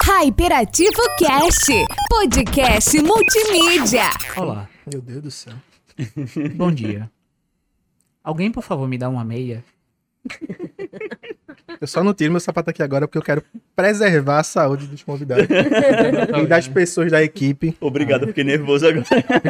Hyperativo Cast, podcast multimídia. Olá, Meu Deus do céu. bom dia. Alguém, por favor, me dá uma meia? Eu só não tiro meu sapato aqui agora porque eu quero preservar a saúde dos convidados e das pessoas da equipe. Obrigado, eu fiquei nervoso agora.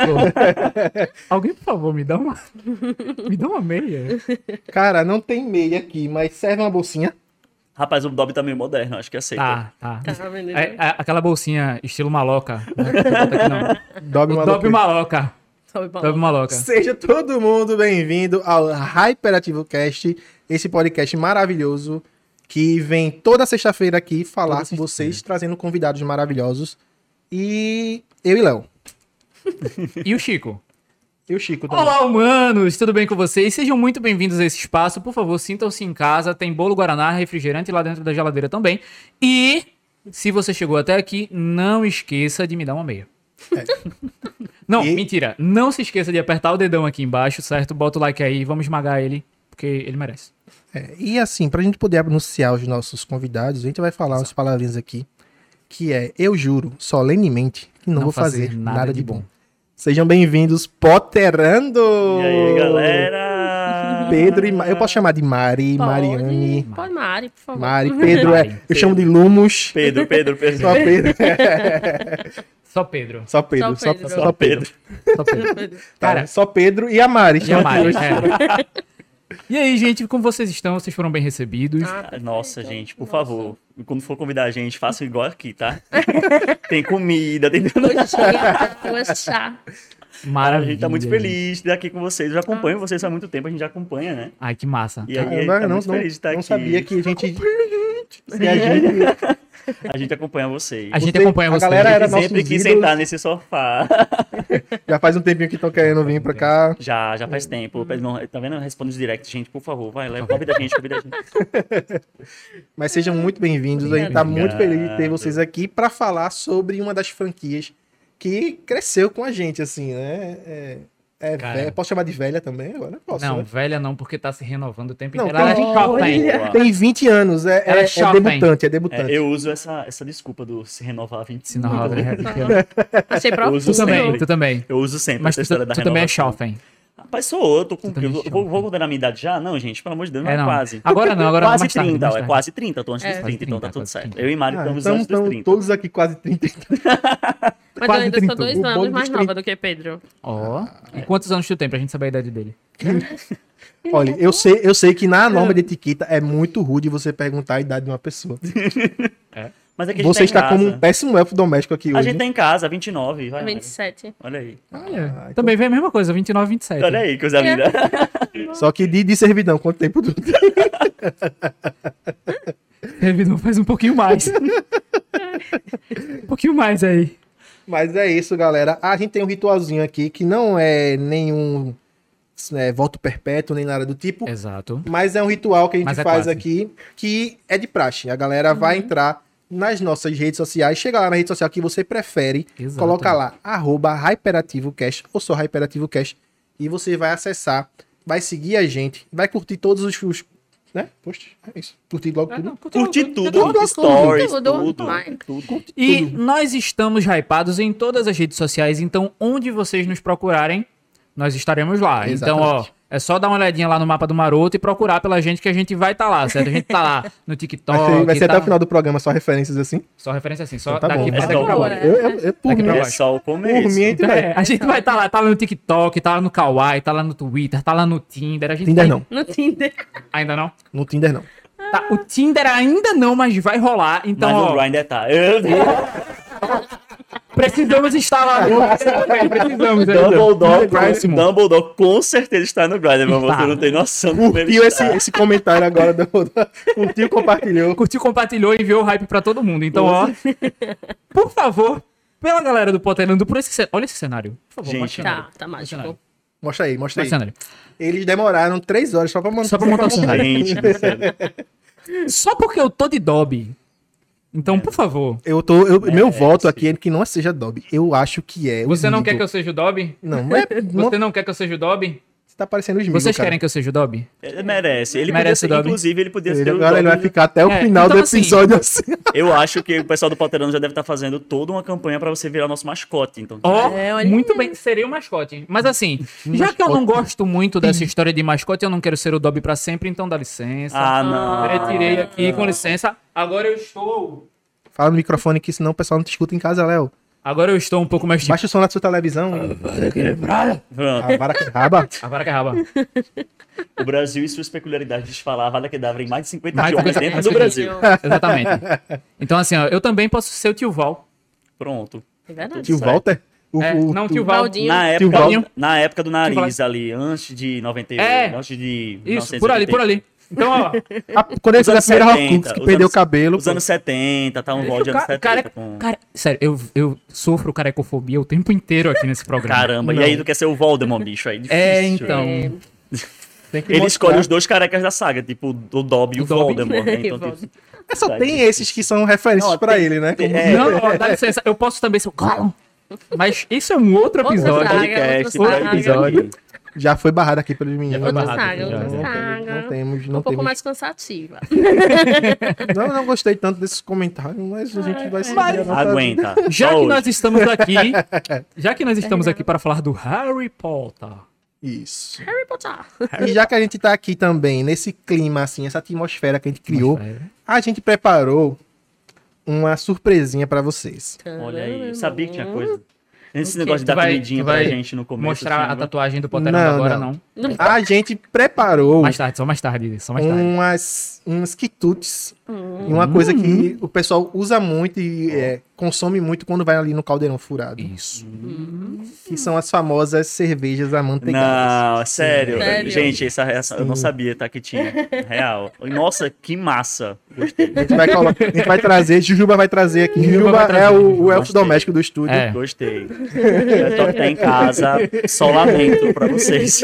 Alguém, por favor, me dá uma meia? Cara, não tem meia aqui, mas serve uma bolsinha. Rapaz, o Dobby tá meio moderno, acho que aceita. Tá. Tá vendo? Aquela bolsinha estilo maloca. Não. Dobre uma Dobre maloca. Sobe Dobre maloca. Seja todo mundo bem-vindo ao Hyperativo Cast, esse podcast maravilhoso que vem toda sexta-feira aqui falar com vocês, trazendo convidados maravilhosos. E eu e Léo. E o Chico? E o Chico também. Olá, humanos! Tudo bem com vocês? Sejam muito bem-vindos a esse espaço. Por favor, sintam-se em casa. Tem bolo Guaraná, refrigerante lá dentro da geladeira também. E, se você chegou até aqui, não esqueça de me dar uma meia. Não, mentira. Não se esqueça de apertar o dedão aqui embaixo, certo? Bota o like aí, vamos esmagar ele, porque ele merece. E assim, pra gente poder anunciar os nossos convidados, a gente vai falar umas palavrinhas aqui, que é, eu juro, solenemente, que não vou fazer nada de bom. Sejam bem-vindos, Potterando! E aí, galera? Pedro e eu posso chamar de Mari, Mariane. Pode Mari, por favor. Mari, Pedro Mari. eu chamo de Lumos. Pedro. Só Pedro. Só Pedro. Só Pedro. Só Pedro. Só Pedro. Só Pedro. Cara, só Pedro e a Mari. E a Mari, E aí, gente, como vocês estão? Vocês foram bem recebidos? Nossa, gente, por favor, quando for convidar a gente, faça igual aqui, tá? Tem comida, tem tudo. Chá. Maravilha. A gente tá muito feliz de estar aqui com vocês. Eu já acompanho vocês há muito tempo, a gente já acompanha, né? Ai, que massa. E aí, a gente Caramba, tá não, muito feliz de estar não aqui. sabia que a gente... que a gente... A gente acompanha vocês. A gente Você- acompanha a vocês. galera era Sempre nossos quis ídolos. sentar nesse sofá. Já faz um tempinho que estão querendo vir pra cá. Já faz tempo. Tá vendo? Responde os directs, gente, por favor. Vai, leva, convida a gente. Mas sejam muito bem-vindos. A gente tá Obrigado. muito feliz de ter vocês aqui pra falar sobre uma das franquias que cresceu com a gente, assim, né? Cara. Velha. Posso chamar de velha também? Agora posso, Não, né? velha não, porque tá se renovando o tempo Não, inteiro. Ela é tem- jovem. Tem 20 anos, Ela é jovem. é debutante. Eu uso essa desculpa do se renovar 20. Se não, Achei Eu próprio. uso tu também. Eu uso sempre Mas essa história da tu também é renovação. jovem. Rapaz, sou eu, tô com... também é Vou condenar a minha idade já? Não, gente, pelo amor de Deus, não é não. quase. Agora não, agora Quase mais tarde, 30, mais é tarde. quase 30, tô antes dos É. 30, então tá Quase tudo 30, certo. quase Eu e Mário estamos antes dos Estamos 30. todos aqui quase 30. Mas eu Quase ainda sou 30. 2 O bolo anos dos mais 30. nova do que Pedro. Ó. E quantos anos tu tem pra gente saber a idade dele? Olha, eu sei que na norma de etiqueta é muito rude você perguntar a idade de uma pessoa. Mas é que a gente Você tá em está como um casa. péssimo elfo doméstico aqui A hoje. gente tá em casa, 29, vai. 27. Olha aí. Olha, então- também vem a mesma coisa, 29, 27. Olha aí, coisa linda. Só que de servidão, quanto tempo tu tem? Servidor faz um pouquinho mais. Um pouquinho mais aí. Mas é isso, galera. A gente tem um ritualzinho aqui que não é nenhum voto perpétuo, nem nada do tipo. Exato. Mas é um ritual que a gente Mas é faz quase. aqui que é de praxe. A galera vai entrar nas nossas redes sociais, chega lá na rede social que você prefere, Exato. coloca lá, @HyperativoCast ou só HyperativoCast, e você vai acessar, vai seguir a gente, vai curtir todos os né? Post, é isso. Curtir logo tudo. Curti tudo, Tudo, stories, tudo, tudo. vai. E nós estamos hypados em todas as redes sociais, então onde vocês nos procurarem, nós estaremos lá. Então, ó, Exatamente. é só dar uma olhadinha lá no mapa do Maroto e procurar pela gente que a gente vai estar lá, certo? A gente tá lá no TikTok. Vai ser tá... até o final do programa, só referências assim. Só referência assim, só Então tá daqui bom. pra É daqui só pra o- baixo. Por Daqui mim, pra É baixo. só o começo. por mim, a gente vai. É, a gente vai estar lá, tá lá no TikTok, tá lá no Kawaii, tá lá no Twitter, tá lá no Tinder. A gente Tinder vai- não. No Tinder. Ainda não? No Tinder não. Tá, o Tinder ainda não, mas vai rolar. Então, Mas ó, o Grindr tá. precisamos instalar. Precisamos. Dumbledore com certeza está no Grindr, mas Tá. você não tem noção do como ele Curtiu está. esse comentário agora, o tio compartilhou. Curtiu, compartilhou e enviou o hype pra todo mundo. Então, ó, por favor, pela galera do Potterando, por esse cenário. Olha esse cenário. Por favor, Gente, mostra o cenário. Tá mágico. Mostra aí, Mostra mostra o aí. cenário. Eles demoraram 3 horas só pra montar. Só pra montar o cenário. Gente, do céu. Só porque eu tô de Dobby. Então, por favor. Meu voto aqui é que não seja Dobby. Eu acho que é. Você não quer que eu seja o Dobby? Não, é. Você não quer que eu seja o Dobby? tá parecendo o Smigo, Vocês cara. querem que eu seja o Dobby? Ele merece. Ele Merece podia o ser, Dobby. inclusive, ele podia Ele ser o agora ele vai Dobby. ficar até o É, final então, do assim, episódio assim. Eu acho que o pessoal do Potterano já deve estar fazendo toda uma campanha pra você virar nosso mascote. Então, Ó, olha muito aí. bem, seria o mascote. Mas assim, já que eu não gosto muito dessa história de mascote, eu não quero ser o Dobby pra sempre, então dá licença. ah, não. Retirei aqui, com licença. Agora eu estou... Fala no microfone aqui, senão o pessoal não te escuta em casa, Léo. Agora eu estou um pouco mais tipo... Baixa o som da sua televisão. Pronto. A vara que raba. Agora que é raba. O Brasil e suas peculiaridades de falar Vada Kedavra em mais de 50 Mais de idiomas 50 dentro do Brasil. Exatamente. Então assim, ó, eu também posso ser o tio Val. Pronto. É verdade. Tio certo. Walter? Não, tio Val. Valdinho. Tio Val. Na época do nariz Valdinho. ali, antes de 98, É. antes de Isso, por ali, por ali. Então, ó, Quando ele Os fez a anos primeira 70, Horcrux, que os perdeu o anos- cabelo. Os anos 70, tá um Vold de anos 70. com... sério, eu sofro carecofobia o tempo inteiro aqui nesse programa. Caramba, Não. e aí tu quer ser o Voldemort, bicho? Aí difícil. É, então. É, Tem que Ele mostrar. escolhe os dois carecas da saga, tipo o Dobby e o Dobby. Voldemort. Né? Então, Voldemort. tipo, Só tem esses que são referências Não, pra tem- ele, né? Como- é, Não, ó, dá licença, eu posso também ser o Gollum. Mas isso é um outro Outra episódio. saga. podcast, outra pra saga. episódio. Já foi barrado aqui pelos meninos. Outra barrado, saga, já. outra Não saga. temos, Um não pouco temos. mais cansativa. Não gostei tanto desses comentários, mas a gente vai seguir a nossa Aguenta. Já Só que hoje. nós estamos aqui, para falar do Harry Potter. Isso. Harry Potter. E já que a gente tá aqui também, nesse clima, assim, essa atmosfera que a gente criou, Atmosfera. a gente preparou uma surpresinha pra vocês. Olha aí, eu sabia que tinha coisa. Esse negócio de Tu dar vai- comidinha tu pra vai gente no começo. Mostrar assim, a né? tatuagem do Potterano Não, agora, não. não. A gente preparou Mais tarde, só mais tarde. Só mais tarde. uns quitutes. E uma coisa que o pessoal usa muito e consome muito quando vai ali no caldeirão furado. Isso. Que são as famosas cervejas amanteigadas. Não, sério. Sério? Gente, essa eu não sabia, tá? Que tinha. Real. Nossa, que massa. Gostei. A gente vai trazer, Jujuba vai trazer aqui. Jujuba Jujuba vai trazer. é o elfo Gostei. doméstico do estúdio. É. Gostei. Eu tô até em casa, só lamento pra vocês.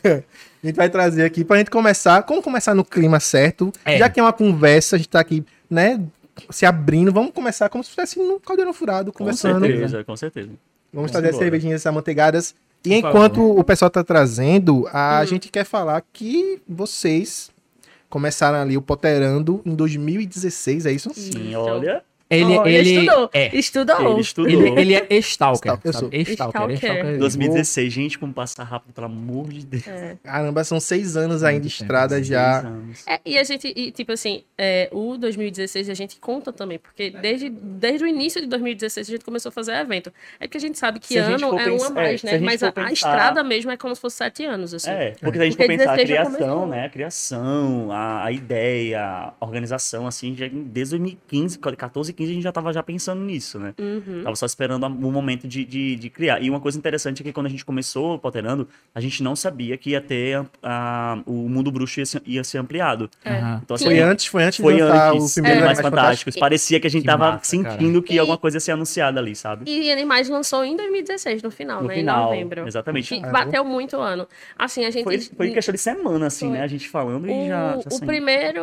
A gente vai trazer aqui pra gente começar. Como começar no clima certo? É. Já que é uma conversa, a gente tá aqui, né? Se abrindo, vamos começar como se estivesse no caldeirão furado, Com conversando. certeza, com certeza. Vamos Vamos trazer as embora. cervejinhas amanteigadas. E Por enquanto o pessoal tá trazendo, a gente quer falar que vocês começaram ali o Potterando em 2016, é isso? Sim, Isso. olha. Ele estudou. é. Estudou. Ele estudou. Ele é Stalker. Eu sabe? sou. Stalker. Stalker. 2016, gente, como passa rápido, pelo amor de Deus. Caramba, são 6 anos aí de Muito tempo, estrada 6 já. anos. E a gente, tipo assim, o 2016 a gente conta também, porque desde o início de 2016 a gente começou a fazer evento. É porque a gente sabe que Se a gente ano for é um pensar- a mais, se a né? gente Mas for a pensar- estrada mesmo é como se fosse 7 anos, assim. É, porque se a gente for Porque pensar a 16 já criação, começou. né? A criação, a ideia, a organização, assim, já, desde 2015, 14, 15, a gente já tava já pensando nisso, né? Uhum. Tava só esperando o momento de criar. E uma coisa interessante é que quando a gente começou o Potterando, a gente não sabia que ia ter o mundo bruxo ia ser ampliado. Aham. Então, assim, Foi antes de foi lançar antes, o primeiro mais Animais fantásticos. Parecia que a gente Que tava massa, sentindo que E- alguma coisa ia ser anunciada ali, sabe? E Animais lançou em 2016, no final, No né? final, Em novembro. exatamente. Que bateu muito ano. Assim, a gente... Foi questão de semana, assim, Foi. né? A gente falando e já O saindo.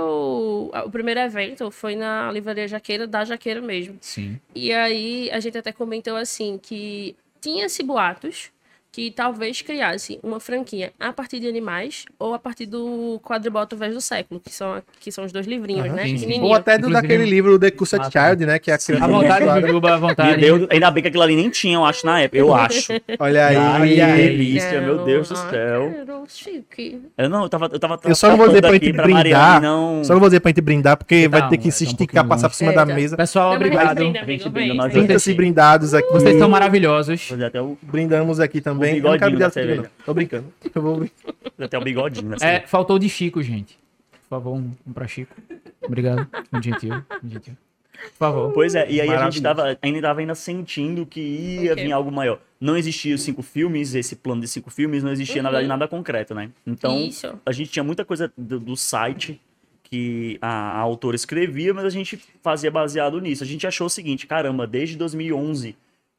primeiro evento foi na Livraria Jaqueira, da Jaqueira mesmo. Sim. E aí a gente até comentou assim que tinha-se boatos que talvez criasse uma franquia a partir de animais ou a partir do Quadribol Vez do Século, que são os dois livrinhos, Aham, né? sim, sim. Pequenininhos. Ou até Inclusive- daquele livro The Cursed Child, né? Que é a À criança. vontade, Jujuba, à Meu vontade. Deus, ainda bem que aquilo ali nem tinha, eu acho, na época. Eu acho. Olha aí. Ai, que aí. delícia, meu Deus do céu. Quero, chique. Eu tava Eu só não vou dizer pra gente aqui pra Mariana brindar. não... Só não vou dizer pra gente brindar, porque vai Não, ter que se tá um esticar, pouquinho passar por cima da Eita. mesa. Pessoal, Não, mas obrigado. brinda, A gente amigo, brinda, vem, nós vem. Sinta-se brindados aqui. Vocês são maravilhosos. Fazer até o, Brindamos aqui também. O Eu não quero bigodinho brindar da comigo, não. cerveja. Tô brincando. Eu vou... fazer até o bigodinho, né? É, faltou de Chico, gente. Por favor, um pra Chico. Obrigado. Muito gentil. Muito gentil. Por favor. Pois é, e aí a gente Maravilhoso. ainda sentindo que ia Ok. vir algo maior. Não existia os 5 filmes, esse plano de 5 filmes, não existia, na verdade, nada concreto, né? Então, Isso. a gente tinha muita coisa do site que a autora escrevia, mas a gente fazia baseado nisso. A gente achou o seguinte, caramba, desde 2011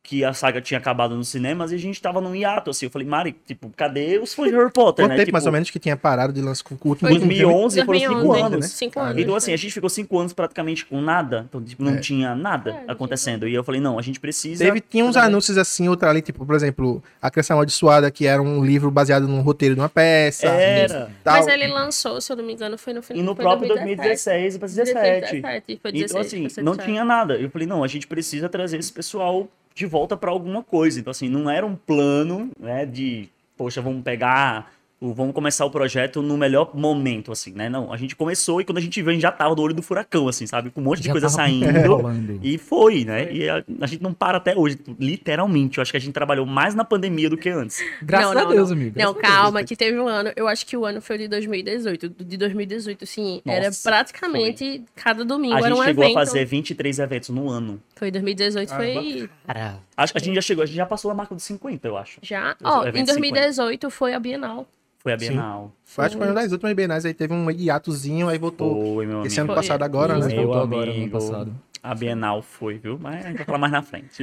que a saga tinha acabado nos cinemas e a gente tava num hiato, assim. Eu falei, Mari, tipo, cadê os fãs de Harry Potter, Quanto né? tempo Tipo, mais ou menos que tinha parado de lançar com o último Foi filme? 2011 foram 5 2011, anos. 5 anos. Então, assim, a gente ficou 5 anos praticamente com nada. Então, tipo, não tinha nada acontecendo. E eu falei, não, a gente precisa... Tinha uns anúncios assim, outra ali, tipo, por exemplo, A Criação Amaldiçoada, que era um livro baseado num roteiro de uma peça. Era. Tal. Mas ele lançou, se eu não me engano, foi no final. E no próprio 2016 para 2017. Foi 16, Então, assim, foi não 17. tinha nada. Eu falei, não, a gente precisa trazer esse pessoal de volta para alguma coisa. Então, assim, não era um plano, né, de, poxa, vamos começar o projeto no melhor momento, assim, né? Não, a gente começou e quando a gente viu, a gente já tava no olho do furacão, assim, sabe? Com um monte de Já coisa tava saindo. rolando. E foi, né? E a gente não para até hoje, literalmente. Eu acho que a gente trabalhou mais na pandemia do que antes. Graças a Deus, amigo. Não, Graças a calma, que teve um ano. Eu acho que o ano foi de 2018. De 2018, sim. Era Nossa, praticamente cada domingo A era gente um chegou evento. a fazer 23 eventos no ano. Foi 2018, foi. Cara, Acho que a gente já passou a marca dos 50, eu acho. Já. Os Ó, em eventos 2018 foi a Bienal. Foi a Bienal. Foi, acho que foi uma das últimas bienais, aí teve um hiatozinho, aí voltou Foi, meu esse amigo. ano passado agora, Isso. né? Meu Voltou agora, ano amigo, passado. a Bienal foi, viu? Mas a gente vai falar mais na frente.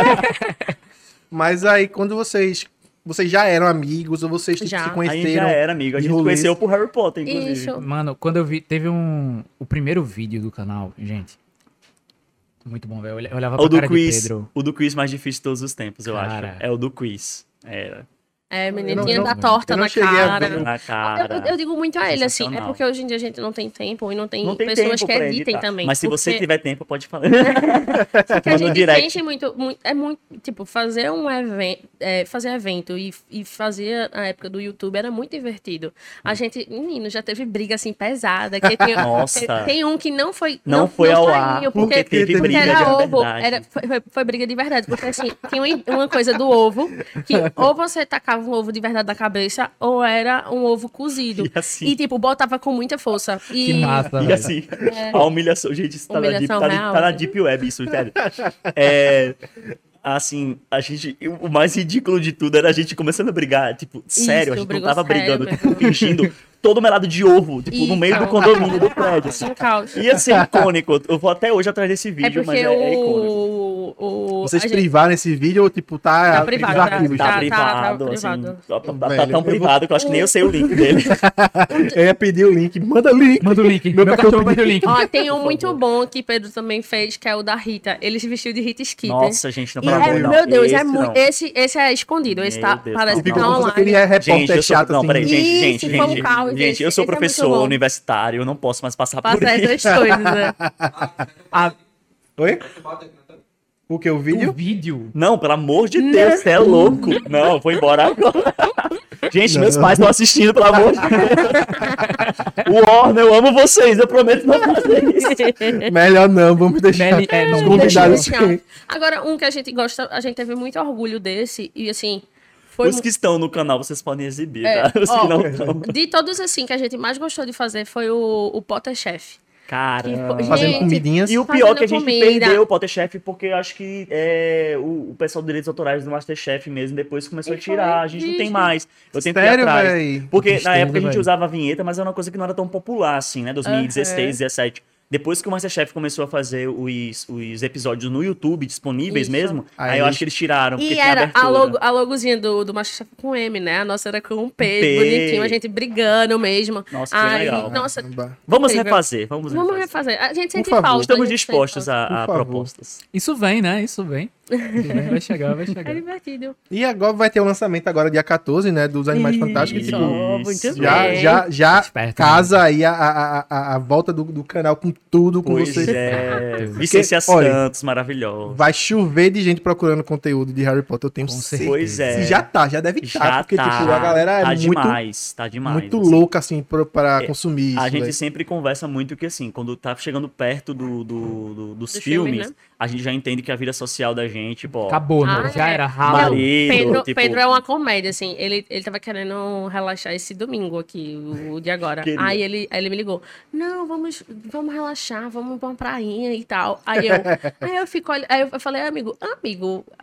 Mas aí, quando vocês já eram amigos, ou vocês tipo, Já. se A gente conheceram... já era amigo. A de gente rolês. conheceu pro Harry Potter, inclusive. Isso. mano, quando eu vi, teve o primeiro vídeo do canal, gente. Muito bom, velho. Eu olhava O pra do cara de quiz. Pedro. O do quiz mais difícil de todos os tempos, eu Cara. acho. É o do quiz. Era. É, Eu menininha não- da torta eu não na cheguei a cara. ver. Na cara. Eu digo muito a ele, assim, é Sensacional. porque hoje em dia a gente não tem tempo e não tem, Não tem pessoas tempo que pra editem editar. também. Mas se você porque- tiver tempo, pode falar. Porque a Manda no gente direct. sente muito, é muito, tipo, fazer um evento, fazer evento e fazer a época do YouTube era muito divertido. A gente, menino, já teve briga, assim, pesada, que tinha, Nossa. tem um que não foi, Não foi ao saiu, ar, porque teve briga era de ovo, verdade. foi briga de verdade, porque assim, tinha uma coisa do ovo, que ou você tacava um ovo de verdade na cabeça, ou era um ovo cozido. E assim. E, tipo, botava com muita força. E, Que massa, E velho. assim, a humilhação, gente, isso tá na, Humilhação real, tá na assim. Deep Web, isso, sério. É, assim, o mais ridículo de tudo era a gente começando a brigar, tipo, sério, a gente não brigou tava sério brigando, mesmo. tipo, fingindo todo melado de ovo, tipo, no meio do Isso. condomínio do prédio, assim. um caos. Ia ser icônico, eu vou até hoje atrás desse É vídeo, mas porque é icônico. Vocês a gente- privaram esse vídeo ou, tipo, Tá tá... privado, nos tá, arquivos? Tá tá privado, privado. assim, tá Velho, tão eu privado que eu acho que nem eu sei o link dele. Eu ia pedir o link. Manda link. Manda o link. Meu Meu cachorro cachorro pediu o link. Ó, tem um Por muito favor. bom que Pedro também fez, que é o da Rita. Ele se vestiu de Rita Skeeter. Nossa, gente, não, E pelo amor, não. meu Deus, Esse é muito. não. Esse é escondido. Esse Meu tá, Deus, parece não. que Ficou tá como se online. aquele é repórter Gente, eu sou, chato, não, assim. peraí, Isso, gente, foi um caos, gente, esse- eu sou esse é muito professor bom. universitário, eu não posso mais passar por Passa isso. essas coisas, né? Oi? O que? O O vídeo? vídeo. Não, pelo amor de Deus, você é louco. Não, eu vou embora agora. Gente, meus pais estão assistindo, pelo amor de Deus. Warner, eu amo vocês, eu prometo não fazer isso. Melhor não, vamos deixar Meli- é, não, os deixa convidados Deixa eu deixar. Agora, um que a gente gosta, a gente teve muito orgulho desse, e assim, foi Os que estão no canal, vocês podem exibir, É, tá? Os ó, que não estão. de todos assim que a gente mais gostou de fazer foi o Potter Chef. Cara. fazendo Gente, comidinhas. E o pior é que a fazendo gente comida. perdeu o Potterchef porque eu acho que o pessoal dos direitos autorais do Masterchef mesmo depois começou E a tirar. A gente não tem bicho. mais. Eu tenho que ir Sério, atrás. véi? Porque Tristeza, na época a gente velho. usava a vinheta, mas era uma coisa que não era tão popular assim, né? 2016, 2017. Depois que o Masterchef começou a fazer os episódios no YouTube disponíveis Isso. mesmo, Aí aí eu eles- acho que eles tiraram. porque E tinha era abertura. a logozinha do Masterchef com M, né? A nossa era com um P, P. bonitinho, a gente brigando mesmo. Nossa, que Aí, legal. Nossa, Vamos incrível. refazer, vamos vamos refazer. refazer. A gente sente favor. falta. Estamos a gente sente dispostos falta. a Por favor. propostas. Isso vem, né? Isso vem. Isso vem, vai chegar, vai É chegar. divertido. E agora vai ter o lançamento agora, dia 14, né? Dos Animais Fantásticos. Isso. Tipo, Oh, muito já, bem. já Esperto, casa aí a volta do canal com tudo, com Pois você. é. Vicência olha, Santos, maravilhoso. Vai chover de gente procurando conteúdo de Harry Potter, eu tenho Com certeza. Pois é. Se já deve estar, Já porque tá, tipo, a galera é tá muito, demais, tá demais. muito assim. louca, assim, pra É, consumir isso. A gente velho. sempre conversa muito que, assim, quando tá chegando perto dos Dos filmes, filmes, né? a gente já entende que a vida social da gente, pô... Acabou, Ah, não. Já é. era Não, ralo. Marido, Pedro, tipo- Pedro é uma comédia, assim. Ele tava querendo relaxar esse domingo aqui, o de agora. Queria. Aí ele me ligou. Não, vamos relaxar, vamos pra uma prainha e tal. Aí eu fico, aí eu falei, amigo,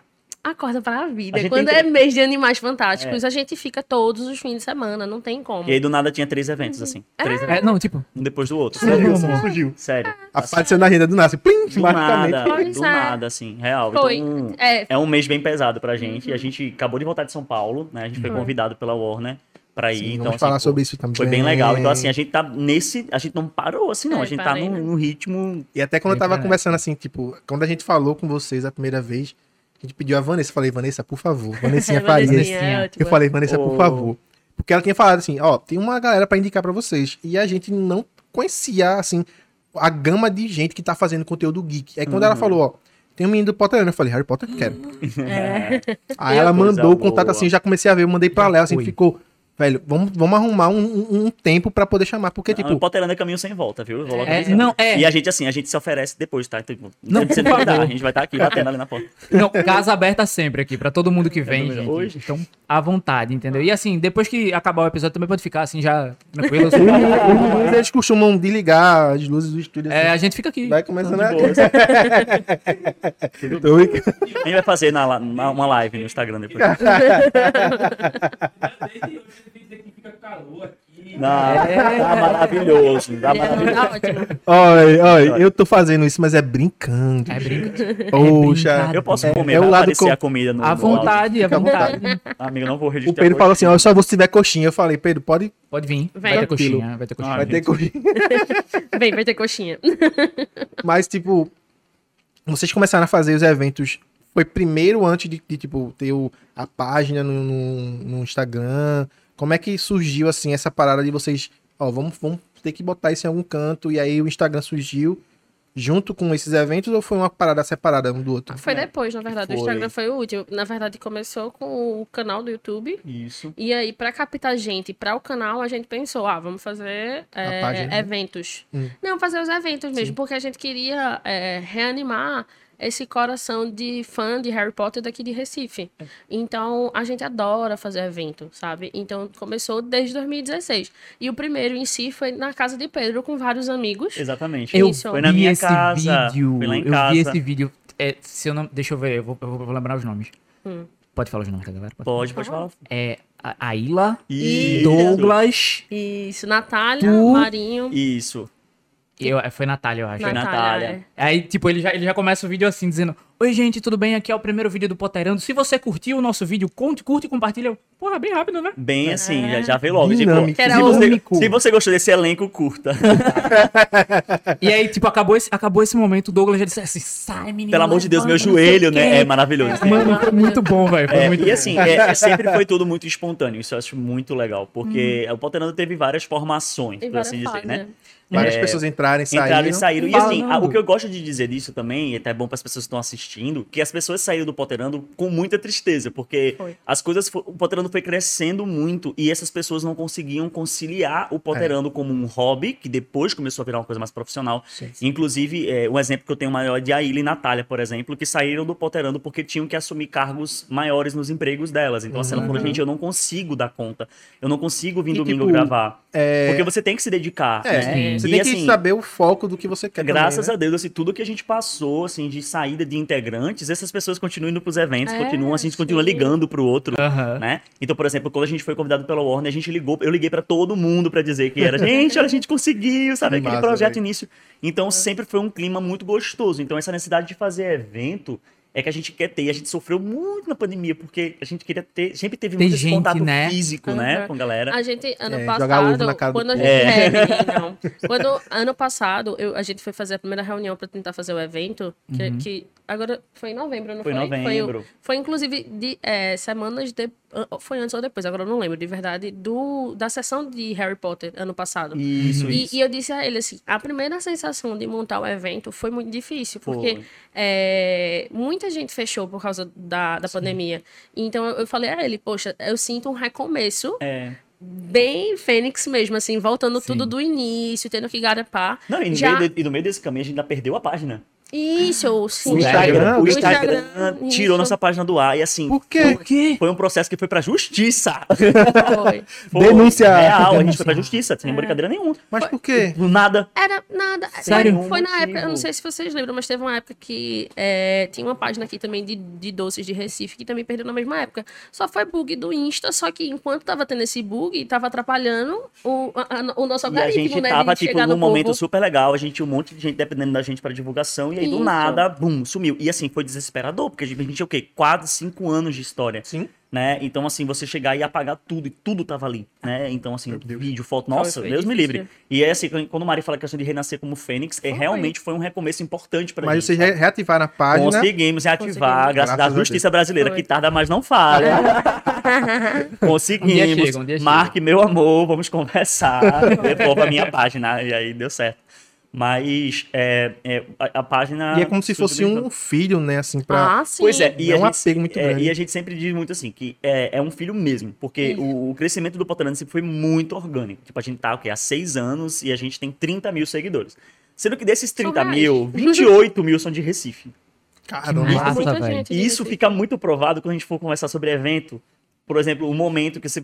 acorda para a vida. A gente Quando tem é mês de Animais Fantásticos, a gente fica todos os fins de semana, não tem como. E aí do nada tinha 3 eventos, assim. 3 eventos, Não, tipo, um depois do outro. Sério, Sério, amor? Surgiu. Sério. Apareceu na renda do Nasce. Plim, Do magicamente. nada, Pois do é. nada, assim, real. Foi. Então, É. é um mês bem pesado pra gente. E a gente acabou de voltar de São Paulo, né? A gente foi convidado pela Warner pra ir. Sim, então, vamos assim, falar pô, sobre isso também. Foi bem legal. Então, assim, a gente tá nesse. A gente não parou, assim, não. É, A gente tá parei, né? num ritmo. E até quando eu Bem tava frenético. conversando assim, tipo, quando a gente falou com vocês a primeira vez, a gente pediu a Vanessa. Eu falei, Vanessa, por favor. Vanessinha Farias. Vanessinha, é ótima. Eu falei, Vanessa, por Oh. favor. Porque ela tinha falado assim, ó, tem uma galera pra indicar pra vocês. E a gente não conhecia, assim, a gama de gente que tá fazendo conteúdo geek. Aí quando ela falou, ó, tem um menino do Potterano, eu falei, Harry Potter, quero. Aí ela Coisa mandou o contato boa. assim, eu já comecei a ver, eu mandei pra Já Léo, assim, fui. ficou, velho, vamos arrumar um tempo pra poder chamar. Porque, O tipo, Potterando é caminho sem volta, viu? Eu vou logo avisar. não, E a gente, assim, a gente se oferece depois, tá? Tipo, Não, você por não vai dar, favor. a gente vai estar aqui batendo ali na porta. não, casa aberta sempre aqui, pra todo mundo que vem, número gente. hoje? Então, à vontade, entendeu? E assim, depois que acabar o episódio, também pode ficar assim, já tranquilo. eles costumam desligar as luzes do estúdio. É, Assim. a gente fica aqui. Vai começando De a... boa. Tô brincando. A gente vai fazer uma live no Instagram depois. Não, tá maravilhoso. Tá maravilhoso. Tá ótimo. Olha, eu tô fazendo isso, mas é brincando. É brincadeira. Poxa, Eu posso comer, é o vai lado aparecer com- a comida no À no vontade, à Fica à vontade. áudio. Amigo, não vou o registrar. Pedro falou assim, ó, só vou se tiver coxinha. Eu falei, Pedro, pode... Pode vir. Vem. Vai ter Tranquilo. coxinha, vai ter coxinha. Vai ter coxinha. Vem, vai ter coxinha. Mas, tipo, vocês começaram a fazer os eventos, foi primeiro antes de tipo, ter a página no Instagram? Como é que surgiu, assim, essa parada de vocês, ó, vamos ter que botar isso em algum canto, e aí o Instagram surgiu junto com esses eventos, ou foi uma parada separada um do outro? Foi depois, na verdade. O Foi. Instagram foi o último. Na verdade, começou com o canal do YouTube. Isso. E aí, pra captar gente para o canal, a gente pensou, vamos fazer página. eventos. Hum. Não, fazer os eventos mesmo, porque a gente queria reanimar esse coração de fã de Harry Potter daqui de Recife. Então, a gente adora fazer evento, sabe? Então, começou desde 2016. E o primeiro em si foi na casa de Pedro, com vários amigos. Exatamente. Eu Isso. Foi na vi minha esse casa. vídeo. Foi lá em eu casa. vi esse vídeo. Se eu não, deixa eu ver, eu vou lembrar os nomes. Pode falar os nomes da galera? Pode falar. É a Ayla, Isso. Douglas. Isso, Natália, Tu- Marinho, Isso. Foi Natália, eu acho. Foi Natália. Aí, tipo, ele já começa o vídeo assim, dizendo: Oi, gente, tudo bem? Aqui é o primeiro vídeo do Potterando. Se você curtiu o nosso vídeo, curte e compartilha. Porra, bem rápido, né? Bem assim, já veio logo. Dinâmico. Tipo, Era se você gostou desse elenco, curta. E aí, tipo, acabou esse momento, o Douglas já disse assim: sai, menino. Pelo amor de Deus, meu levanta, não sei joelho, o né? quê." É maravilhoso. Mano, foi muito bom, velho. Foi muito E bom. assim, sempre foi tudo muito espontâneo. Isso eu acho muito legal. Porque o Potterando teve várias formações, Tem por assim várias dizer, fases, né? Várias pessoas entraram e saíram. Entraram e saíram. E assim, Falando. o que eu gosto de dizer disso também, e até é bom para as pessoas que estão assistindo, que as pessoas saíram do Potterando com muita tristeza, porque Foi. as coisas, o Potterando foi crescendo muito e essas pessoas não conseguiam conciliar o Potterando como um hobby, que depois começou a virar uma coisa mais profissional. Inclusive, um exemplo que eu tenho maior é de Aila e Natália, por exemplo, que saíram do Potterando porque tinham que assumir cargos maiores nos empregos delas. Então, assim, ela falou, gente, eu não consigo dar conta. Eu não consigo vir E, domingo tipo, gravar. Porque você tem que se dedicar, né? Você E, tem que assim, saber o foco do que você quer. graças também, a Deus, assim, tudo que a gente passou, assim, de saída de integrantes, essas pessoas continuam indo pros eventos, continuam, assim, a gente continua sim. ligando pro outro, Aham. né? Então, por exemplo, quando a gente foi convidado pela Warner, a gente ligou, eu liguei pra todo mundo pra dizer que era, gente, olha, a gente conseguiu, sabe, Que aquele massa, projeto velho. início. Então, sempre foi um clima muito gostoso. Então, essa necessidade de fazer evento é que a gente quer ter. E a gente sofreu muito na pandemia, porque a gente queria ter, sempre teve Tem muito esse gente, contato né? físico, né, Uhum. com a galera. A gente, ano jogar ovo na passado, cara do quando a povo. gente... Não. Quando, ano passado, a gente foi fazer a primeira reunião pra tentar fazer o evento, que agora foi em novembro, não foi? Foi em novembro. Foi inclusive, semanas de... Foi antes ou depois, agora eu não lembro, de verdade, da sessão de Harry Potter, ano passado. Isso, E eu disse a ele assim, a primeira sensação de montar o evento foi muito difícil, porque muita gente fechou por causa da pandemia. Então eu falei a ele, poxa, eu sinto um recomeço bem Fênix mesmo, assim, voltando tudo do início, tendo que garapar. Não, e Já- no meio desse caminho a gente ainda perdeu a página. Isso, sim. O Instagram? O O Instagram Instagram, tirou isso. nossa página do ar e assim. Por quê? Por quê? Foi um processo que foi pra justiça. Foi. Foi Denúncia. real, a gente foi pra justiça, sem brincadeira nenhuma. Mas por quê? Do nada. Era nada. Sério? Foi na Motivo. época, eu não sei se vocês lembram, mas teve uma época que tinha uma página aqui também de doces de Recife que também perdeu na mesma época. Só foi bug do Insta, só que enquanto tava tendo esse bug, tava atrapalhando o nosso E a algoritmo, gente né? tava, de tipo, chegar num no momento povo. super legal. A gente tinha um monte de gente dependendo da gente pra divulgação. E aí, do Isso. nada, bum, sumiu. E assim, foi desesperador, porque a gente tinha o quê? Quase 5 anos de história. Sim. Né? Então, assim, você chegar e apagar tudo, e tudo tava ali, né? Então, assim, vídeo, foto, nossa, foi Deus me difícil. livre. E é assim, quando o Mari fala a questão de renascer como Fênix, realmente foi um recomeço importante pra Mas gente. vocês reativaram a página. Conseguimos reativar, graças Graças à a justiça brasileira, Foi. que tarda, mas não falha. Conseguimos. Um dia chega, um dia chega. Marque, meu amor, vamos conversar. Devolva a minha página. E aí deu certo. Mas a página. E é como se fosse um filho, né? Assim, pra. Ah, sim. Pois é, e É a um gente, apego muito grande. E a gente sempre diz muito assim, que é um filho mesmo, porque o crescimento do Poterando sempre foi muito orgânico. Tipo, a gente tá, há 6 anos e a gente tem 30 mil seguidores. Sendo que desses 30 mil, 28 mil são de Recife. Caramba. Que massa, Muita velho. gente E de isso Recife. fica muito provado quando a gente for conversar sobre evento. Por exemplo, o momento que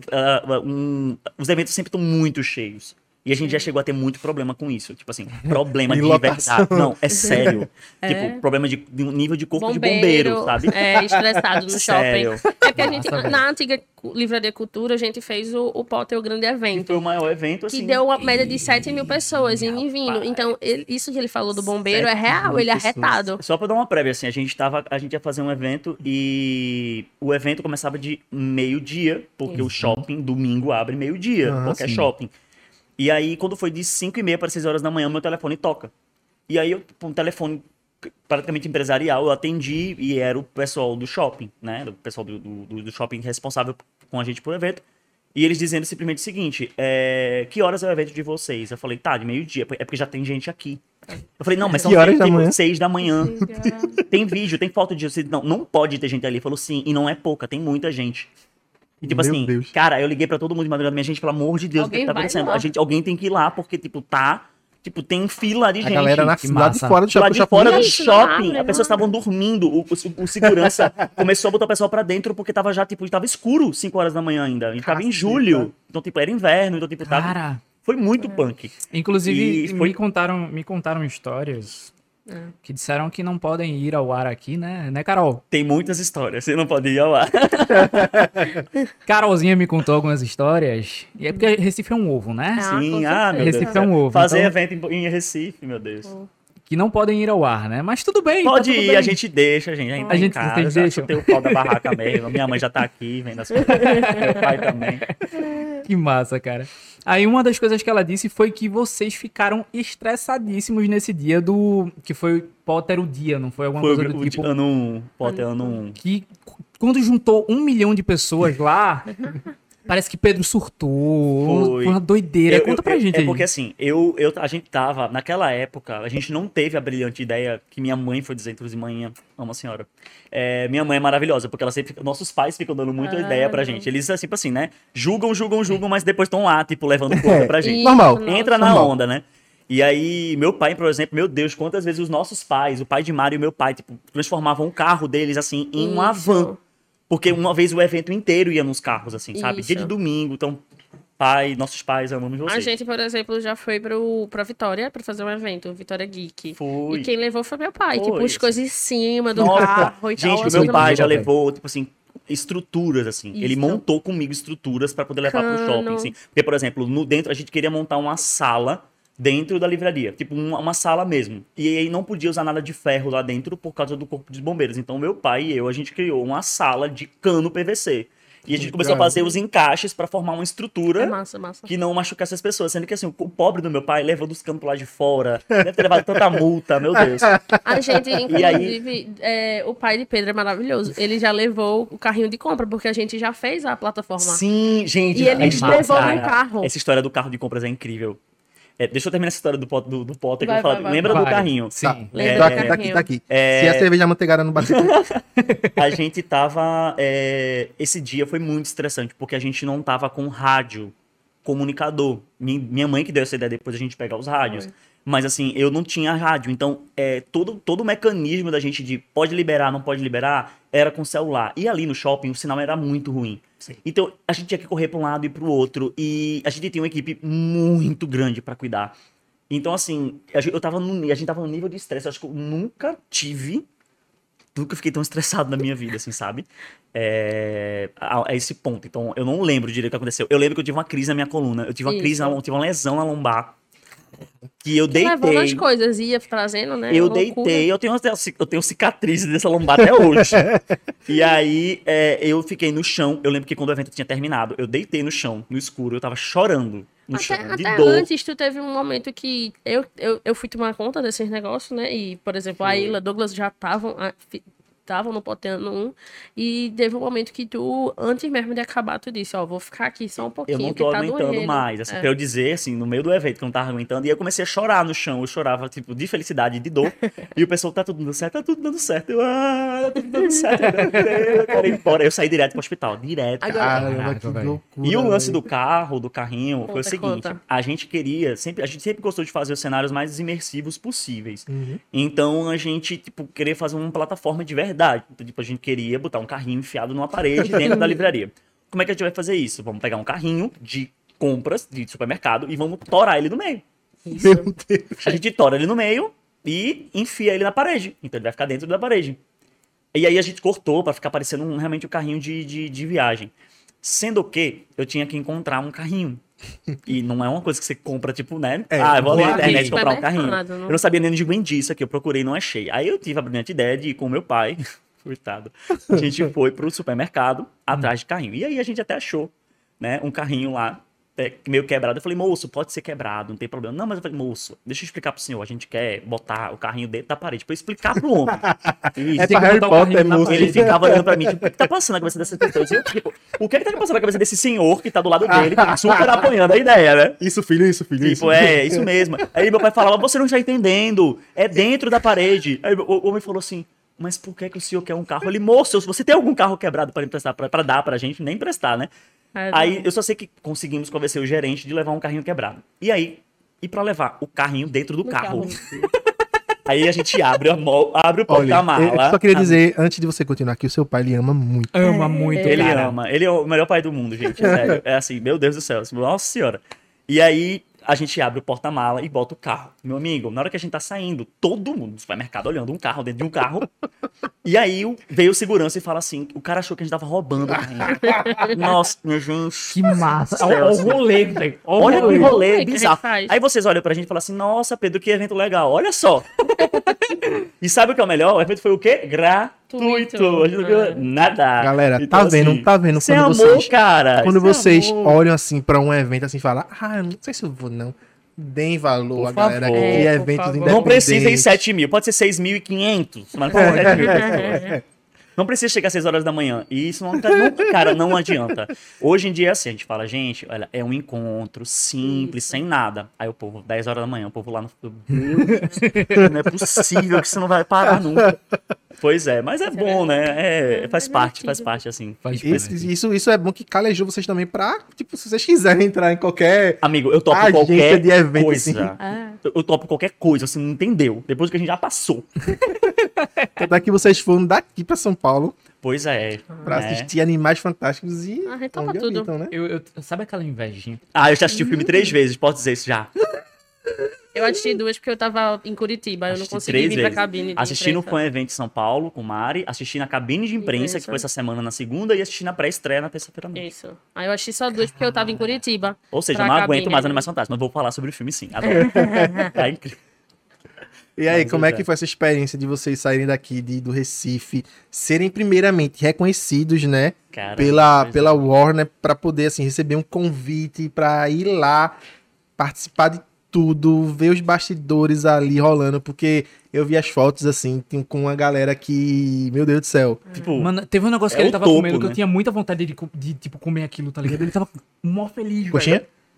os eventos sempre estão muito cheios. E a gente já chegou a ter muito problema com isso. Tipo assim, problema E de lotação. verdade. Não, é sério. Tipo, problema de um nível de corpo de bombeiro, sabe? Estressado no Sério. shopping. É porque a gente, Nossa, velho. na antiga Livraria Cultura, a gente fez o Potter, o grande Que evento. foi o maior evento, Que assim. deu uma média de 7 mil pessoas indo e vindo. Então, isso que ele falou do bombeiro é real, ele é arretado. Só pra dar uma prévia, assim, a gente ia fazer um evento e o evento começava de meio-dia, porque o shopping, domingo, abre meio-dia, Ah, qualquer sim. shopping. E aí, quando foi de 5h30 para 6 horas da manhã, meu telefone toca. E aí, um telefone praticamente empresarial, eu atendi e era o pessoal do shopping, né? O pessoal do shopping responsável com a gente por evento. E eles dizendo simplesmente o seguinte, que horas é o evento de vocês? Eu falei, tá, de meio-dia, é porque já tem gente aqui. Eu falei, não, mas são Que horas da tipo, manhã? 6 da manhã. Tem vídeo, tem foto disso. Não pode ter gente ali. Ele falou, sim, e não é pouca, tem muita gente. E tipo Meu assim, Deus. cara, eu liguei pra todo mundo de madrugada, minha gente, pelo amor de Deus, o que Alguém tá vai acontecendo? lá. Alguém tem que ir lá, porque, tem fila de A gente. galera lá que de massa. fora do shopping. Lá de fora do Isso, não shopping, abre, as pessoas não. estavam dormindo, o segurança começou a botar o pessoal pra dentro, porque tava já, tava escuro 5 horas da manhã ainda. A gente tava em Caceta. julho, então, era inverno, então, tava... Cara, Foi muito punk. inclusive, E foi- me contaram histórias que disseram que não podem ir ao ar aqui, né, Carol? Tem muitas histórias, você não pode ir ao ar. Carolzinha me contou algumas histórias. E é porque Recife é um ovo, né? Ah, Sim, com meu certeza. Deus. Recife é um ovo. Fazer então, evento em Recife, meu Deus. que não podem ir ao ar, né? Mas tudo bem. tá Pode tudo ir, bem. a gente deixa, gente. A gente tá A em gente- casa, vocês deixam? tem o pau da barraca mesmo. Minha mãe já tá aqui, vendo as coisas. Meu pai também. Que massa, cara. Aí uma das coisas que ela disse foi que vocês ficaram estressadíssimos nesse dia que foi Potter o dia, não foi alguma Foi coisa do tipo... ano 1, Potter ano 1. Que quando juntou 1 milhão de pessoas lá, parece que Pedro surtou. Foi. Foi uma doideira. Conta pra gente aí. porque assim, a gente tava, naquela época, a gente não teve a brilhante ideia que minha mãe foi dizer, inclusive, mãe, amo a senhora. Minha mãe é maravilhosa, porque ela sempre, nossos pais ficam dando muita ideia pra gente. Eles, tipo assim, né, julgam, mas depois estão lá, tipo, levando coisa pra gente. Normal. Entra na Normal. onda, né? E aí, meu pai, por exemplo, meu Deus, quantas vezes os nossos pais, o pai de Mário e meu pai, tipo, transformavam o carro deles, assim, em uma Isso. van. Porque uma vez o evento inteiro ia nos carros, assim, sabe? Isso. Dia de domingo, então, nossos pais, amamos vocês. A gente, por exemplo, já foi pra Vitória pra fazer um evento, Vitória Geek. Foi. E quem levou foi meu pai. Foi, Tipo, as assim. coisas em cima do Nossa, carro e tal. gente, o as meu coisas pai mais- já velho. levou, tipo assim, estruturas, assim. Ele Isso. montou comigo estruturas pra poder levar pro Cano. shopping, assim. Porque, por exemplo, dentro a gente queria montar uma sala dentro da livraria, tipo uma sala mesmo. E aí não podia usar nada de ferro lá dentro por causa do corpo dos bombeiros. Então meu pai e eu, a gente criou uma sala de cano PVC. E a gente começou a fazer os encaixes pra formar uma estrutura É massa, massa. que não machucasse as pessoas. Sendo que assim, o pobre do meu pai levou dos canos pro lado de fora, deve ter levado tanta multa, meu Deus. A gente, E aí- inclusive, o pai de Pedro é maravilhoso. Ele já levou o carrinho de compra, porque a gente já fez a plataforma. Sim, gente. E ele é massa, levou no cara. carro. Essa história do carro de compras é incrível. Deixa eu terminar essa história do Potter, que Vai, eu vou falar. vai, vai, Lembra vai. do carrinho? Sim. Tá, Lembra tá do aqui, tá aqui, carrinho? tá aqui. Se a cerveja amanteigada não bater... A gente tava. Esse dia foi muito estressante, porque a gente não tava com rádio comunicador. Minha mãe que deu essa ideia depois a gente pegar os rádios. Mas assim, eu não tinha rádio. Então, todo o mecanismo da gente de pode liberar, não pode liberar, era com celular. E ali no shopping, o sinal era muito ruim. Então, a gente tinha que correr para um lado e para o outro. E a gente tinha uma equipe muito grande para cuidar. Então, assim, a gente tava no nível de estresse. Acho que eu nunca fiquei tão estressado na minha vida, assim, sabe? A esse ponto. Então, eu não lembro direito o que aconteceu. Eu lembro que eu tive uma crise na minha coluna. Eu tive eu tive uma lesão na lombar. Que eu deitei. Levando as coisas, ia trazendo, né? Eu Loucura. deitei, eu tenho cicatrizes dessa lombar até hoje. E aí, eu fiquei no chão. Eu lembro que quando o evento tinha terminado, eu deitei no chão, no escuro, eu tava chorando no chão, de Até dor. antes, tu teve um momento que eu fui tomar conta desses negócios, né? E, por exemplo, a Ilha, Douglas já estavam no Poteando 1. E teve um momento que tu, antes mesmo de acabar, tu disse, ó, vou ficar aqui só um pouquinho, Eu não tô que tá aguentando doendo. mais, assim, pra eu dizer, assim, no meio do evento que eu não tava aguentando, e eu comecei a chorar no chão, eu chorava, tipo, de felicidade, de dor, e o pessoal, tá tudo dando certo, tá tudo dando certo, tá tudo dando certo, eu quero ir embora, eu saí direto pro hospital, direto, Agora- cara. Caramba, que velho. loucura. E o lance velho. do carrinho, foi o seguinte, Conta. a gente sempre gostou de fazer os cenários mais imersivos possíveis. Então a gente, tipo, queria fazer uma plataforma de verdade. Então, tipo, a gente queria botar um carrinho enfiado numa parede dentro da livraria. Como é que a gente vai fazer isso? Vamos pegar um carrinho de compras de supermercado e vamos torar ele no meio. Meu Deus. A gente tora ele no meio e enfia ele na parede. Então ele vai ficar dentro da parede. E aí a gente cortou pra ficar parecendo realmente um carrinho de viagem. Sendo que eu tinha que encontrar um carrinho. E não é uma coisa que você compra, tipo, né? Eu vou ali na internet aqui. comprar um carrinho. Supermercado, não. Eu não sabia nem onde vendia isso aqui, eu procurei e não achei. Aí eu tive a brilhante ideia de ir com o meu pai, coitado. A gente foi pro supermercado atrás de carrinho. E aí a gente até achou, né, um carrinho lá, meio quebrado. Eu falei, moço, pode ser quebrado, não tem problema. Não, mas eu falei, moço, deixa eu explicar pro senhor. A gente quer botar o carrinho dentro da parede pra eu explicar pro homem. Isso. É Tem pra que Harry botar o Potter, carrinho na moço. Ele ficava olhando pra mim, tipo, o que tá passando na cabeça dessas pessoas? Eu, tipo, o que é que tá passando na cabeça desse senhor que tá do lado dele, super apoiando a ideia, né? Isso, filho, isso, filho. Tipo, isso mesmo. Aí meu pai falava, você não está entendendo, é dentro da parede. Aí o homem falou assim, mas por que o senhor quer um carro? Ele, moço, se você tem algum carro quebrado para emprestar, para dar pra gente, nem emprestar, né? Aí eu só sei que conseguimos convencer o gerente de levar um carrinho quebrado. E aí, pra levar o carrinho dentro do carro. Aí a gente abre o Olha, porta-mala. eu só queria dizer, antes de você continuar aqui, o seu pai, ele ama muito. Ama muito, Ele cara. ama. Ele é o melhor pai do mundo, gente. Sério. É assim, meu Deus do céu. Nossa senhora. E aí, a gente abre o porta-mala e bota o carro. Meu amigo, na hora que a gente tá saindo, todo mundo do supermercado olhando um carro dentro de um carro. E aí, veio o segurança e fala assim, o cara achou que a gente tava roubando o carrinho. Nossa, minha gente. Que massa. Olha o rolê, velho. Olha que Como é rolê que a bizarro. gente faz? Aí vocês olham pra gente e falam assim, nossa, Pedro, que evento legal. Olha só. E sabe o que é o melhor? O evento foi o quê? Gratuito. A gente não viu nada. Galera, Então, tá vendo Isso é quando amor, vocês... cara. Quando Isso é vocês amor. olham assim pra um evento assim e falam, eu não sei se eu vou não. Deem valor Por a galera favor. de Por eventos favor. independentes. Não precisa ir 7 mil, pode ser 6.500, mas não pode ser 7 mil pessoas. Não precisa chegar às 6 horas da manhã. E isso, cara, não adianta. Hoje em dia é assim, a gente fala, gente, olha, é um encontro simples, sem nada. Aí o povo, 10 horas da manhã, o povo lá no... Não é possível que isso não vai parar nunca. Pois é, mas é bom, né? Faz parte, assim. Isso é bom que calejou vocês também pra, tipo, se vocês quiserem entrar em qualquer... Amigo, eu topo Agência qualquer de evento, coisa. Ah, Eu topo qualquer coisa, você não entendeu. Depois que a gente já passou. Tanto é que vocês foram daqui pra São Paulo Pois é. pra né? assistir Animais Fantásticos e A gente topa onde tudo. habitam, né? Sabe aquela invejinha? Ah, eu já assisti o filme 3 vezes, posso dizer isso já. eu assisti 2 porque eu tava em Curitiba, eu não Assisti consegui 3 vir pra vezes. cabine de Assisti no imprensa. Fan Event em São Paulo, com Mari. Assisti na cabine de imprensa, que foi essa semana na segunda. E assisti na pré-estreia na terça-feira à noite. Isso. Aí eu assisti só 2 porque eu tava em Curitiba. Ou seja, pra eu não aguento cabine, mais né? Animais Fantásticos, mas vou falar sobre o filme sim. Adoro. Tá incrível. E aí, Mas como é é. que foi essa experiência de vocês saírem daqui do Recife, serem primeiramente reconhecidos, né, Cara, pela Warner, pra poder assim receber um convite pra ir lá participar de tudo, ver os bastidores ali rolando, porque eu vi as fotos assim com uma galera que, meu Deus do céu. Tipo, Mano, teve um negócio que É ele o tava topo, comendo que né? eu tinha muita vontade de tipo, comer aquilo, tá ligado? Ele tava mó feliz, Coxinha? velho.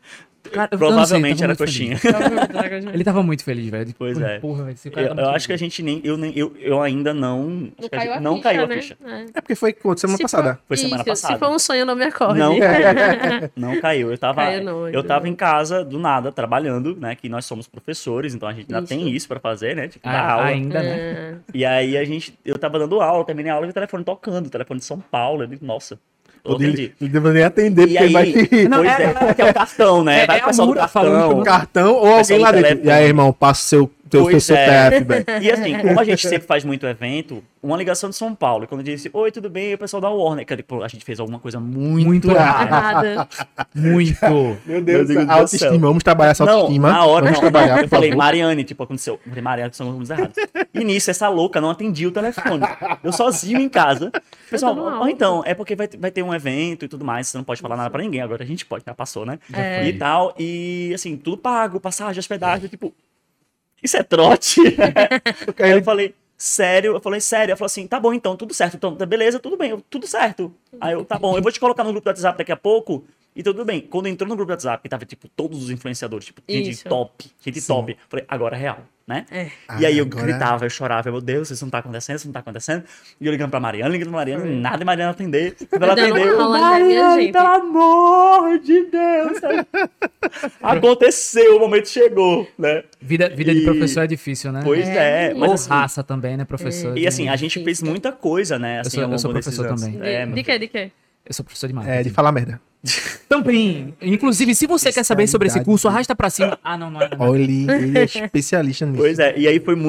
Cara, eu não sei, Provavelmente tava era muito feliz. coxinha. Ele tava muito feliz, velho. Pois é. Porra, velho, esse cara tá Eu muito acho que a feliz. gente eu ainda não. Acho que a gente não caiu a ficha. né? É porque foi semana Se passada. for- Foi semana Isso, passada. Se for um sonho, não me acorde. Não, não caiu. Caiu não, Eu ainda tava não. em casa, do nada, trabalhando, né? Que nós somos professores, então a gente ainda Isso. tem isso pra fazer, né? Tipo, dar aula. Ainda, né? É, E aí eu tava dando aula, terminei a aula e o telefone tocando, o telefone de São Paulo. Eu digo, nossa, eu atendi. Não devo nem atender, E porque ele vai aí, te... Não, pois é, que é o cartão, né? É- Vai é pro pessoal a do Mura falando cartão. um cartão ou alguém Pessoal do lá dentro. telefone. E aí, irmão, passa teu Pois CPF, velho. E assim, como a gente sempre faz muito evento, uma ligação de São Paulo. E quando eu disse, oi, tudo bem? E o pessoal da Warner. Que, tipo, a gente fez alguma coisa muito errada. errada. Muito. Meu Deus, Deus do autoestima. céu. Vamos trabalhar essa Não, autoestima. na hora, Vamos não, trabalhar, eu por falei, favor. Mariane, tipo, aconteceu. Eu falei, Mariane, são coisas erradas. E nisso, essa louca não atendia o telefone. Eu sozinho em casa. Pessoal, dando ó, aula. então, é porque vai ter um evento e tudo mais, você não pode falar nada pra ninguém. Agora a gente pode, já passou, né? É. E tal. E assim, tudo pago, passagem, hospedagem, tipo, isso é trote? Aí eu falei, sério? Eu falei, sério? Ela falou assim, tá bom então, tudo certo. Então, beleza, tudo bem, tudo certo. Aí eu, tá bom, eu vou te colocar no grupo do WhatsApp daqui a pouco. E tudo bem. Quando entrou no grupo do WhatsApp, que tava, tipo, todos os influenciadores, tipo, gente Isso. top, gente top. Falei, agora é real, né? É. E aí eu Agora- gritava, eu chorava, meu Deus, isso não tá acontecendo, isso não tá acontecendo. E eu ligando pra Mariana, nada de Mariana atender. Quando ela Dando atendeu, aula, né, minha Mariana, gente? pelo amor de Deus. Aconteceu, o momento chegou, né? Vida de E- professor é difícil, né? Pois é, Ou mas assim, raça também, né, professor? e assim, a gente fez muita coisa, né? Assim, sou- ao eu sou longo desses professor anos. também. É, De quê? De quê? Eu sou professor de É, marketing. de falar merda. Também. Inclusive, se você quer saber sobre esse Especialidade. curso, arrasta pra cima. Ah, não, não é. Olha, ele é especialista nisso. Pois é, e aí foi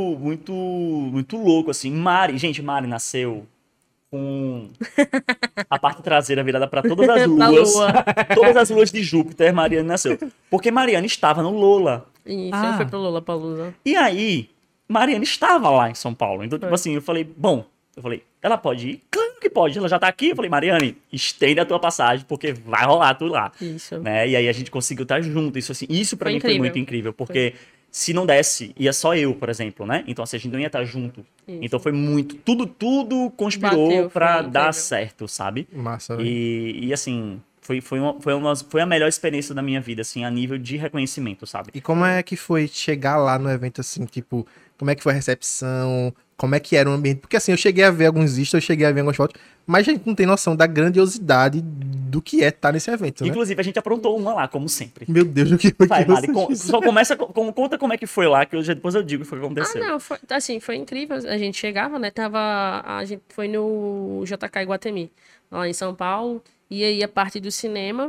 muito louco, assim. Gente, Mari nasceu com a parte traseira virada para todas as Pra luas. lua. Todas as luas de Júpiter, Mariana nasceu. Porque Mariana estava no Lola. Isso, Ah. eu fui pro Lollapalooza. E aí, Mariana estava lá em São Paulo. Então, tipo Foi. assim, eu falei, ela pode ir? Claro que pode, ela já tá aqui. Eu falei, Mariane, estende a tua passagem, porque vai rolar tudo lá. Isso. Né? E aí a gente conseguiu estar junto. Isso, assim, isso pra Foi mim foi incrível. muito incrível, porque se não desse, ia só eu, por exemplo, né? Então, assim, a gente não ia estar junto. Isso. Então foi muito, tudo conspirou Bateu, pra foi dar incrível. certo, sabe? Massa, velho. E assim, foi a melhor experiência da minha vida, assim, a nível de reconhecimento, sabe? E como é que foi chegar lá no evento, assim, tipo, como é que foi a recepção? Como é que era o ambiente? Porque assim, eu cheguei a ver alguns stories, eu cheguei a ver algumas fotos, mas a gente não tem noção da grandiosidade do que é estar nesse evento, né? Inclusive, a gente aprontou uma lá, como sempre. Meu Deus, o que foi Vai, que Mari, você fez? só começa, conta como é que foi lá, que depois eu digo o que foi que aconteceu. Ah, não, foi, assim, foi incrível. A gente chegava, né? A gente foi no JK Iguatemi, lá em São Paulo. E aí a parte do cinema,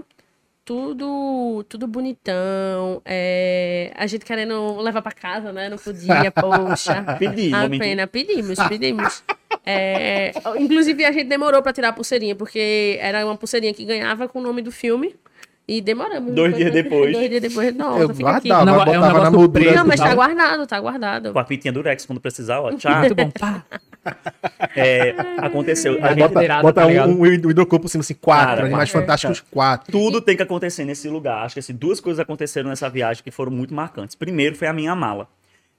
tudo bonitão. A gente querendo levar pra casa, né? Não podia, poxa. Pedi, A vou mentir. pena, pedimos. Inclusive, a gente demorou pra tirar a pulseirinha, porque era uma pulseirinha que ganhava com o nome do filme. E demoramos. 2 dias depois. 2 dias depois, nossa, Eu fica aqui. guardava, Não, é um botava na negócio moldura. preto. Não, mas Tá. tá guardado. Com a fitinha do Rex, quando precisar, ó, tchau. Muito bom. Pá. Aconteceu. Aí Bota, Irado, bota tá ligado? um hidrocampo assim, 4, Cara, Animais quatro. Fantásticos 4. Tudo tem que acontecer nesse lugar. Acho que assim, 2 coisas aconteceram nessa viagem que foram muito marcantes. Primeiro foi a minha mala.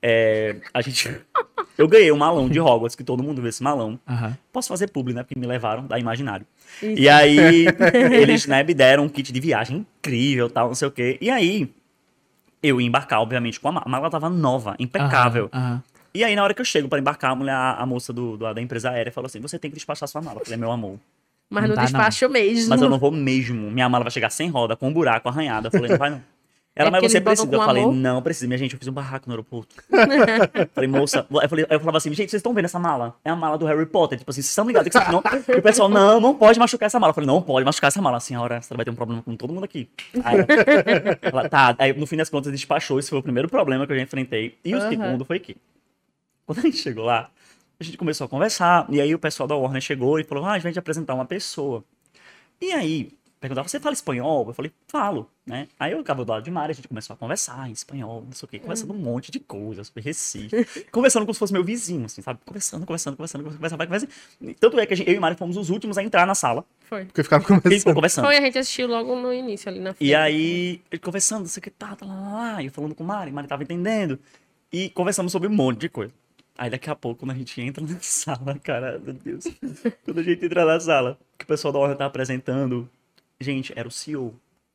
Eu ganhei um malão de Hogwarts, que todo mundo vê esse malão. Aham. Posso fazer publi, né? Porque me levaram da Imaginário. Isso. E aí, eles, né, me deram um kit de viagem incrível, tal, não sei o quê. E aí, eu ia embarcar, obviamente, com a mala. A mala tava nova, impecável. Aham. E aí, na hora que eu chego pra embarcar, a moça da empresa aérea falou assim, você tem que despachar sua mala. Eu falei, meu amor, Mas Não no dá, não. despacho mesmo. mas eu não vou mesmo. Minha mala vai chegar sem roda, com um buraco, arranhada. Eu falei, não vai não. Ela, mas porque você eles botam precisa. Eu com falei, amor? não precisa. Minha gente, eu fiz um barraco no aeroporto. Falei, moça. Eu falava assim, gente, vocês estão vendo essa mala? É a mala do Harry Potter. Tipo assim, vocês estão ligados que isso aqui não. E o pessoal, não pode machucar essa mala. Eu falei, não pode machucar essa mala. Senhora, você vai ter um problema com todo mundo aqui. Aí, ela, tá. Aí, no fim das contas, despachou. Esse foi o primeiro problema que eu já enfrentei. E o Aham. segundo foi que, quando a gente chegou lá, a gente começou a conversar. E aí o pessoal da Warner chegou e falou, a gente vai te apresentar uma pessoa. E aí, perguntava, você fala espanhol? Eu falei, falo, né? Aí eu ficava do lado de Mari, a gente começou a conversar em espanhol, não sei o quê, conversando um monte de coisas sobre Recife, conversando como se fosse meu vizinho, assim, sabe? Conversando. Tanto é que eu e Mari fomos os últimos a entrar na sala, Foi. Porque eu ficava e ficou conversando. conversando. Foi, a gente assistiu logo no início, ali na frente. E aí, ele conversando, não sei o que, lá, e eu falando com Mari tava entendendo, e conversamos sobre um monte de coisa. Aí daqui a pouco, quando a gente entra na sala, cara, meu Deus, quando a gente entra na sala, que o pessoal da Warner tá apresentando, gente, era o CEO.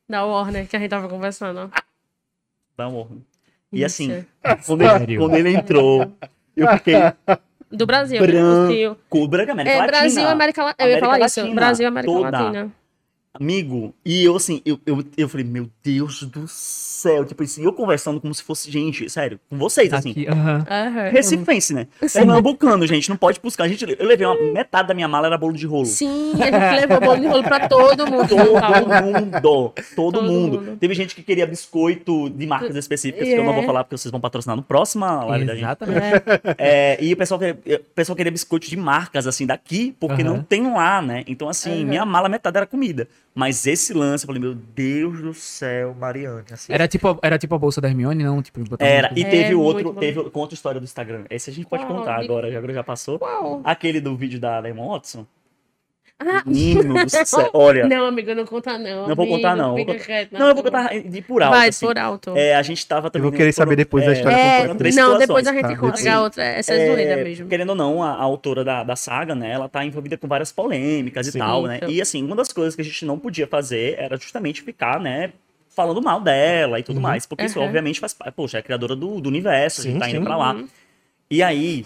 Da Warner, que a gente tava conversando. Da Warner. E assim, Mentira. quando ele entrou, eu fiquei Do Brasil. branco. Branco, América Latina. Brasil, América Latina. Eu ia falar isso. Latina, Brasil, América toda. Latina. Amigo, e eu assim, eu falei, meu Deus do céu, tipo assim, eu conversando como se fosse, gente, sério, com vocês, assim, Aqui, aham. Aham. recifense, né? Pernambucano, gente, não pode buscar. Eu levei metade da minha mala era bolo de rolo. Sim, a gente levou bolo de rolo pra todo mundo. Todo mundo. Teve gente que queria biscoito de marcas específicas, que eu não vou falar porque vocês vão patrocinar no próxima live da gente. Exatamente. E o pessoal queria biscoito de marcas, assim, daqui, porque Aham. não tem lá, né? Então, assim, minha mala, metade era comida. Mas esse lance, eu falei, meu Deus do céu, Mariane. Assim, Era tipo a bolsa da Hermione, não? Tipo, botar era. um- E teve muito outro, bom. conta a história do Instagram. Esse a gente pode Qual? contar agora já passou. Qual? Aquele do vídeo da Emma Watson. Ah, Menino do céu, olha. não, amigo, não conta não. Não vou contar, não. Fica quieto, Não, eu vou contar de por alto. Vai, assim. por alto. A gente tava Eu também. vou querer saber depois da história É, completa. três não, situações, depois a gente tá? conta Assim, a outra. Essa é doida mesmo. Querendo ou não, a autora da saga, né, ela tá envolvida com várias polêmicas Sim. e tal, né? Isso. E assim, uma das coisas que a gente não podia fazer era justamente ficar, né, falando mal dela e tudo mais. Porque isso, Uhum. obviamente, faz parte. Poxa, é a criadora do universo, a gente Sim, tá indo sim. pra lá. E aí.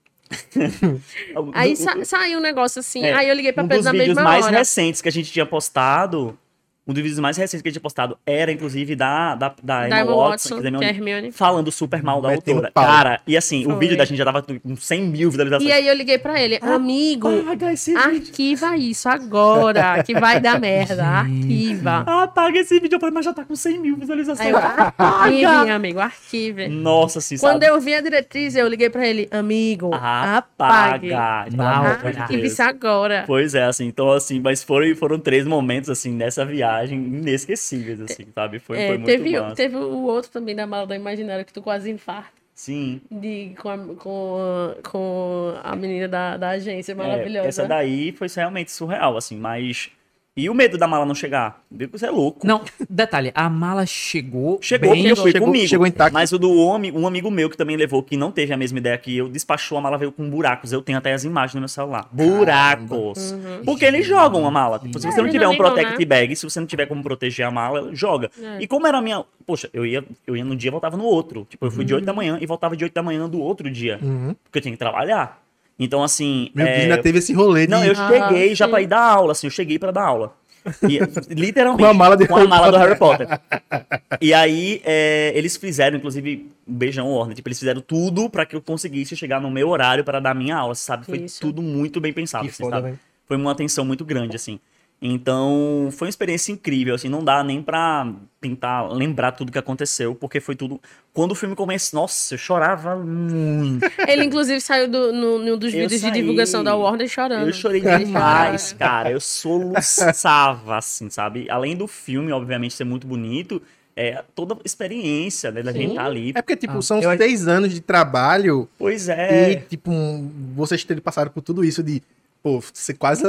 Aí saiu um negócio assim, É, aí eu liguei pra um Pedro dos na vídeos mesma mais hora. recentes que a gente tinha postado. Um dos vídeos mais recentes que a gente tinha postado era, inclusive, da Emma Emma Watson, Watson, que é que é Hermione. falando super mal da Metendo autora. pau. Cara, e assim, o Foi. vídeo da gente já tava com 100 mil visualizações. E aí eu liguei pra ele, amigo, Apaga esse vídeo. arquiva isso agora, que vai dar merda, arquiva. Apaga esse vídeo. Eu falei, mas já tá com 100 mil Aí visualizações. eu, arquive, amigo, arquive. Nossa, assim, Quando sabe? eu vi a diretriz, eu liguei pra ele, amigo, apague. Apaga. Não, Pelo amor de Arquive Deus. isso agora. Pois é, assim, então assim, mas foram 3 momentos, assim, nessa viagem inesquecíveis, assim, sabe? Foi muito massa. Teve o outro também da mala da Imaginária que tu quase infarta. Sim. Com a menina da agência maravilhosa. Essa daí foi realmente surreal, assim, mas... E o medo da mala não chegar? Você é louco. Não, detalhe, a mala chegou Chegou bem... porque eu fui chegou- comigo. chegou intacto. Mas o um amigo meu que também levou, que não teve a mesma ideia que eu, despachou a mala, veio com buracos. Eu tenho até as imagens no meu celular. Buracos. Porque eles jogam a mala. Tipo, se você não eles tiver não um ligam, protect né? bag, se você não tiver como proteger a mala, joga. É. E como era a minha... Poxa, eu ia num dia e voltava no outro. Tipo, eu fui de 8 da manhã e voltava de 8 da manhã do outro dia. Porque eu tinha que trabalhar. Então, assim... Meu Deus, ainda teve esse rolê de... Não, eu cheguei já sim. pra ir dar aula, assim, eu cheguei pra dar aula. E, literalmente. Com a mala de com a Harry mala do Potter. Harry Potter. E aí, eles fizeram, inclusive, um beijão, Warner. Tipo, eles fizeram tudo pra que eu conseguisse chegar no meu horário pra dar minha aula, sabe? Foi Isso. tudo muito bem pensado, Que assim, foda, sabe? velho. Foi uma atenção muito grande, assim. Então, foi uma experiência incrível, assim, não dá nem pra tentar lembrar tudo que aconteceu, porque foi tudo... Quando o filme começou, nossa, eu chorava muito. Ele, inclusive, saiu num dos Eu vídeos saí. de divulgação da Warner chorando. Eu chorei Ele demais, chorava. cara. Eu soluçava, assim, sabe? Além do filme, obviamente, ser muito bonito, toda a experiência, né, da gente estar ali. É porque, tipo, são eu- 6 anos de trabalho Pois e, é. tipo, vocês terem passado por tudo isso de... Pô, você quase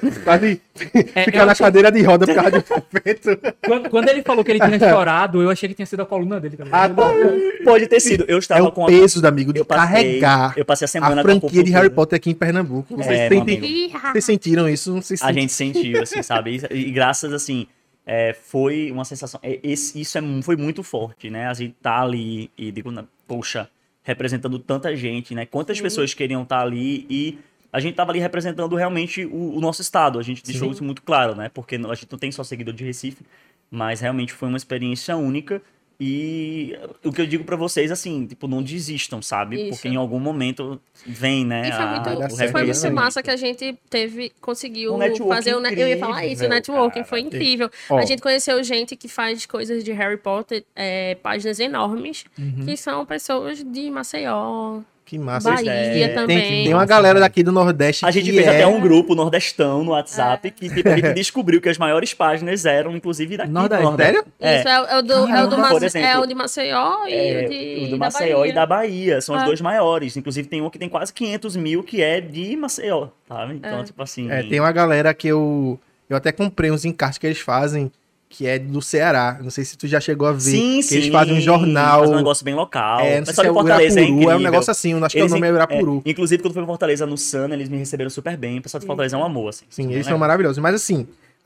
ficar eu na achei- cadeira de roda por causa de um evento. Quando ele falou que ele tinha chorado, eu achei que tinha sido a coluna dele também. Ah, tá. Pode ter sido. Eu É estava o com peso, amigo, de eu passei- carregar eu passei a semana com a a franquia de cultura. Harry Potter aqui em Pernambuco. Vocês, É, meu sentem- vocês sentiram isso? Não sei se A gente sentiu, assim, sabe? E graças, assim, foi uma sensação... foi muito forte, né? A gente tá ali e digo, poxa, representando tanta gente, né? Quantas pessoas queriam estar ali e a gente tava ali representando realmente o nosso estado. A gente deixou isso muito claro, né? Porque a gente não tem só seguidor de Recife, mas realmente foi uma experiência única. E o que eu digo pra vocês, assim, tipo, não desistam, sabe? Isso. Porque em algum momento vem, né? E foi muito, dar o certo, foi muito reconhecimento. massa que a gente conseguiu Um networking fazer eu ia falar isso, o incrível, networking cara. foi incrível. Ó. A gente conheceu gente que faz coisas de Harry Potter, páginas enormes, que são pessoas de Maceió, Que massa. Bahia é. também. Tem uma galera daqui do Nordeste A gente que fez é... até um grupo nordestão no WhatsApp que tipo, a gente descobriu que as maiores páginas eram, inclusive, daqui do Nordeste. Nordeste. Sério? É. Isso é Por exemplo, o de Maceió e O o do Maceió e da Bahia. São os É. dois maiores. Inclusive, tem um que tem quase 500 mil que é de Maceió, sabe? Então, tipo assim... Tem uma galera que eu até comprei uns encartes que eles fazem, que é do Ceará. Não sei se tu já chegou a ver. Sim, que sim. eles fazem um jornal. Faz um negócio bem local. Não Mas sei só se é de o Fortaleza é Irapuru, incrível. é um negócio assim, eu acho que o nome é Irapuru. Inclusive, quando foi em Fortaleza no Sun, eles me receberam super bem. O pessoal de Fortaleza é um amor, assim. Sim, eles são maravilhosos. Mas assim,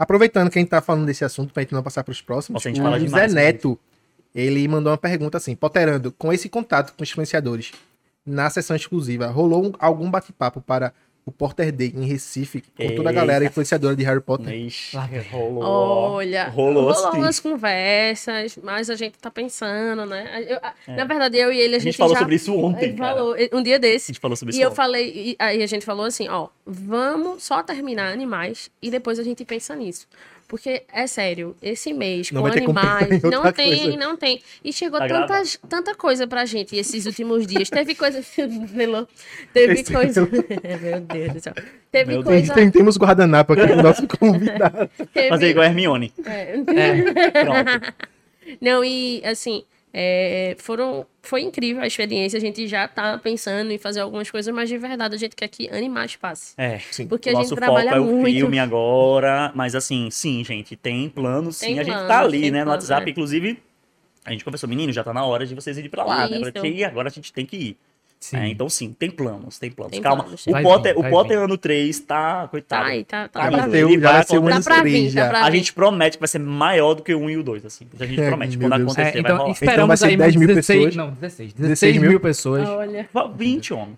Aproveitando que a gente tá falando desse assunto, pra gente não passar pros próximos, Nossa, a gente fala o Zé demais, Neto, ele mandou uma pergunta assim, Potterando, com esse contato com os influenciadores na sessão exclusiva, rolou algum bate-papo para o Potter Day em Recife, com toda a galera influenciadora de Harry Potter? Ixi, rolou. Olha, rolou rolou sim. umas conversas, mas a gente tá pensando, né? Na verdade, eu e ele, A gente falou já sobre isso ontem, ele cara. falou, um dia A desse. gente falou sobre isso E eu ontem. falei, e aí a gente falou assim, ó, vamos só terminar Animais e depois a gente pensa nisso. Porque, é sério, esse mês Não com vai ter como pensar Animais, em não outra tem, coisa. não tem. E chegou Tá tanta coisa pra gente esses últimos dias. Teve coisa... Teve Esse coisa... Meu Deus do céu. Teve Meu coisa... Temos guardanapo aqui no nosso convidado. teve- Fazer igual a Hermione. Pronto. Não, e assim, foi incrível a experiência. A gente já tá pensando em fazer algumas coisas, mas de verdade a gente quer que Animais passe. Sim. Porque O a nosso gente foco trabalha é o muito. filme agora, mas assim, sim, gente, tem plano, sim. Tem A gente plano, tá ali, tem né, no plano, WhatsApp, é. inclusive, a gente conversou, menino, já tá na hora de vocês irem pra lá, né? Isso. Porque agora a gente tem que ir. Sim. Então, sim, tem planos, tem planos. Tem Calma, planos. o Vai Potter, vir, o vai Potter vir. ano 3 tá, coitado. Tá aí, tá Tá pra indo, vir. ele vai já vai ser um acontecer. Tá pra vir, já. tá pra A vir. gente promete que vai ser maior do que o 1 e o 2, assim. A gente É, promete, meu quando Deus. acontecer, vai Então, rolar. esperamos Então vai ser aí 10 mil 16, pessoas. não, 16. 16 16 mil mil pessoas. Olha. 20, homem.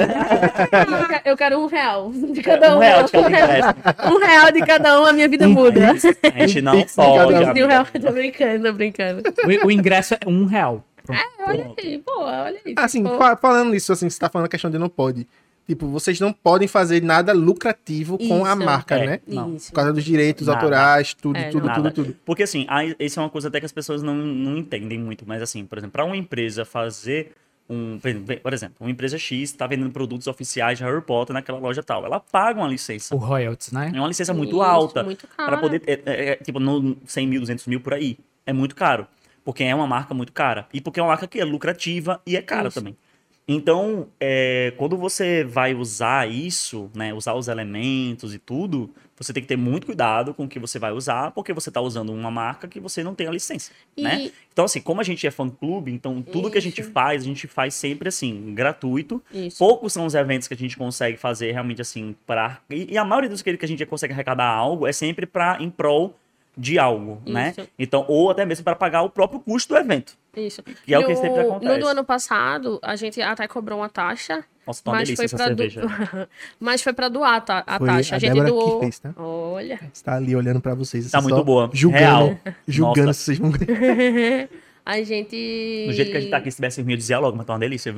Eu quero R$1 de cada um. R$1 de cada ingresso. R$1 de cada um, a minha vida muda. A gente não Pix de cada pode. um. amiga. R$1, tô brincando, tô brincando. O ingresso é R$1. Pronto. Olha aí, pô, olha aí. Assim, ficou- falando nisso, assim, você tá falando a questão de não pode. Tipo, vocês não podem fazer nada lucrativo com a Isso. marca, É, né? não. Isso. Por causa dos direitos Nada. autorais, tudo, É, tudo, Nada. tudo. Porque assim, isso é uma coisa até que as pessoas não entendem muito, mas assim, por exemplo, para uma empresa fazer por exemplo, uma empresa X está vendendo produtos oficiais de Harry Potter naquela loja tal, ela paga uma licença. O royalties, né? É uma licença muito Isso, alta. muito Para cara. poder, tipo, no 100 mil, 200 mil por aí. É muito caro. Porque é uma marca muito cara. E porque é uma marca que é lucrativa e é cara Isso. também. Então, quando você vai usar isso, né, usar os elementos e tudo, você tem que ter muito cuidado com o que você vai usar, porque você está usando uma marca que você não tem a licença, né? Então, assim, como a gente é fã-clube, então tudo que a gente faz sempre, assim, gratuito. Isso. Poucos são os eventos que a gente consegue fazer realmente, assim, e a maioria dos que a gente consegue arrecadar algo é sempre em prol de algo, né? Isso. Então, ou até mesmo para pagar o próprio custo do evento. Isso. Que é o que sempre acontece. No do ano passado, a gente até cobrou uma taxa. Nossa, tá uma Mas delícia foi, essa pra cerveja. mas foi pra doar a Foi taxa. a A gente Débora que doou. fez, tá? Olha. Você tá ali olhando pra vocês. Tá assim, muito só boa. Julgando. Real. Julgando Nossa. se vocês vão ganhar. A gente. Do jeito que a gente tá aqui, se tivesse eu dizia logo, mas tá uma delícia, viu?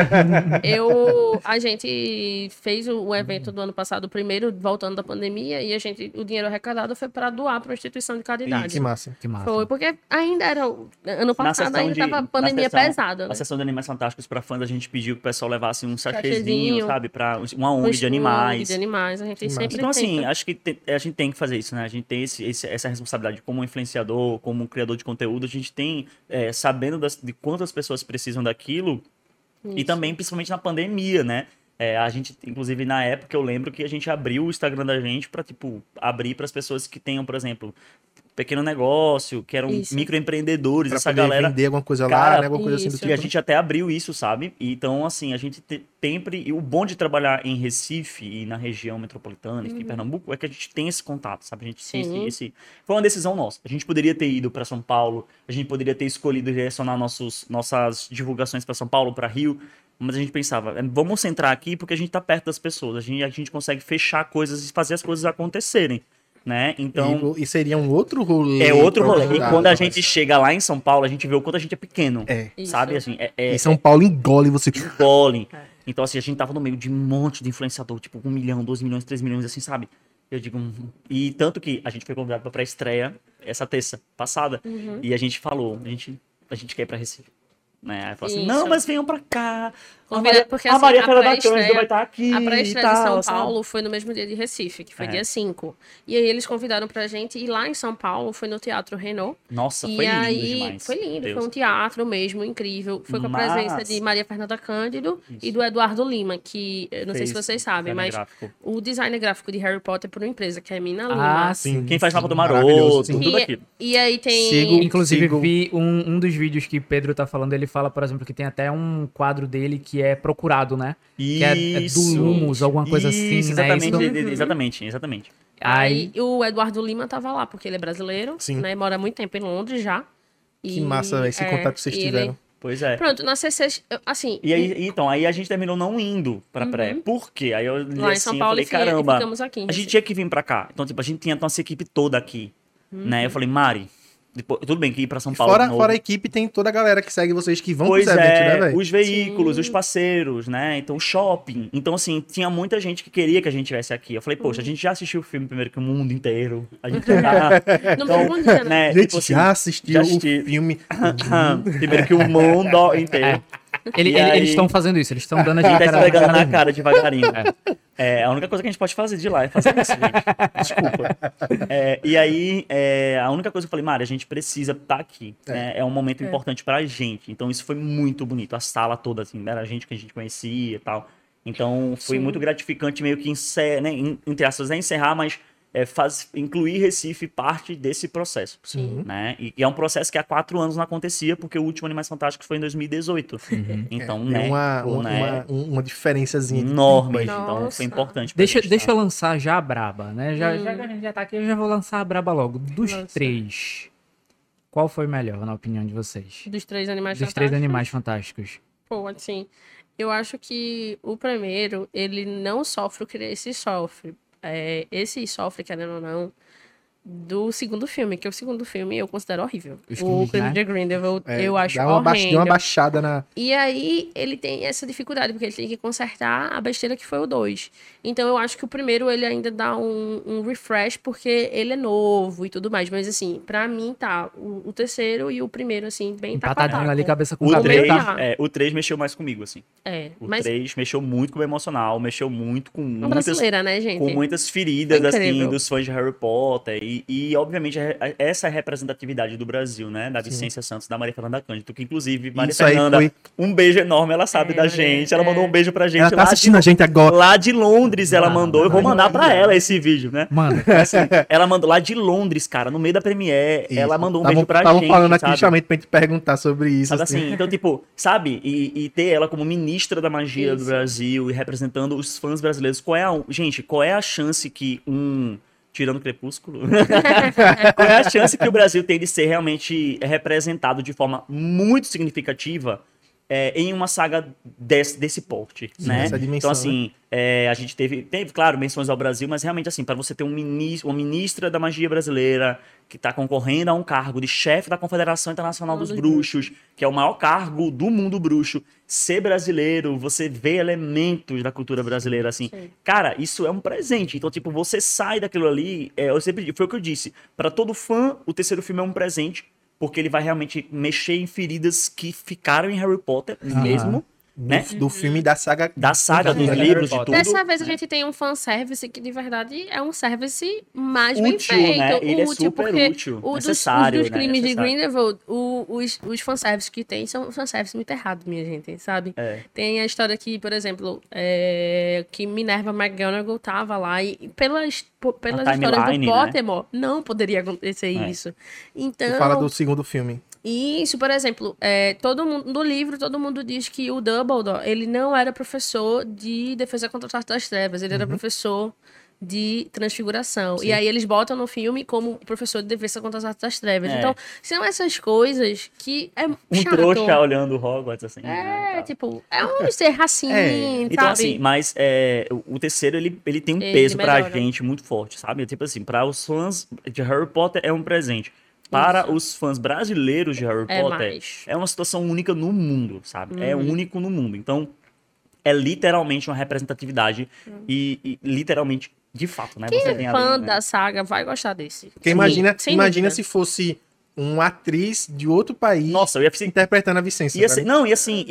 A gente fez o evento do ano passado, o primeiro, voltando da pandemia, e o dinheiro arrecadado foi para doar para uma instituição de caridade. Que massa. Que massa. Foi, porque ainda era. Ano passado ainda tava a pandemia na sessão- pesada, né? Na sessão de Animais Fantásticos para fãs, a gente pediu que o pessoal levasse um Sachezinho. sachêzinho, sabe? Pra uma ONG de Um animais. de animais, a gente Massa. sempre Então, assim, tenta. acho que a gente tem que fazer isso, né? A gente tem essa responsabilidade como influenciador, como criador de conteúdo. A gente tem, sabendo de quantas pessoas precisam daquilo, e também, principalmente na pandemia, né? A gente, inclusive, na época, eu lembro que a gente abriu o Instagram da gente para, tipo, abrir para as pessoas que tenham, por exemplo, pequeno negócio, que eram Isso. microempreendedores, Pra essa poder galera. vender alguma coisa Cara, lá, né? Alguma coisa assim do isso. E a tipo. gente até abriu isso, sabe? Então, assim, a gente sempre... E o bom de trabalhar em Recife e na região metropolitana, enfim, em Pernambuco, é que a gente tem esse contato, sabe? A gente tem Sim. Foi uma decisão nossa. A gente poderia ter ido para São Paulo, a gente poderia ter escolhido direcionar nossas divulgações para São Paulo, para Rio, mas a gente pensava, vamos centrar aqui porque a gente tá perto das pessoas, a gente consegue fechar coisas e fazer as coisas acontecerem, né? Então... E seria um outro rolê. É outro rolê. E organizado. quando a gente chega lá em São Paulo, a gente vê o quanto a gente é pequeno. Isso. Sabe? Assim, Em São Paulo engole você. engole. Então, assim, a gente tava no meio de um monte de influenciador, tipo 1 milhão, 2 milhões, 3 milhões, assim, sabe? Eu digo. E tanto que a gente foi convidado pra pré-estreia essa terça passada. E a gente falou, a gente quer ir pra Recife. Né? Aí falou assim, Isso. não, mas venham pra cá. Porque, a assim, Maria a Fernanda pré-estreia- Cândido vai estar aqui. A e pré-estreia de tal, São sabe? Paulo foi no mesmo dia de Recife, que foi É. dia 5. E aí eles convidaram pra gente ir lá em São Paulo, foi no Teatro Renault. Nossa, E foi lindo aí, demais. foi lindo, Deus. foi um teatro mesmo, incrível. Foi com a Mas- presença de Maria Fernanda Cândido e do Eduardo Lima, que eu não sei se Fez vocês sabem, design mas gráfico. o design gráfico de Harry Potter por uma empresa, que é Mina Lima. Ah, sim. Quem faz mapa do Maravilhoso, Maroto, sim. tudo E- aquilo. E aí tem. Sigo- Inclusive, Sigo- vi um dos vídeos que Pedro tá falando, ele fala, por exemplo, que tem até um quadro dele que é procurado, né? Que é do Isso. Lumos, alguma coisa assim, Isso, né? exatamente, Isso- exatamente. Aí o Eduardo Lima tava lá, porque ele é brasileiro, Sim. né? Mora há muito tempo em Londres já. Que massa, esse contato que vocês e ele- tiveram. Pois é. Pronto, na CC, assim... E aí, então, aí a gente terminou não indo pra pré. Por quê? Aí eu li Lá em assim, São eu Paulo falei, e caramba, ficamos aqui em a gente Recife. tinha que vir pra cá. Então, tipo, a gente tinha nossa equipe toda aqui, né? Eu falei, Mari, depois, tudo bem que ir pra São Paulo de novo. Fora a equipe, tem toda a galera que segue vocês que vão Pois pros eventos, né, é, velho? os veículos, os parceiros, né? Então, o shopping. Então, assim, tinha muita gente que queria que a gente estivesse aqui. Eu falei, poxa, a gente já assistiu o filme primeiro que o mundo inteiro. A gente já Não então, podia, né? né? A gente tipo assim, já assistiu já o assisti. filme. primeiro que o mundo inteiro. E aí- Eles estão fazendo isso, eles estão dando a Ele tá dica. esfregando na cara devagarinho. A única coisa que a gente pode fazer de lá é fazer isso, gente. Desculpa. E aí, a única coisa que eu falei, Mari, a gente precisa estar aqui. Né? É um momento importante pra gente. Então, isso foi muito bonito. A sala toda, assim, era gente que a gente conhecia e tal. Então, foi muito gratificante meio que né, entre aspas, né, encerrar, mas incluir Recife parte desse processo. Sim. Né? E é um processo que há 4 anos não acontecia, porque o último Animais Fantásticos foi em 2018. Então, Tem né? uma diferençazinha de enorme. tempo aí. Então, Nossa. foi importante. pra Deixa gente, eu tá? lançar já a braba, né? Já que a gente já tá aqui, eu já vou lançar a braba logo. Dos Lança. 3, qual foi melhor, na opinião de vocês? Dos 3 animais Dos 3 fantásticos. animais fantásticos. Pô, assim, eu acho que o primeiro, ele não sofre o que esse sofre. Esse sofre, querendo ou não, do segundo filme, que o segundo filme eu considero horrível. Os O filmes, Crime né? de Grindelwald, É, eu acho deu uma horrendo. baixada na. E aí, ele tem essa dificuldade, porque ele tem que consertar a besteira que foi o 2. Então, eu acho que o primeiro, ele ainda dá um refresh, porque ele é novo e tudo mais. Mas, assim, pra mim, tá o terceiro e o primeiro, assim, bem Empatadinho taco. ali, cabeça com O cabelo. 3, Tá? tá? o 3 mexeu mais comigo, assim. O Mas 3 mexeu muito com o emocional, mexeu muito com uma muitas, brasileira, né, gente? com muitas feridas, É assim, incrível. dos fãs de Harry Potter. E obviamente, essa é a representatividade do Brasil, né? Da Vicência Santos, da Maria Fernanda Cândido, que inclusive, Maria Isso aí Fernanda, foi- um beijo enorme, ela sabe da Maria, gente. Ela mandou um beijo pra gente Ela tá lá assistindo a gente agora. lá de Londres, ela mandou. Eu vou mandar pra ela esse vídeo, né? Mano, Ela mandou lá de Londres, cara, no meio da Premiere. Ela mandou um beijo pra Estavam gente, falando aqui sabe? justamente pra gente perguntar sobre isso. Sabe assim, então, tipo, sabe? E ter ela como ministra da magia do Isso. Brasil e representando os fãs brasileiros. Gente, qual é a chance que tirando o Crepúsculo, qual é a chance que o Brasil tem de ser realmente representado de forma muito significativa em uma saga desse porte, né? essa dimensão, Então, assim, a gente teve, claro, menções ao Brasil, mas realmente, assim, para você ter uma ministra da magia brasileira que está concorrendo a um cargo de chefe da Confederação Internacional dos Bruxos, que é o maior cargo do mundo bruxo, ser brasileiro, você vê elementos da cultura brasileira, assim. Sim. Cara, isso é um presente. Então, tipo, você sai daquilo ali, eu sempre, foi o que eu disse, para todo fã, o terceiro filme é um presente, porque ele vai realmente mexer em feridas que ficaram em Harry Potter mesmo, né? Do filme da saga. Da saga, dos Harry livros, de Potter. tudo. Dessa vez a gente tem um fanservice que de verdade é um service mais Útil, bem feito. né? Ele é útil, super porque útil, o dos necessário, né? crimes de Necessário. Grindelwald, os fanservices que tem são fanservices muito errados, minha gente, sabe? Tem a história que, por exemplo, que Minerva McGonagall tava lá e pelas histórias timeline, do né? Pottermore, não poderia acontecer isso. Então, Você fala do segundo filme. isso, por exemplo, todo mundo no livro, todo mundo diz que o Dumbledore, ele não era professor de defesa contra as artes das trevas, ele era professor de transfiguração. E aí eles botam no filme como professor de defesa contra as artes das trevas. Então, são essas coisas que é Um chato. trouxa olhando Hogwarts, assim. né, e tal. Tipo, é um ser racinho, Então, sabe? assim, mas o terceiro, ele tem um Ele peso pra melhora. gente muito forte, sabe? Tipo assim, para os fãs de Harry Potter é um presente. Para os fãs brasileiros de Harry É Potter, mais. é uma situação única no mundo, sabe? É único no mundo. Então, é literalmente uma representatividade e literalmente, de fato, né? Quem Você tem é ali, fã né? da saga vai gostar desse. Porque imagina sem imagina dúvida. se fosse uma atriz de outro país Nossa, eu ia interpretando a Vicência. Ia sabe? ser, não, e assim,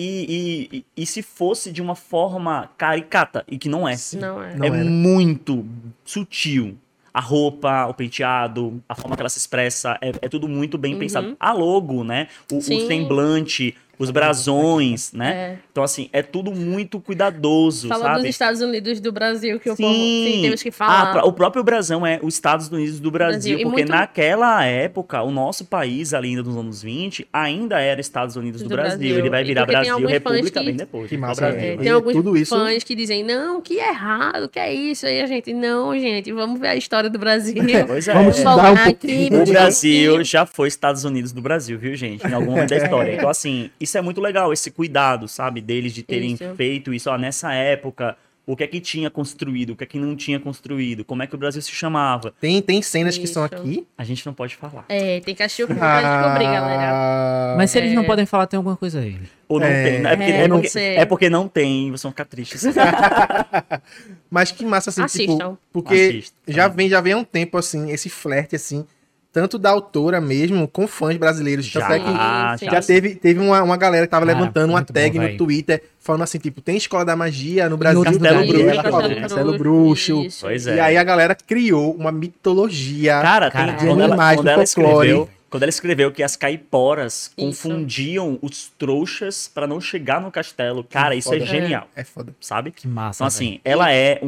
e se fosse de uma forma caricata, e que não é. Não é. Não é era. muito sutil. A roupa, o penteado, a forma que ela se expressa, é tudo muito bem pensado. A logo, né? O Sim. semblante, os brasões, né? Então, assim, é tudo muito cuidadoso, Fala sabe? dos Estados Unidos do Brasil, que o Sim. povo sim, temos que falar. O próprio brasão é os Estados Unidos do Brasil, E porque muito- naquela época, o nosso país, ali ainda nos anos 20, ainda era Estados Unidos do Brasil. Ele vai E virar porque tem Brasil alguns fãs República que- bem depois. Que no massa. Brasil. É, E tem alguns tudo isso- fãs que dizem, não, que é errado, que é isso. Aí a gente, não, gente, vamos ver a história do Brasil. Pois é. Vamos estudar um pouquinho. O Brasil já foi Estados Unidos do Brasil, viu, gente? Em algum momento da história. Então, assim, isso é muito legal, esse cuidado, sabe, deles de terem Isso. feito isso. Ó, nessa época, o que é que tinha construído, o que é que não tinha construído, como é que o Brasil se chamava. Tem cenas que são Isso. aqui. A gente não pode falar. É, tem que assistir o filme pra descobrir, galera. Mas se eles não podem falar, tem alguma coisa aí. Ou não É. tem. É porque, É, é não porque, sei. é porque não tem, vocês vão ficar tristes. Mas que massa, assim, Assistam. tipo, porque Assistam. já vem há um tempo, assim, esse flerte, assim, tanto da autora mesmo, com fãs brasileiros. Tanto é que Sim, já teve uma galera que tava Cara, levantando uma muito tag bom, no véi. Twitter, falando assim, tipo, tem Escola da Magia no Brasil. outros Castelo e Bruxo ela falou, também. Castelo Bruxo. Isso. Pois E é. aí a galera criou uma mitologia. Cara, Cara, tem, de quando, ela, animais quando, do ela folclore. quando ela escreveu que as caiporas Isso. confundiam os trouxas pra não chegar no castelo. Cara, isso é foda. genial. É foda. Sabe? Que massa, Então, assim, ela é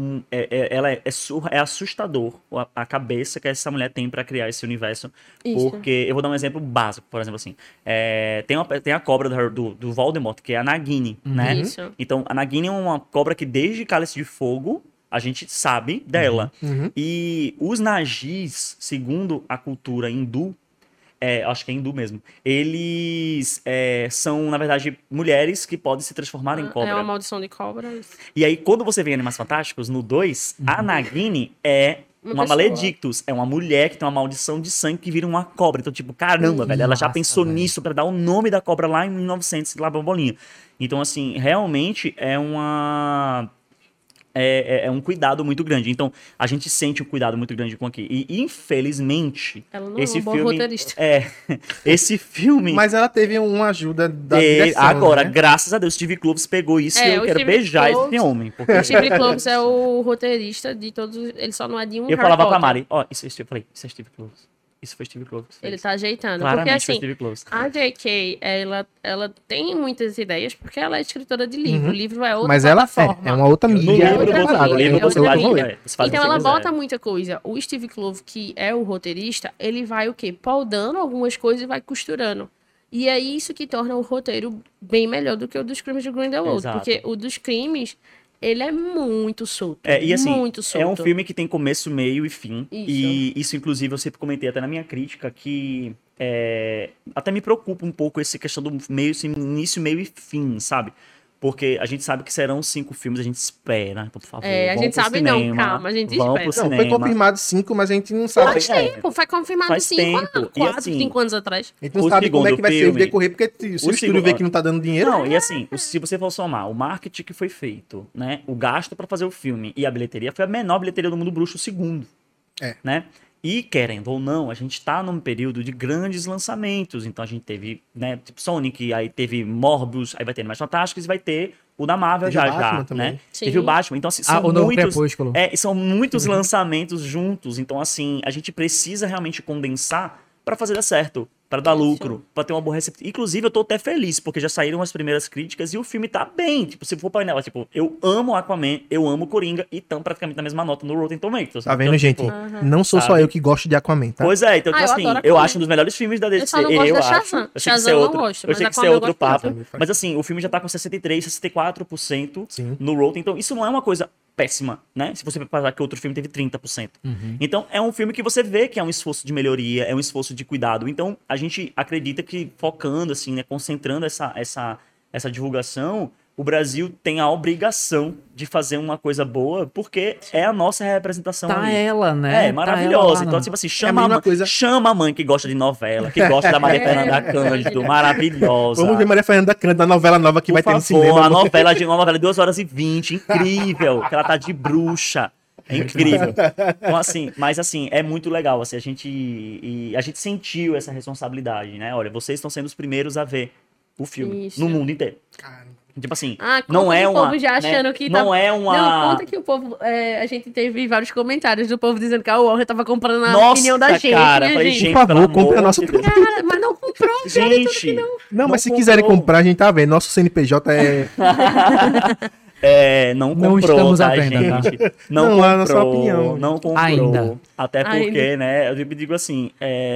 é assustador a cabeça que essa mulher tem pra criar esse universo. Isso. Porque, eu vou dar um exemplo básico, por exemplo, assim. Tem a cobra do Voldemort, que é a Nagini, né? Isso. Então, a Nagini é uma cobra que desde Cálice de Fogo a gente sabe dela. Uhum. E os Nagis, segundo a cultura hindu, acho que é hindu mesmo, eles são, na verdade, mulheres que podem se transformar em cobra. É uma maldição de cobras. E aí, quando você vê em Animais Fantásticos, no 2, a Nagini é uma pessoa. Maledictus. É uma mulher que tem uma maldição de sangue que vira uma cobra. Então, tipo, caramba, velho. Ela já massa, pensou velho. nisso pra dar o nome da cobra lá em 1900, lá bolinha. Então, assim, realmente é uma... É um cuidado muito grande. Então, a gente sente um cuidado muito grande com aqui. E, infelizmente, Ela não é esse uma boa filme... roteirista. Esse filme... Mas ela teve uma ajuda da É, direção, agora, né? graças a Deus, Steve Kloves pegou isso e eu o quero Steve beijar Kloves- esse homem. Porque O Steve Kloves é o roteirista de todos. Ele só não é de um eu Harry falava pra Potter. Mari, ó, isso é Steve Kloves. Isso foi Steve Kloves. que fez. Ele tá ajeitando. Claramente Porque foi assim, Steve Kloves. a J.K., ela tem muitas ideias, porque ela é escritora de livro. O livro é outra Mas ela plataforma. é uma outra No mídia. livro, outra você, mídia, no livro é você outra faz o que mídia. quiser, você faz o que Então ela você quiser. bota muita coisa. O Steve Kloves, que é o roteirista, ele vai o quê? Podando algumas coisas e vai costurando. E é isso que torna o roteiro bem melhor do que o dos Crimes de Grindelwald. Exato. Porque o dos crimes, ele é muito solto. E assim, muito solto. é um filme que tem começo, meio e fim. Isso. E isso, inclusive, eu sempre comentei até na minha crítica que até me preocupa um pouco essa questão do meio, esse início, meio e fim, sabe? Porque a gente sabe que serão 5 filmes, a gente espera, então, por favor. A vão gente pro sabe cinema, não, calma, a gente vão espera. pro Não, foi cinema. confirmado 5, mas a gente não sabe. Faz tempo, foi confirmado Faz 5 tempo. E 4, assim, 5 anos atrás. A gente não O sabe como é que vai ser o segundo decorrer, porque se o estúdio segundo- vê que não tá dando dinheiro. Não, e assim, se você for somar o marketing que foi feito, né? O gasto pra fazer o filme e a bilheteria foi a menor bilheteria do mundo bruxo, o segundo. É. Né? E querendo ou não, a gente tá num período de grandes lançamentos. Então a gente teve, né, tipo Sonic, aí teve Morbius, aí vai ter Animais Fantásticos e vai ter o da Marvel Teve o já, Batman também. né? Sim. Teve o Batman. Então, assim, são o novo muitos. Crepúsculo. E são muitos lançamentos juntos. Então, assim, a gente precisa realmente condensar pra fazer dar certo, pra dar lucro, pra ter uma boa recepção. Inclusive, eu tô até feliz, porque já saíram as primeiras críticas e o filme tá bem. Tipo, se for pra nela, tipo, eu amo Aquaman, eu amo Coringa e tão praticamente na mesma nota no Rotten Tomatoes. Tá vendo, Então, gente? tipo, Não sou só sabe? eu que gosto de Aquaman, tá? Pois é, então, Ah, tipo eu assim, adoro eu Aquaman. acho um dos melhores filmes da DC. Eu só não gosto da acho. Shazam. Eu sei que isso Shazam é eu não outro, gosto, eu mas sei que isso é Aquaman eu outro gosto papo. muito. Mas assim, o filme já tá com 63, 64% Sim. no Rotten, então isso não é uma coisa péssima, né? Se você pensar que outro filme teve 30%. Então, é um filme que você vê que é um esforço de melhoria, é um esforço de cuidado. Então, a gente acredita que focando, assim, né, concentrando essa divulgação, o Brasil tem a obrigação de fazer uma coisa boa, porque é a nossa representação Tá ali. ela, né? É, Tá maravilhosa. ela lá, Então, né? tipo assim, a mesma coisa. chama a mãe que gosta de novela, que gosta da Maria Fernanda Cândido, maravilhosa. Vamos ver Maria Fernanda Cândido, da novela nova que Por vai ter no favor, cinema. uma novela de 2h20, incrível, que ela tá de bruxa. É incrível. Então, assim, mas assim, é muito legal. Assim, a gente sentiu essa responsabilidade, né? Olha, vocês estão sendo os primeiros a ver o filme Isso. no mundo inteiro. Caramba. Tipo assim, Conta não é que o uma... povo já né, achando que não é uma... Não, conta que o povo... a gente teve vários comentários do povo dizendo que a Warner tava comprando a Nossa, opinião da gente, cara, né, falei, gente? gente, Por favor, pelo compre a amor nossa de Deus. Cara, mas não comprou, Gente, Não, mas se comprou. quiserem comprar, a gente tá vendo. Nosso CNPJ Não Não comprou, estamos à tá, venda, tá? gente? Não, Não é a nossa comprou, opinião. não comprou. Ainda. Até porque, Ainda. né, eu digo assim,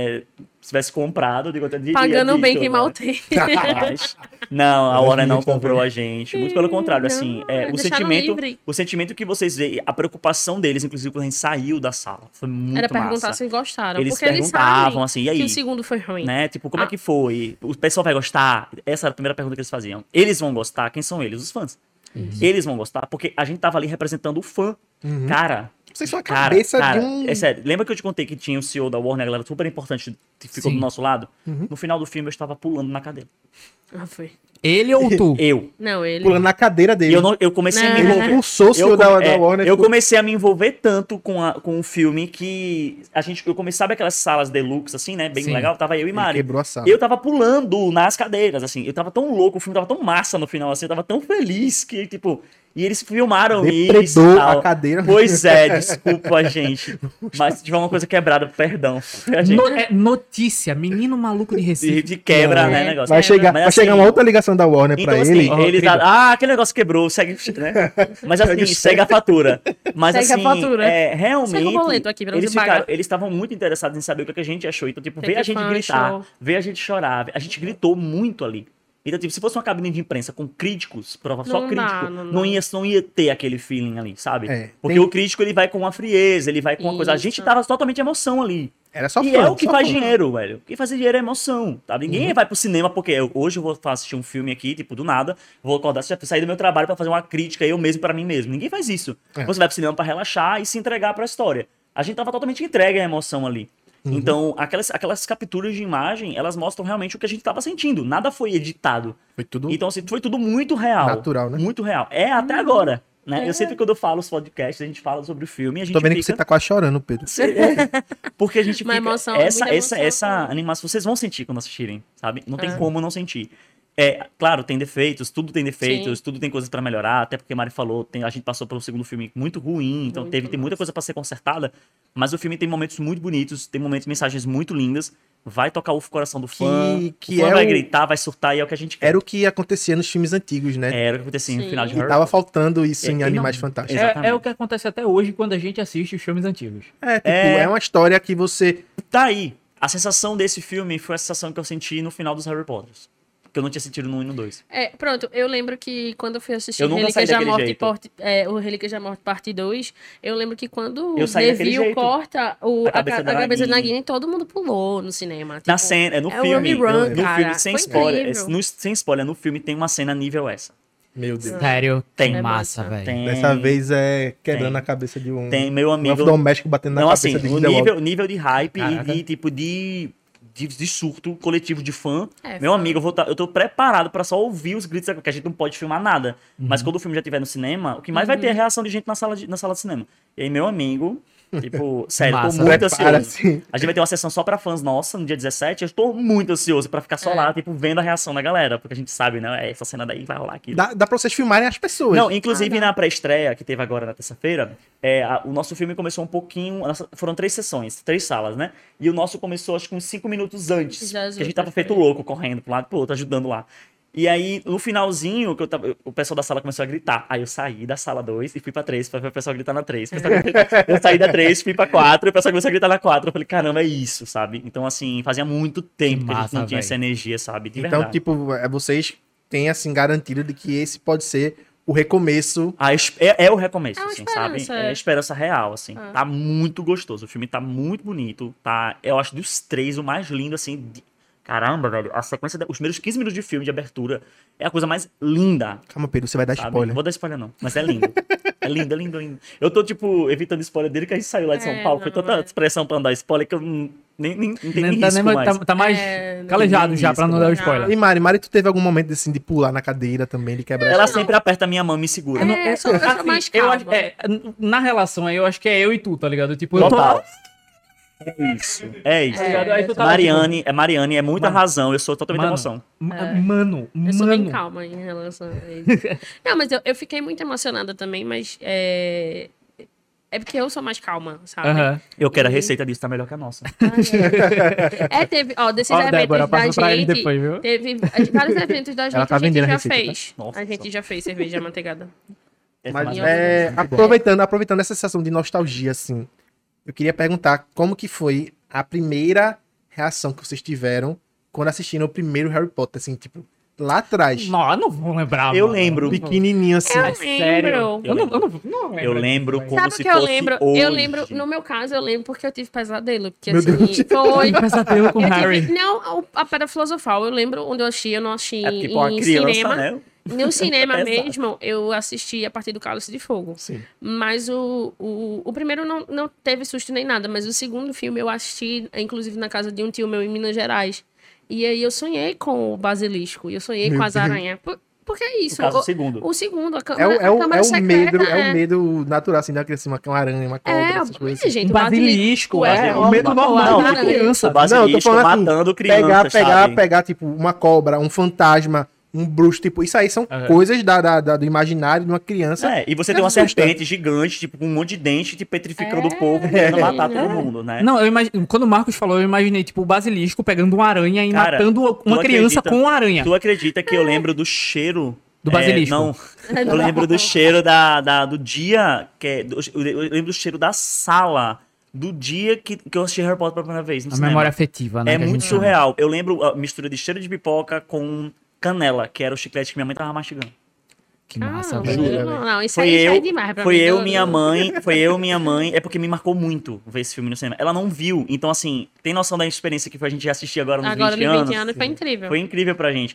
se tivesse comprado, eu digo até diria Pagando dito, bem quem né? mal tem. Mas, não, a Warner não gente tá comprou vendo. a gente. Muito pelo contrário, assim, Não, deixaram livre. o sentimento que vocês veem, a preocupação deles, inclusive, quando a gente saiu da sala, foi muito Era perguntar massa. se gostaram. Eles porque eles perguntavam, sabem assim, e aí? que o segundo foi ruim. Né? Tipo, como é que foi? O pessoal vai gostar? Essa era a primeira pergunta que eles faziam. Eles vão gostar? Quem são eles? Os fãs. Eles vão gostar porque a gente tava ali representando o fã. Cara, Vocês são a cara, cabeça cara, de um... é sério. Lembra que eu te contei que tinha o CEO da Warner, a galera super importante que ficou Sim. do nosso lado? No final do filme eu estava pulando na cadeira. Foi. Ele ou tu? Eu. Não, ele... Pulando na cadeira E dele. eu comecei a me Não. Ele envolver. expulsou o senhor da Warner. Eu comecei a me envolver tanto com o filme que eu comecei, sabe aquelas salas deluxe, assim, né? Bem Sim. legal. Tava eu e Mari. quebrou a sala. Eu tava pulando nas cadeiras, assim. Eu tava tão louco, o filme tava tão massa no final, assim. Eu tava tão feliz que, tipo... E eles filmaram isso e Depredou tal. a cadeira. Pois é, desculpa, gente. Mas se tiver uma coisa quebrada, perdão. A gente Notícia, menino maluco de Recife. de quebra, É. né, negócio. Vai chegar, Mas, vai chegar assim, uma outra ligação da Warner então, pra assim, ele. eles... querido. aquele negócio quebrou, segue, né? Mas assim, segue a fatura. Mas Segue a assim, fatura. Realmente, Segue o boleto aqui pra eles você pagar. eles estavam muito interessados em saber o que a gente achou. Então, tipo, Que ver que a gente fã gritar, achou? ver a gente chorar. A gente gritou muito ali. Então, tipo, se fosse uma cabine de imprensa com críticos, só Não crítico, dá, não não ia ter aquele feeling ali, sabe? É, Porque tem- o crítico, ele vai com uma frieza, ele vai com uma coisa... A gente Isso. tava totalmente emoção ali. Era só E fã, é o que só faz fã. dinheiro, velho. O que faz dinheiro é emoção, tá? Ninguém vai pro cinema porque hoje eu vou assistir um filme aqui, tipo, do nada, vou acordar, sair do meu trabalho pra fazer uma crítica eu mesmo pra mim mesmo. Ninguém faz isso. É. Você vai pro cinema pra relaxar e se entregar pra história. A gente tava totalmente entregue à emoção ali. Então, aquelas capturas de imagem, elas mostram realmente o que a gente tava sentindo. Nada foi editado. Foi tudo... Então, assim, foi tudo muito real. Natural, né? Muito real. É até agora, né? Eu sempre quando eu falo os podcasts, a gente fala sobre o filme e a gente Tô vendo que fica... você tá quase chorando, Pedro. Porque a gente Uma fica... emoção, essa muita emoção. essa animação, vocês vão sentir quando assistirem, sabe? Não tem É. como não sentir. Claro, tem defeitos, tudo tem defeitos, tudo tem coisas pra melhorar, até porque a Mari falou, a gente passou pelo segundo filme muito ruim, então tem muita coisa pra ser consertada, mas o filme tem momentos muito bonitos, tem mensagens muito lindas, vai tocar o coração do fã, que o fã é vai o- gritar, vai surtar e é o que a gente quer. Era o que acontecia nos filmes antigos, né? Era o que acontecia no Sim. final de E Harry tava Potter. faltando isso em não- Animais Fantásticos. Exatamente. É o que acontece até hoje quando a gente assiste os filmes antigos. É uma história que você... Tá aí. A sensação desse filme foi a sensação que eu senti no final dos Harry Potters. Que eu não tinha sentido no 1 e no 2. Pronto, eu lembro que quando eu fui assistir Eu nunca saí Relíquias da daquele Morte, jeito. o Relíquias da Morte parte 2, eu lembro que quando Eu o saí daquele Neville jeito. corta A cabeça da a cabeça da Nagini. Nagini, todo mundo pulou no cinema. Na tipo, cena, no é o filme. Remy Run, no cara. filme, sem Foi spoiler. incrível. Sem spoiler, no filme tem uma cena nível essa. Meu Deus. Sério, Tem. que É massa, massa. velho. Tem, Dessa vez é quebrando Tem. a cabeça de um... tem meu Um amigo. elfo doméstico batendo na Não, cabeça assim, de o Grindelwald. nível de hype e Caraca. de tipo de surto coletivo de fã. É, Meu fã. amigo, eu tô preparado pra só ouvir os gritos, porque a gente não pode filmar nada. Mas quando o filme já estiver no cinema, o que mais vai ter é a reação de gente na sala de cinema. E aí, meu amigo, tipo, sério, eu tô Massa. muito Prepara, ansioso. assim. A gente vai ter uma sessão só pra fãs nossa no dia 17. Eu tô muito ansioso pra ficar só lá, tipo, vendo a reação da galera. Porque a gente sabe, né? Essa cena daí vai rolar aqui. Dá pra vocês filmarem as pessoas. Não, inclusive na pré-estreia que teve agora na terça-feira, o nosso filme começou um pouquinho. Foram 3 sessões, 3 salas, né? E o nosso começou acho que uns 5 minutos antes. Já Que a gente tava feito prefere. louco, correndo pro lado e pro outro, ajudando lá. E aí, no finalzinho, o pessoal da sala começou a gritar. Aí eu saí da sala 2 e fui pra 3, pra ver o pessoal gritar na 3. Eu saí da 3, fui pra 4, e o pessoal começou a gritar na 4. Eu falei, caramba, é isso, sabe? Então, assim, fazia muito tempo que a gente massa, não tinha véi. essa energia, sabe? De Então, verdade. tipo, vocês têm, assim, garantido de que esse pode ser o recomeço. É o recomeço, É uma assim, sabe? esperança, É a é. esperança real, assim. Tá muito gostoso. O filme tá muito bonito. Tá, eu acho dos 3 o mais lindo, assim. Caramba, velho. A sequência, os primeiros 15 minutos de filme, de abertura, é a coisa mais linda. Calma, Pedro, você vai dar Sabe? spoiler. Não vou dar spoiler, não. Mas é lindo. É lindo, é lindo, é lindo. Eu tô, tipo, evitando spoiler dele, que a gente saiu lá de São Paulo. Foi não, tanta é. expressão pra não dar spoiler que eu não tenho nem Tá, risco mais. tá mais É, calejado tem já, pra não dar o risco, spoiler. E Mari, tu teve algum momento, assim, de pular na cadeira também, de quebrar... Ela as- sempre aperta a minha mão e me segura. eu sou mais Eu calma. acho, na relação aí, eu acho que é eu e tu, tá ligado? Tipo, eu tô... Total. É isso. Aí tu tá Mariane, é muita razão. Eu sou totalmente emoção. Mano, Eu sou bem calma em relação a isso. Não, mas eu fiquei muito emocionada também, mas é porque eu sou mais calma, sabe? Aham. Eu quero a receita disso, tá melhor que a nossa. Teve, desses Ó, eventos Débora, da passa pra ele gente, depois, viu? teve vários eventos da gente, tá a gente vendendo a já receita, tá? fez. Nossa, A gente já fez cerveja amanteigada. Mas Maravilhoso. aproveitando essa sensação de nostalgia, assim, eu queria perguntar como que foi a primeira reação que vocês tiveram quando assistiram o primeiro Harry Potter, assim, tipo, lá atrás. Não vou lembrar, Eu mano. lembro. Pequenininho, assim. Eu Sério? lembro. Não lembro. Eu lembro como Sabe o se que eu fosse lembro? hoje. Eu lembro, no meu caso, eu lembro porque eu tive pesadelo. Porque Meu assim, Deus. foi. Pesadelo com Eu Harry. tive, não, a Pedra Filosofal. Eu lembro onde eu assisti, eu não assisti É tipo uma em criança, cinema. né? No cinema Exato. mesmo, eu assisti a partir do Cálice de Fogo. Sim. Mas o primeiro não teve susto nem nada, mas o segundo filme eu assisti, inclusive, na casa de um tio meu em Minas Gerais. E aí eu sonhei com o basilisco, e eu sonhei Meu com as Deus. aranhas. Porque é isso. No caso, o segundo. O segundo, a É câmara, o, é o, câmara é o secreta. medo, é o medo natural, assim, da criança, uma aranha, uma cobra, essas coisas assim. gente, Um basilisco, é o o medo normal uma de aranha. criança. O basilisco Não, eu tô falando matando assim, crianças, sabe? pegar, tipo, uma cobra, um fantasma, um bruxo, tipo, isso aí são coisas do imaginário de uma criança. É, e você tem uma assusta. serpente gigante, tipo, com um monte de dente, te petrificando o povo, querendo matar todo mundo, né? Não, quando o Marcos falou, eu imaginei, tipo, o basilisco pegando uma aranha e Cara, matando tu uma criança acredita- com uma aranha. Tu acredita que eu lembro do cheiro... Do basilisco? Não, eu lembro do cheiro do dia, eu lembro do cheiro da sala, do dia que eu assisti Harry Potter pela primeira vez no A cinema. memória afetiva, né? É que a muito gente chama. surreal. Eu lembro a mistura de cheiro de pipoca com canela, que era o chiclete que minha mãe tava mastigando. Que massa, Não, velho. não, isso Foi aí já é eu, demais pra foi mim. eu, minha mãe, é porque me marcou muito ver esse filme no cinema. Ela não viu, então assim, tem noção da experiência que foi a gente assistir agora nos Agora, 20 nos anos? 20 anos, foi incrível. Foi incrível pra gente.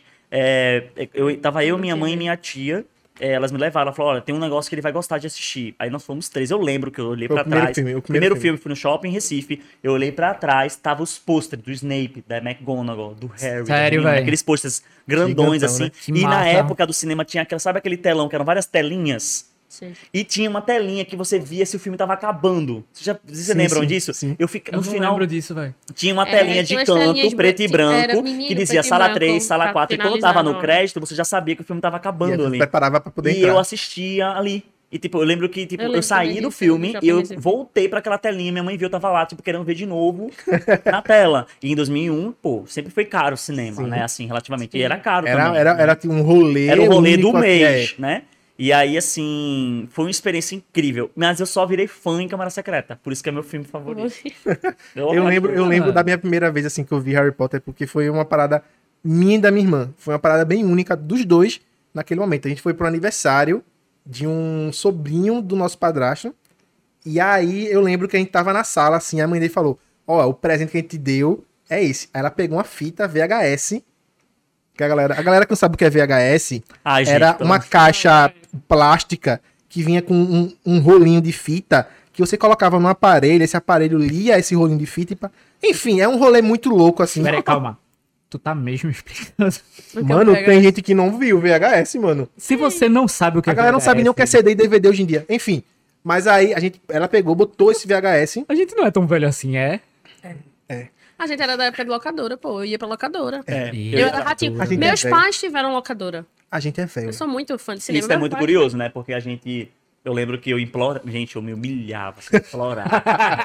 Tava eu, minha mãe e minha tia. Elas me levaram, ela falou, olha, tem um negócio que ele vai gostar de assistir. Aí nós fomos 3, eu lembro que eu olhei Foi o pra primeiro trás. filme, o primeiro primeiro filme, fui no shopping em Recife, eu olhei pra trás, tava os pôsteres do Snape, da McGonagall, do Harry, da Sério, Hermione, velho? aqueles pôsteres grandões, Gigantão, assim. né? Que E na massa. época do cinema tinha sabe aquele telão, que eram várias telinhas? Sim. E tinha uma telinha que você via se o filme tava acabando. Vocês Sim, lembram sim, disso? sim. Eu Eu no não final lembro disso, velho. tinha uma telinha de tinha umas canto, telinhas preto e branco, era menino, que dizia preto e sala branco, 3, sala pra 4. E quando finalizar tava o no nome. crédito, você já sabia que o filme tava E acabando aí ali. você preparava pra poder E entrar. eu assistia ali. E, tipo, eu lembro que, tipo, Eu eu, lembro saí também do disso, filme do e Shopping eu Recife. voltei pra aquela telinha. Minha mãe viu, eu tava lá, tipo, querendo ver de novo na tela. E em 2001, pô, sempre foi caro o cinema, Sim. né? Assim, relativamente. Sim. E era caro Era, também. era tipo um rolê. Era o rolê único, do assim, mês, né? E aí, assim, foi uma experiência incrível. Mas eu só virei fã em Câmara Secreta. Por isso que é meu filme favorito. Eu lembro da minha primeira vez assim que eu vi Harry Potter, porque foi uma parada minha e da minha irmã. Foi uma parada bem única dos dois naquele momento. A gente foi pro aniversário de um sobrinho do nosso padrasto. E aí eu lembro que a gente tava na sala, assim, a mãe dele falou: ó, o presente que a gente deu é esse. Aí ela pegou uma fita VHS. Que a galera que não sabe o que é VHS, Ai, gente, era pelo uma amor de caixa plástica que vinha com um rolinho de fita que você colocava no aparelho, esse aparelho lia esse rolinho de fita. Enfim, é um rolê muito louco, assim. Peraí, calma. Tu tá mesmo explicando. Mano, tem gente que não viu VHS, mano. Se você não sabe o que A é galera não sabe nem o que é VHS, CD e DVD hoje em dia. Enfim, mas aí ela pegou, botou esse VHS. A gente não é tão velho assim, é? A gente era da época de locadora, pô. Eu ia pra locadora. É. E- Eu era ratinho. A gente Meus é pais tiveram locadora. A gente é velho. Eu sou muito fã de cinema. Isso é Meus muito pais- curioso, né? Porque a gente... Eu lembro que eu imploro... Gente, eu me humilhava, assim, implorava.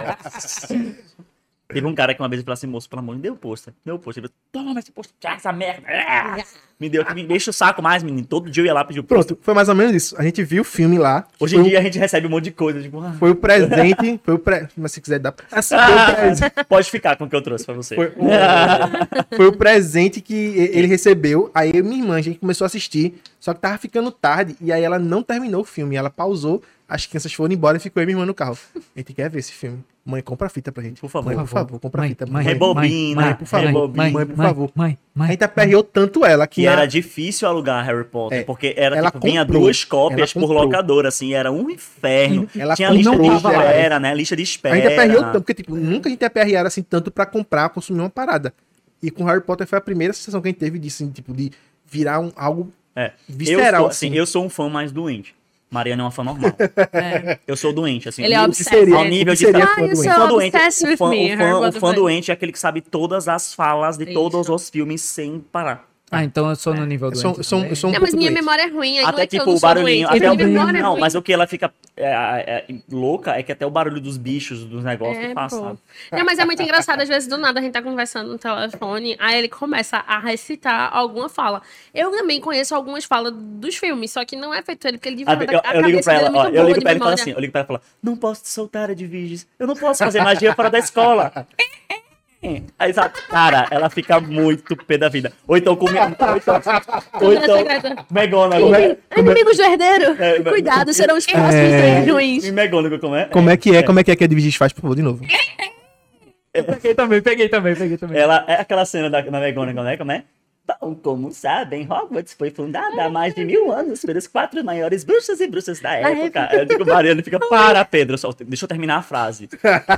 Teve um cara que uma vez falou assim, moço, pelo amor de Deus, pôster. Meu pôster. Ele falou, toma esse pôster, tira essa merda. Me deu, que me deixa o saco mais, menino. Todo dia eu ia lá pedir o pôster. Pronto, foi mais ou menos isso. A gente viu o filme lá. Hoje foi em dia a gente recebe um monte de coisa, tipo... Foi o presente. Mas se quiser dar. Assim, foi o presente. Pode ficar com o que eu trouxe pra você. Foi o presente que ele recebeu. Aí eu e minha irmã, a gente começou a assistir. Só que tava ficando tarde. E aí ela não terminou o filme. Ela pausou. As crianças foram embora e ficou eu e minha irmã no carro. A gente quer ver esse filme. Mãe, compra a fita pra gente. Por favor. Mãe, por favor, compra a Mãe, fita. mãe, Rebobina, mãe, por favor. rebobina. Mãe, por favor. Mãe. A gente aperreou tanto ela que Que era difícil alugar Harry Potter, É. porque era, Ela tipo, vinha comprou. 2 cópias Ela por comprou. locadora, assim, era um inferno. Ela Tinha lista de comprou, espera, né? Lista de espera. a gente aperreou tanto, porque tipo, nunca a gente aperreara assim tanto pra comprar, consumir uma parada. E com Harry Potter foi a primeira sensação que a gente teve disso, assim, tipo, de virar algo É. visceral, eu assim. eu sou um fã mais doente. Mariana é uma fã normal. Eu sou doente, assim. Ele é o- obsessivo. Ao nível de seria fã. fã you doente? so Fã doente, obsessed with me, Harry o Potter fã fan. doente é aquele que sabe todas as falas de todos Isso. os filmes sem parar. Ah, então eu sou no nível Eu do sou um Não, pouco mas minha doente. memória é ruim. aí não Até é que eu tipo não o sou barulhinho. doente, Até minha memória é não, ruim. mas o que ela fica louca é que até o barulho dos bichos, dos negócios que passa. Pô. sabe? Não, mas é muito engraçado, às vezes do nada a gente tá conversando no telefone, aí ele começa a recitar alguma fala. Eu também conheço algumas falas dos filmes, só que não é feito ele, porque ele de verdade, a Eu ligo cabeça pra dele ela, é muito ó, eu boa ligo de pra ela e falo memória. assim, eu ligo pra ela e falo, não posso te soltar, Edviges, eu não posso fazer magia fora da escola. Aí, sabe, cara, ela fica muito pé da vida. Ou então com secreta. McGonagall. Inimigos do herdeiro, É, cuidado, serão os próximos três ruins. E McGonagall, como é? Como é que a Edviges faz, por favor, de novo? Peguei também. Ela é aquela cena da McGonagall, né? Como é? Bom, como sabem, Hogwarts foi fundada há mais de 1000 anos pelos 4 maiores bruxos e bruxas da época. Eu digo, Mariana fica, para, Pedro, deixa eu terminar a frase.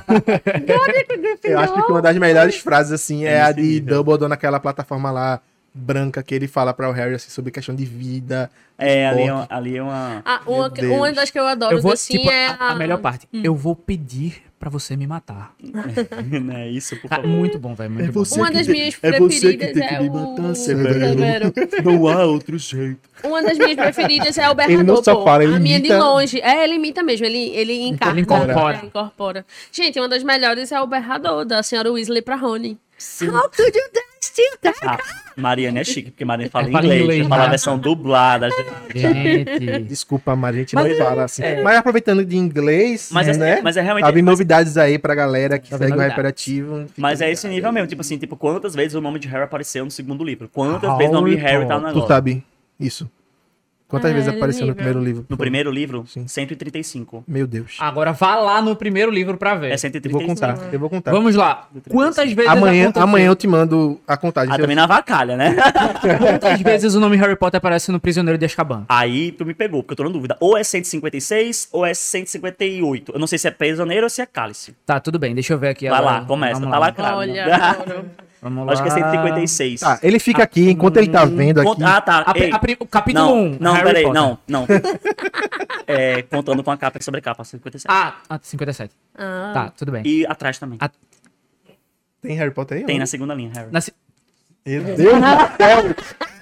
Eu acho que uma das melhores frases, assim, é a nesse de nível. Dumbledore naquela plataforma lá, branca, que ele fala para o Harry, assim, sobre questão de vida. Ali é uma... Ah, Meu Deus. uma das que eu adoro, Eu vou, assim, tipo, é a melhor parte. Eu vou pedir pra você me matar. Não é isso, por Cara, favor. muito bom, velho. Muito bom. Uma das minhas preferidas é o... Severo. Não há outro jeito. Uma das minhas preferidas é o Ele não Berrador, só pô. fala, ele A minha de imita. longe. É, ele imita mesmo, ele encarna. Ele incorpora. Incorpora. Gente, uma das melhores é o Berrador, da senhora Weasley pra Rony. How could you dance to that? Ah, Mariana é chique, porque Mariana fala Fala inglês. inglês, Fala a né? versão dublada. Gente. Desculpa, mas a gente não fala assim. Mas aproveitando de inglês, Mas é- né? mas é realmente- Abre novidades aí pra galera que segue o novidades. Hyperativo. Fica Mas é ligado. esse nível mesmo, tipo assim, quantas vezes o nome de Harry apareceu no segundo livro? Quantas vezes o nome de Harry tá no Tu negócio? sabe isso? Quantas vezes ele apareceu no nível. primeiro livro? No primeiro livro, Sim. 135. Meu Deus. Agora vá lá no primeiro livro pra ver. É Eu 135. vou contar, eu vou contar. Vamos lá. Quantas vezes Amanhã aconteceu- eu te mando a contagem. Ah, também na vacalha, né? Quantas vezes o nome Harry Potter aparece no Prisioneiro de Azkaban? Aí tu me pegou, porque eu tô na dúvida. Ou é 156 ou é 158. Eu não sei se é prisioneiro ou se é cálice. Tá, tudo bem. Deixa eu ver aqui. Vai agora. lá, começa. Vamos Tá lá, cara. Olha, adoro. Vamos lá. Acho que é 156. Tá, ele fica aqui, enquanto ele tá vendo aqui. Ah, tá. A pri- Ei. a pri- o capítulo 1. Não, Harry peraí, Potter. não. É, contando com a capa e sobre capa, 57. Ah, 57. Ah. Tá, tudo bem. E atrás também. Ah, Tem Harry Potter aí? Tem ó? na segunda linha, Harry. Meu Deus do céu.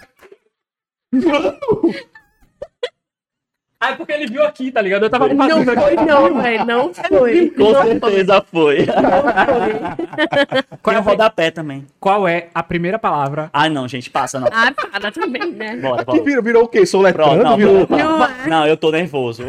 Ah, é porque ele viu aqui, tá ligado? Eu tava Não foi, não, velho. Não foi. Com certeza foi. Qual Tem é, o rodapé também. qual é a primeira palavra? Ah, não, gente, passa, não. Ah, para também, né? Bora, Que bora. virou o quê? Sou Pronto, letrando? não, Virou... Não é. não, eu tô nervoso.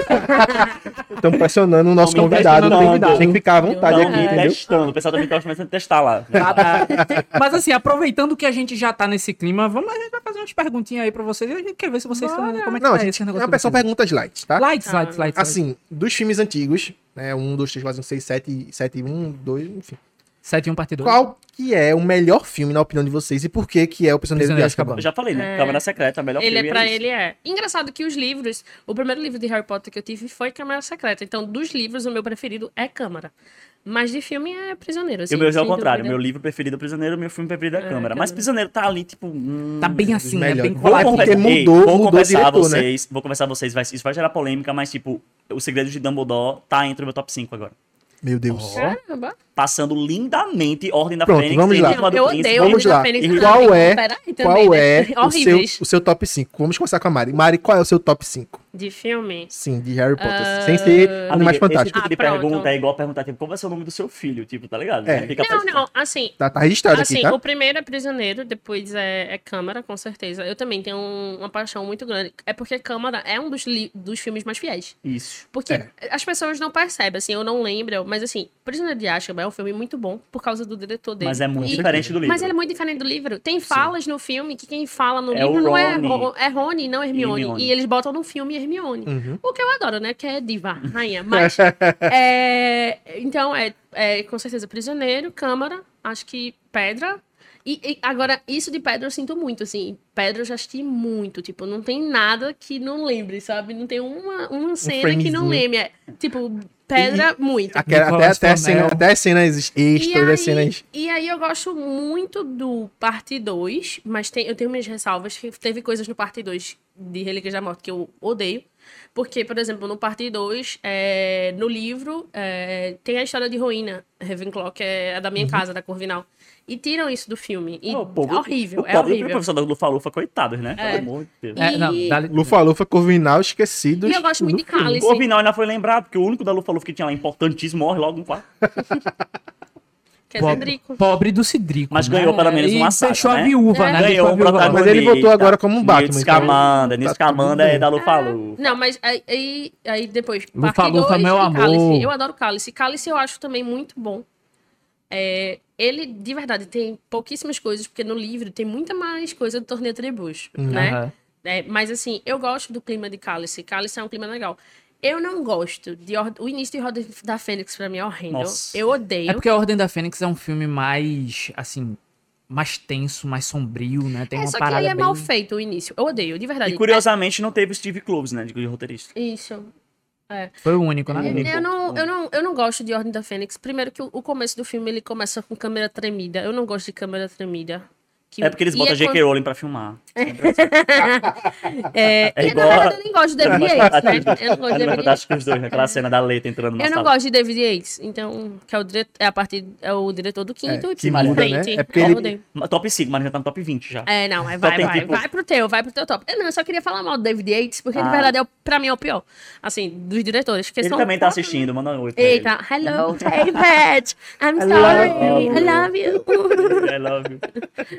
Estamos pressionando o nosso Não me convidado. pressionando. Tem que ficar à vontade Não, aqui, me entendeu? testando. O pessoal também tá começando a testar lá. Mas assim, aproveitando que a gente já tá nesse clima, a gente vai fazer umas perguntinhas aí pra vocês. A gente quer ver se vocês estão. Como é que Não, tá gente, esse é negócio uma pessoa de vocês? perguntas light, tá? Lights. Assim, dos filmes antigos, né? 1, 2, 3, 4, 5, 6, 7, 1, 2, enfim. 7 e 1 parte 2. Qual que é o melhor filme, na opinião de vocês, e por que é o Prisioneiro de Prisioneiro de Azkaban? Eu já falei, né? Câmara Secreta, melhor Ele filme. é pra isso. ele é. Engraçado que os livros, o primeiro livro de Harry Potter que eu tive foi Câmara Secreta. Então, dos livros, o meu preferido é Câmara. Mas de filme é Prisioneiro. E Assim, o meu já é o sem contrário. dúvida. Meu livro preferido é Prisioneiro, meu filme preferido é Câmara. Câmara. Mas Prisioneiro tá ali, tipo. Tá bem assim, né? melhor. Bem Vou colado. porque confessar- mudou vou o confessar a diretor, né? vocês, vou confessar a vocês, isso vai gerar polêmica, mas tipo, o Segredo de Dumbledore tá entre o meu top 5 agora. Meu Deus. Caramba. Passando lindamente Ordem da Pronto, Fênix. vamos lá. Enigma do Eu Príncipe. odeio Vamos Ordem da lá. Fênix E também. qual é, Peraí, também, qual né? é Horríveis. o seu top 5? Vamos começar com a Mari. Mari, qual é o seu top 5? De filme? Sim, de Harry Potter. Sem ser Amiga, Animais esse Fantásticos. tipo de Ah, pronto. pergunta é igual perguntar, tipo, qual vai ser o nome do seu filho? Tipo, tá ligado? É. Fica Não, pra- não, assim... Tá registrado Assim, aqui, tá? o primeiro é Prisioneiro, depois é Câmara, com certeza. Eu também tenho uma paixão muito grande. É porque Câmara é um dos filmes mais fiéis. Isso. Porque É. as pessoas não percebem, assim, eu não lembro, mas assim, Prisioneiro de Azkaban é um filme muito bom por causa do diretor dele. Mas é muito E- diferente do livro. Mas ele é muito diferente do livro. Tem falas no filme que quem fala no É livro o não é, Rony. é Rony, não Hermione. Hermione. E eles botam no filme Hermione. Uhum. O que eu adoro, né? Que é diva, rainha. Mas, então, com certeza Prisioneiro, Câmara, acho que Pedra. E agora, isso de Pedra eu sinto muito, assim. Pedra eu já assisti muito. Tipo, não tem nada que não lembre, sabe? Não tem uma cena que não framezinho. lembre. É, tipo, Pedra, muito. Nicolas Flamel. Até as cenas extras, as cenas... E aí eu gosto muito do parte 2, mas eu tenho minhas ressalvas que teve coisas no parte 2 de Relíquias da Morte que eu odeio. Porque, por exemplo, no parte 2, no livro, tem a história de Rowena Ravenclaw, que é a da minha casa, da Corvinal. E tiram isso do filme. E é horrível, é O horrível. professor da Lufa-Lufa, coitados, né? Pelo amor de Deus. É, não, dá-lhe- Lufa-Lufa, Corvinal, esquecidos. E eu gosto muito de O Cálice. Corvinal ainda foi lembrado, porque o único da Lufa-Lufa que tinha lá importantíssimo morre logo no quarto. Que é Cedrico. Pobre do Cidrico. Mas ganhou pelo menos uma saga, fechou né? a viúva, É. né? Ganhou Deixou a um viúva lá. protagonista. Mas ele voltou agora como um Batman, Newt então. Scamander. Newt Tá tudo Scamander é bem. da Lufa-Lufa. Não, mas aí depois, Lufa, parte Lufa, 2 meu e amor. Cálice. Eu adoro Cálice. Cálice eu acho também muito bom. Ele, de verdade, tem pouquíssimas coisas, porque no livro tem muita mais coisa do Torneio Tribus, né? Aham. Mas assim, eu gosto do clima de Cálice. Cálice é um clima legal. Eu não gosto o início de Ordem da Fênix, pra mim, é horrendo. Nossa. Eu odeio. É porque a Ordem da Fênix é um filme mais, assim, mais tenso, mais sombrio, né? Tem uma só que parada ele é bem... mal feito o início. Eu odeio, de verdade. E curiosamente não teve o Steve Kloves, né? De roteirista. Isso. Foi o único, né? Eu não gosto de Ordem da Fênix. Primeiro que o começo do filme, ele começa com câmera tremida. Eu não gosto de câmera tremida. É porque eles botam J.K. Rowling pra filmar. E, na verdade, eu nem gosto de David Yates, né? Eu não gosto de Ali David vai Yates. acho que os dois, naquela cena da Leita entrando na Eu não sala. gosto de David Yates, então, que é o diretor do quinto, que e muda, né? frente. É porque Eu ele- odeio. Top 5, mas já tá no top 20 já. Não, Só vai tem, tipo- vai pro teu top. Eu só queria falar mal do David Yates, porque de Ah. verdade, pra mim, é o pior. Assim, dos diretores. Que Ele são também tá quatro- assistindo, manda um oi pra ele. Eita, hello, David. I'm sorry, I love you. I love you.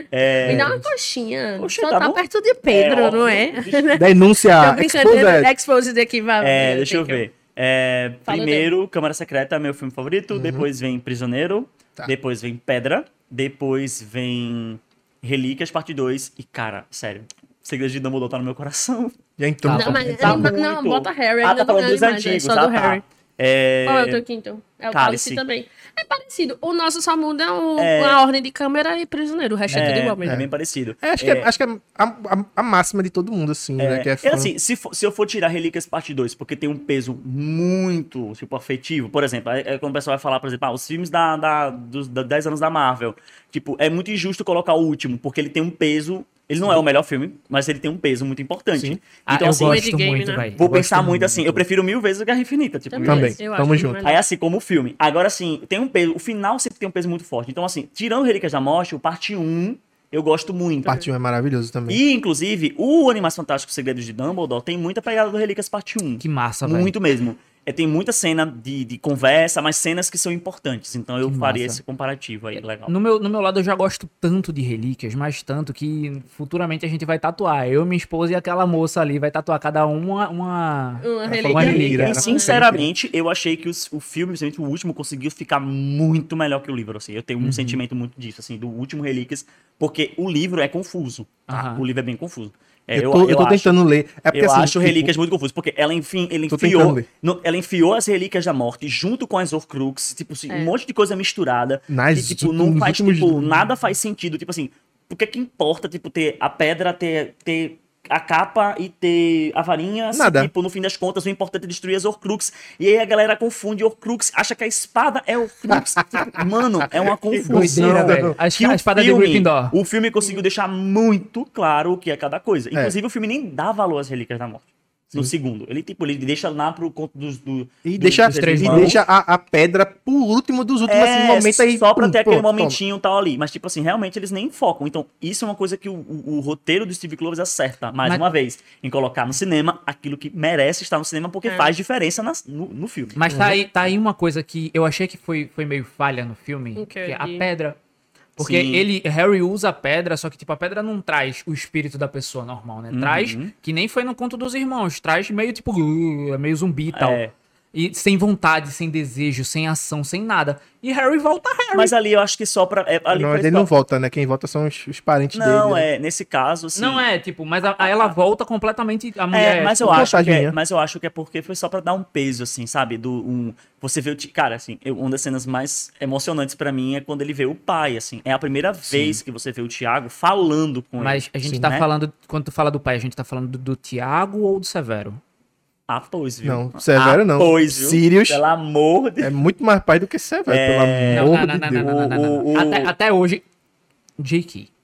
Me dá uma coxinha. Oxe, Só tá tá bom. perto de Pedro, É, não é? Denúncia Tô brincando, exposed. Exposed aqui, vai. Deixa eu ver. Fala Primeiro, Câmara Secreta é meu filme favorito. Depois vem Prisioneiro. Tá. Depois vem Pedra. Depois vem Relíquias, parte 2. E, cara, sério, Segredos de Dumbledore tá no meu coração. Já entrou. Tá. Não, mas Tá não, muito. bota Harry. Ah, ainda tá não falando dos ganha mais, antigos, só tá? do Harry. É... Qual é o teu quinto? É o Cálice Cálice. também. É parecido. O nosso só muda a ordem de câmera e prisioneiro. O resto é tudo igual mesmo. É bem parecido. Acho que é a máxima de todo mundo, assim, né? Que é fã. Assim, se eu for tirar Relíquias Parte 2, porque tem um peso muito, tipo, afetivo, por exemplo, quando o pessoal vai falar, por exemplo, os filmes dos 10 anos da Marvel, tipo, é muito injusto colocar o último, porque ele tem um peso, ele não é o melhor filme, mas ele tem um peso muito importante. Sim. Então, eu assim, gosto Endgame, muito, né? velho. vou Eu pensar gosto muito assim, eu prefiro 1000 vezes o Guerra Infinita, tipo, Também. Eu Tamo acho junto. melhor. Aí, assim, como o filme. Agora, assim, tem um peso. O final sempre tem um peso muito forte. Então, assim, tirando Relíquias da Morte, o parte 1, eu gosto muito. Parte 1 é maravilhoso também. E, inclusive, o Animais Fantásticos Segredos de Dumbledore tem muita pegada do Relíquias parte 1. Que massa, velho. Muito mesmo. Tem muita cena de conversa, mas cenas que são importantes. Então, eu Que faria massa. esse comparativo aí, legal. No meu lado, eu já gosto tanto de relíquias, mas tanto que futuramente a gente vai tatuar. Eu, minha esposa e aquela moça ali vai tatuar cada uma Uma uma relíquia. relíquia. E, sinceramente, eu achei que o filme, principalmente o último, conseguiu ficar muito melhor que o livro, assim. Eu tenho um sentimento muito disso, assim, do último Relíquias, porque o livro é confuso, tá? Aham. O livro é bem confuso. Eu tô acho- tentando ler. É porque, Eu assim, acho tipo, Relíquias muito confuso, porque ela, enfim, ele Tô tentando enfiou, ler. ela enfiou as Relíquias da Morte junto com as Horcrux, tipo assim, um monte de coisa misturada, Nas que, tipo, não nos faz, últimos- tipo, nada faz sentido, tipo assim, por que importa, tipo, ter a pedra, ter a capa e ter a varinha, se, Nada. tipo, no fim das contas, o importante é destruir as Horcrux, e aí a galera confunde Horcrux, acha que a espada é Horcrux, tipo, mano, é uma confusão. Doideira, velho. Que A o espada de filme- Gryffindor. O filme conseguiu deixar muito claro o que é cada coisa. Inclusive, o filme nem dá valor às Relíquias da Morte. No segundo. Ele deixa lá pro conto E deixa, três e irmãos. deixa a pedra por último dos últimos assim, momentos aí. só pra pum, ter aquele pronto, momentinho tal ali. Mas, tipo assim, realmente eles nem focam. Então, isso é uma coisa que o roteiro do Steve Kloves acerta, mais Mas- uma vez, em colocar no cinema aquilo que merece estar no cinema, porque faz diferença no filme. Mas tá aí uma coisa que eu achei que foi meio falha no filme, O quê? que é a pedra. Porque Sim. Harry usa a pedra, só que tipo, a pedra não traz o espírito da pessoa normal, né? Traz, que nem foi no Conto dos Irmãos, traz meio tipo, meio zumbi e tal. É. E sem vontade, sem desejo, sem ação, sem nada. E Harry volta Harry. Mas ali eu acho que só pra... ali Não, foi ele só- não volta, né? Quem volta são os parentes dele. Não, né? nesse caso, assim... Não é, tipo, mas ela volta completamente a mulher. mas eu tipo, acho que é porque foi só pra dar um peso, assim, sabe? Você vê cara, assim, uma das cenas mais emocionantes pra mim é quando ele vê o pai, assim. É a primeira vez que você vê o Tiago falando com Mas ele. a gente Sim, tá né? falando, quando tu fala do pai, a gente tá falando do Tiago ou do Severo? Ah, pois, viu? Não, Severo não. Pois, viu? Sirius Pelo amor de é muito mais pai do que Severo, pelo amor de Deus. Até hoje, J.K.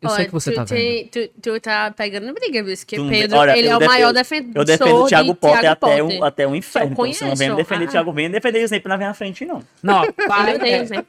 Eu sei que você tá vendo. Tu tá pegando briga, viu? Que Tu- Pedro, olha, ele é eu o def- maior eu- defensor Eu defendo o Thiago de Potter Thiago até Potter. até o inferno. Então, você não vem me conheço. defender Thiago, vem defender o Snape na minha frente, não. Não, Ele pai, odeia o Snape.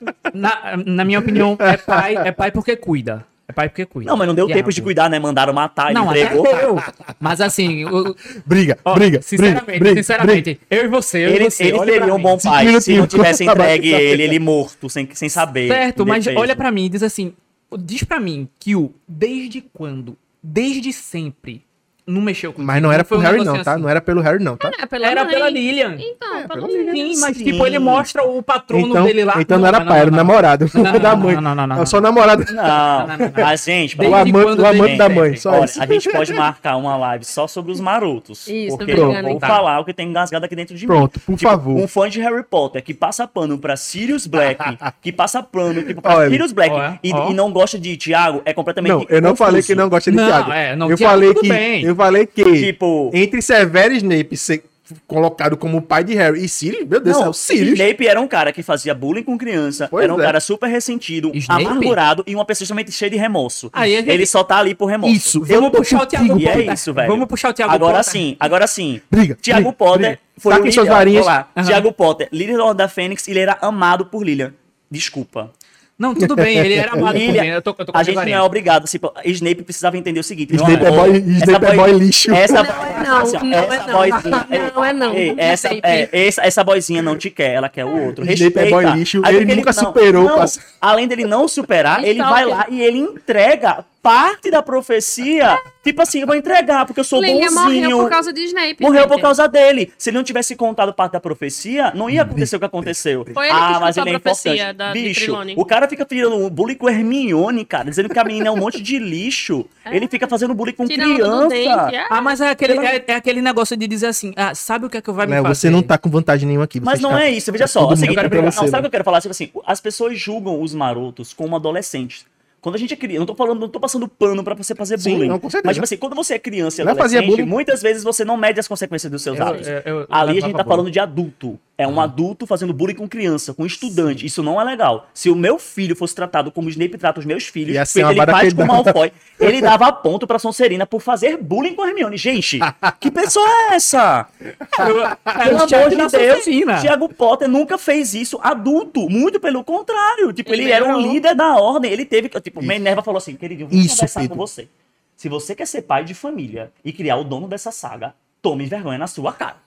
na minha opinião, é pai porque cuida. É pai porque cuida. Não, mas não deu tempo de Thiago. cuidar, né? Mandaram matar, ele Não, até entregou. deu. Mas assim, Briga, ó, briga, sinceramente, briga, sinceramente, eu e você, Ele seria um bom pai se minutinhos, não tivesse acaba de entregue ele morto, sem saber. Certo, mas indefeso. olha pra mim e diz assim, diz pra mim que desde quando, desde sempre, não mexeu com Mas não era foi pro um Harry negocinho não, tá? assim. não era pelo Harry não, tá? Era mãe. pela Lilian. Então, pela pela Lilian. Sim, mas Sim. tipo, ele mostra o patrono Então, dele lá. então não era pai, era o namorado. Não, da mãe. não. É só namorado. Não, mas gente, Desde O amante, quando o amante tem- da mãe, só olha, isso. a gente pode marcar uma live só sobre os marotos. Isso, porque obrigada, eu vou então. falar o que tem engasgado aqui dentro de mim. Pronto, por favor. Um fã de Harry Potter que passa pano pra Sirius Black, que passa pano pra Olha, Sirius Black ó. e não gosta de Thiago, é completamente Não, eu não confuso. falei que não gosta de Não, Thiago. não, eu Thiago, falei tudo que bem. eu falei que Tipo- entre Severo Snape ser colocado como pai de Harry e Sirius, meu Deus do Não, céu, Sirius. Snape era um cara que fazia bullying com criança, Pois era um é. cara super ressentido, Snape? amargurado e uma pessoa extremamente cheia de remorso. Aí a gente- Ele só tá ali por remorso. Isso, Vamos puxar o Thiago E é Potter. isso, velho. Vamos puxar o Thiago agora Potter. Agora sim. Briga, Thiago briga, Potter briga. foi Saquem o suas líder. varinhas. Olá, Aham. Thiago Potter, líder da Ordem da Fênix, ele era amado por Lilian. Desculpa. Não, tudo bem, ele era amado por Lilian, mim. Eu tô com a gente não varinha. é obrigado. Tipo, Snape precisava entender o seguinte. meu Snape é amor, boy- Snape é boy lixo. Essa, Não, assim, ó, não é essa não. boyzinha- Não é não. Ei, essa, essa boyzinha não te quer, ela quer o outro. Snape é Respeita. boy lixo, Aí ele porque nunca não, superou, não, passa- além dele não superar, ele vai lá e ele entrega parte da profecia. Tipo assim, eu vou entregar porque eu sou Lilian bonzinho. morreu por causa de Snape. Morreu por gente. causa dele. Se ele não tivesse contado parte da profecia, não ia acontecer o que aconteceu. Foi ele que mas escutou ele é a profecia importante. de Bicho, Trelawney. o cara fica tirando um bullying com Hermione, cara, dizendo que a menina é um monte de lixo. Ele fica fazendo bullying com Tirando do criança. dente. Ah, mas é aquele negócio de dizer assim, sabe o que é que vai me Léo, fazer? você não tá com vantagem nenhuma aqui. você Mas não está- é isso, veja só. todo É o mundo seguinte, contra não, você, sabe o que né? eu quero falar? Tipo assim, as pessoas julgam os marotos como adolescentes. Quando a gente é criança, não tô passando pano pra você fazer Sim, bullying. não, com certeza. Mas, tipo assim, quando você é criança e Ela fazia adolescente, bullying. muitas vezes você não mede as consequências dos seus atos. eu Ali a levo gente a tá favor. falando de adulto. É um adulto fazendo bullying com criança, com estudante. Isso não é legal. Se o meu filho fosse tratado como o Snape trata os meus filhos, Ia ser feito uma ele faz com o baraquedada. Malfoy, ele dava ponto pra Sonserina por fazer bullying com a Hermione. Gente, que pessoa é essa? Pelo amor de Deus, Thiago Potter nunca fez isso adulto. Muito pelo contrário. Tipo, ele era um líder da ordem. Ele teve que... Tipo, Minerva falou assim, queridinho, vou Isso, conversar Pedro. com você. Se você quer ser pai de família e criar o dono dessa saga, tome vergonha na sua cara.